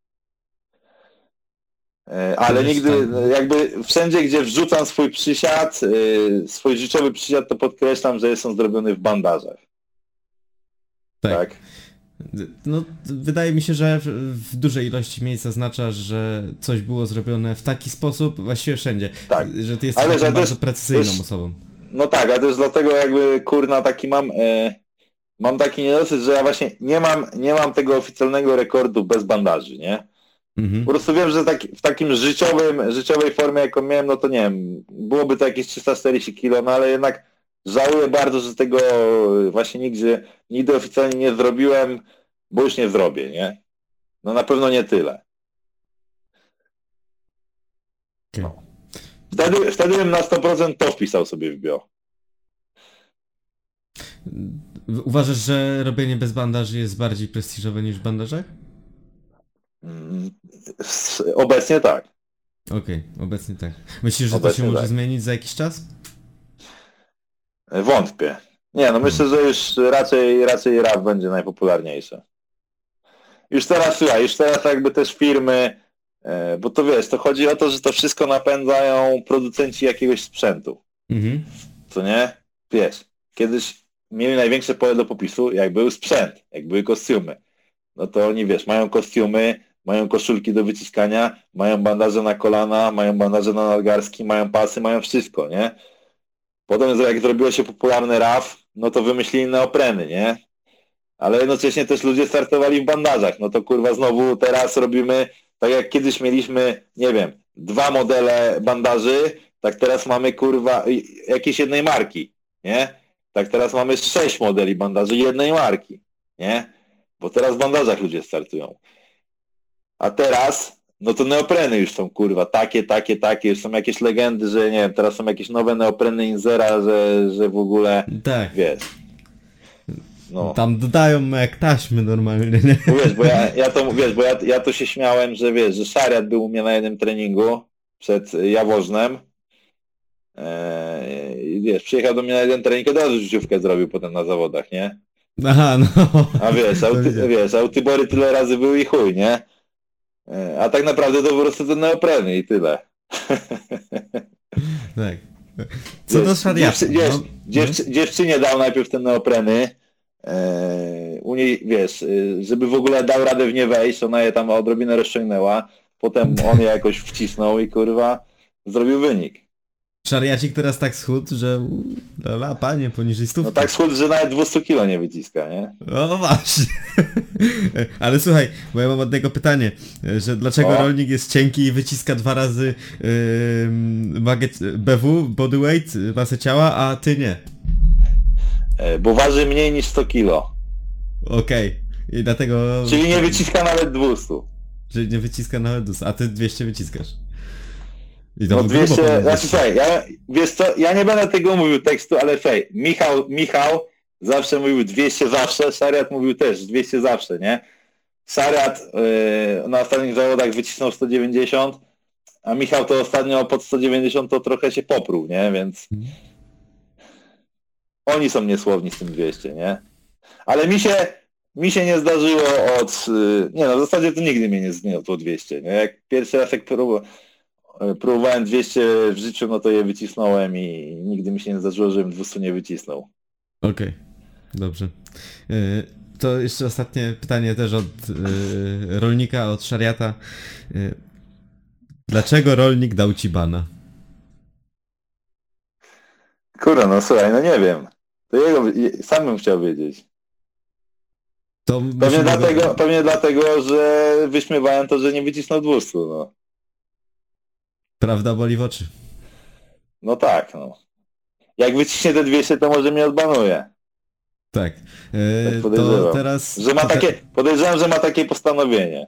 Ale nigdy, jakby wszędzie, gdzie wrzucam swój przysiad, swój życiowy przysiad, to podkreślam, że jest on zrobiony w bandażach. Tak? No, wydaje mi się, że w dużej ilości miejsc zaznacza, że coś było zrobione w taki sposób właściwie wszędzie. Tak. Że ty jesteś Ale taką że bardzo też- precyzyjną też- osobą. No tak, a też dlatego jakby kurna taki mam taki niedosyt, że ja właśnie nie mam tego oficjalnego rekordu bez bandaży, nie? Mhm. Po prostu wiem, że w takim życiowej formie jaką miałem, no to nie wiem, byłoby to jakieś 340 kilo, no ale jednak żałuję bardzo, że tego właśnie nigdy oficjalnie nie zrobiłem, bo już nie zrobię, nie? No na pewno nie tyle. Okay. Wtedy bym na 100% to wpisał sobie w bio. Uważasz, że robienie bez bandaży jest bardziej prestiżowe niż w bandażach? Obecnie tak. Okej, obecnie tak. Myślisz, że to Obecnie się może tak. zmienić za jakiś czas? Wątpię. Nie, no myślę, że już raczej rap będzie najpopularniejszy. Już teraz jakby też firmy, bo to wiesz, to chodzi o to, że to wszystko napędzają producenci jakiegoś sprzętu. Mhm. Co nie? Wiesz, kiedyś mieli największe pole do popisu, jak był sprzęt, jak były kostiumy. No to oni, wiesz, mają kostiumy, mają koszulki do wyciskania, mają bandaże na kolana, mają bandaże na nadgarstki, mają pasy, mają wszystko, nie? Potem jak zrobiło się popularny RAF, no to wymyślili neopreny, nie? Ale jednocześnie też ludzie startowali w bandażach. No to kurwa znowu teraz robimy, tak jak kiedyś mieliśmy, nie wiem, 2 modele bandaży, tak teraz mamy kurwa jakiejś jednej marki, nie? Tak teraz mamy 6 modeli bandaży jednej marki, nie? Bo teraz w bandażach ludzie startują. A teraz, no to neopreny już są kurwa, takie, już są jakieś legendy, że nie wiem, teraz są jakieś nowe neopreny Inzera, że w ogóle, Tak. wiesz. No. Tam dodają jak taśmy normalnie, nie? Bo wiesz, bo ja to się śmiałem, że wiesz, że Szariat był u mnie na jednym treningu przed Jaworznem. I wiesz, przyjechał do mnie na jeden trening, od razu życiówkę zrobił potem na zawodach, nie? Aha, no. A wiesz, autybory tyle razy były i chuj, nie? A tak naprawdę to po prostu te neopreny i tyle. Tak. Co do szariatu. Dziewczynie dał najpierw te neopreny. U niej, wiesz, żeby w ogóle dał radę w nie wejść, ona je tam odrobinę rozciągnęła, potem on je jakoś wcisnął i kurwa zrobił wynik. Szariacik teraz tak schudł, że panie, poniżej 100. No tak schudł, że nawet 200 kilo nie wyciska, nie? O właśnie. Ale słuchaj, bo ja mam od niego pytanie, że dlaczego rolnik jest cienki i wyciska 2 razy BW, bodyweight, masę ciała, a ty nie? Bo waży mniej niż 100 kilo. Okej. I dlatego... Czyli nie wyciska nawet 200. Czyli nie wyciska nawet 200, a ty 200 wyciskasz. I to No by grubo 200, powinno znaczy być. słuchaj, wiesz co, ja nie będę tego mówił tekstu, ale fej, Michał zawsze mówił 200 zawsze, Szariat mówił też 200 zawsze, nie? Szariat na ostatnich zawodach wycisnął 190, a Michał to ostatnio pod 190 to trochę się popruł, nie? Więc oni są niesłowni z tym 200, nie? Ale mi się nie zdarzyło nie no, w zasadzie to nigdy mnie nie zgniotło 200, nie? Jak pierwszy raz jak próbowałem 200 w życiu, no to je wycisnąłem i nigdy mi się nie zdarzyło, żebym 200 nie wycisnął. Okej, dobrze. To jeszcze ostatnie pytanie też od rolnika, od szariata. Dlaczego rolnik dał ci bana? Kurwa, no słuchaj, no nie wiem. To sam bym chciał wiedzieć. To Pewnie dlatego, że wyśmiewałem to, że nie wycisnął 200, no. Prawda boli w oczy. No tak, no. Jak wyciśnie te 200, to może mnie odbanuje. Tak. Tak podejrzewam. To teraz... Podejrzewam, że ma takie postanowienie.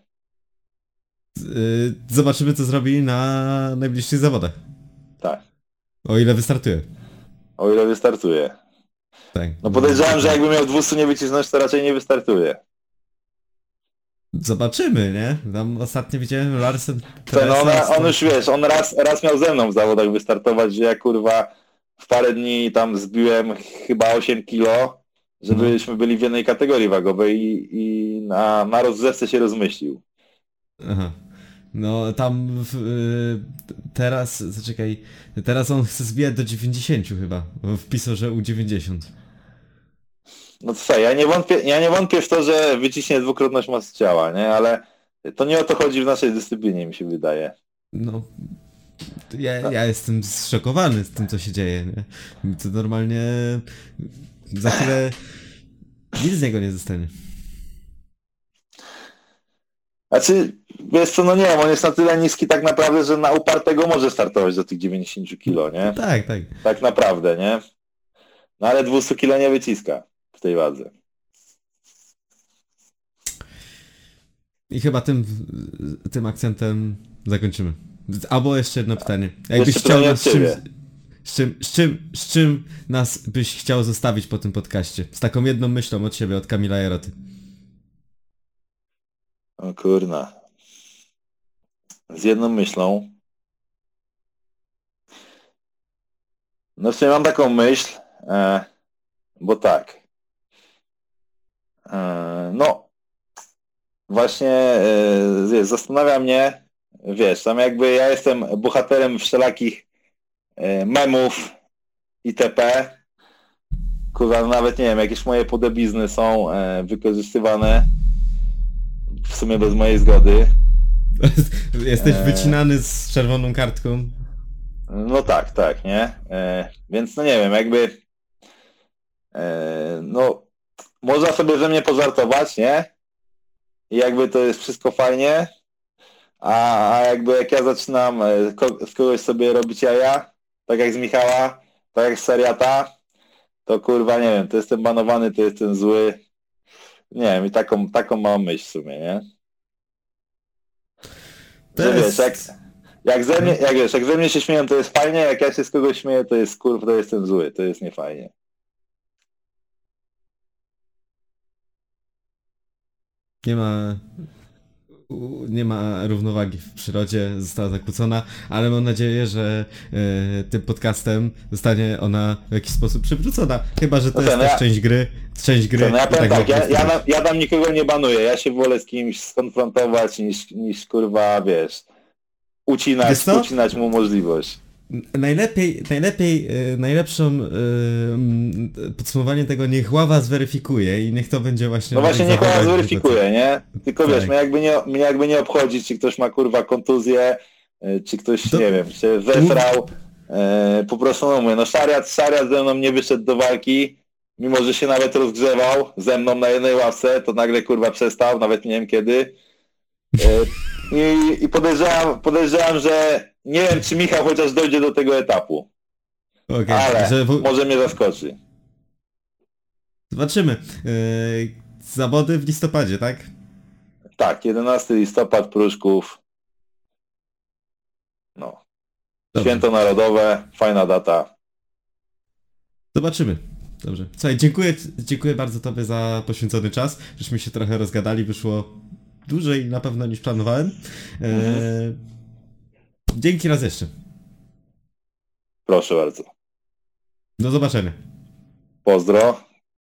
Zobaczymy, co zrobi na najbliższych zawodach. Tak. O ile wystartuje. O ile wystartuje. Tak. No podejrzewam, że jakby miał 200 nie wycisnąć, to raczej nie wystartuje. Zobaczymy, nie? Tam ostatnio widziałem Larsen... On już wiesz, on raz miał ze mną w zawodach wystartować, że ja kurwa w parę dni tam zbiłem chyba 8 kilo, żebyśmy byli w jednej kategorii wagowej i na rozgrzewce się rozmyślił. Aha. No tam teraz, zaczekaj, teraz on chce zbijać do 90 chyba, bo wpisał, że U90. No to słuchaj, ja nie wątpię w to, że wyciśnie dwukrotność masy ciała, nie? Ale to nie o to chodzi w naszej dyscyplinie, mi się wydaje. No, ja jestem zszokowany z tym, co się dzieje, nie? To normalnie za chwilę nic z niego nie zostanie. Znaczy, wiesz co, no nie wiem, on jest na tyle niski tak naprawdę, że na upartego może startować do tych 90 kilo, nie? Tak, tak. Tak naprawdę, nie? No ale 200 kilo nie wyciska w tej wadze. I chyba tym akcentem zakończymy. Albo jeszcze jedno pytanie. Jakbyś Jeszcze chciał pytanie nas od ciebie. z czym nas byś chciał zostawić po tym podcaście? Z taką jedną myślą od siebie, od Kamila Jaroty. O kurna. Z jedną myślą. No w sumie mam taką myśl, bo tak. No, właśnie wiesz, zastanawia mnie, wiesz, tam jakby ja jestem bohaterem wszelakich memów itp. Kurwa, nawet nie wiem, jakieś moje podobizny są wykorzystywane w sumie bez mojej zgody. Jesteś wycinany z czerwoną kartką. No tak, nie? Więc no nie wiem, jakby no można sobie ze mnie pożartować, nie? I jakby to jest wszystko fajnie, a jakby jak ja zaczynam z kogoś sobie robić jaja, tak jak z Michała, tak jak z Seriata, to kurwa nie wiem, to jestem banowany, to jestem zły. Nie wiem, i taką mam myśl w sumie, nie? Że wiesz, jak ze mnie się śmieją, to jest fajnie, jak ja się z kogoś śmieję, to jest kurwa, to jestem zły, to jest niefajnie. Nie ma równowagi w przyrodzie, została zakłócona, ale mam nadzieję, że tym podcastem zostanie ona w jakiś sposób przywrócona. Chyba że to jest też część gry. No ja i powiem tak, ma ja tam nikogo nie banuję, ja się wolę z kimś skonfrontować niż kurwa, wiesz, ucinać mu możliwość. Najlepszą podsumowanie tego niech ława zweryfikuje i niech to będzie właśnie... No właśnie niech ława zweryfikuje, nie? Tylko tak. Wiesz, mnie jakby nie obchodzi, czy ktoś ma kurwa kontuzję, czy ktoś, nie wiem, się zesrał. Po prostu no mówię, no szariat ze mną nie wyszedł do walki, mimo że się nawet rozgrzewał ze mną na jednej ławce, to nagle kurwa przestał, nawet nie wiem kiedy. I podejrzewam, że nie wiem, czy Michał chociaż dojdzie do tego etapu. Okay, ale może mnie zaskoczy. Zobaczymy. Zawody w listopadzie, tak? Tak, 11 listopad, Pruszków. No. Dobrze. Święto Narodowe, fajna data. Zobaczymy. Dobrze. Słuchaj, dziękuję bardzo Tobie za poświęcony czas. Żeśmy się trochę rozgadali, wyszło dłużej na pewno niż planowałem. Dzięki raz jeszcze. Proszę bardzo. Do zobaczenia. Pozdro.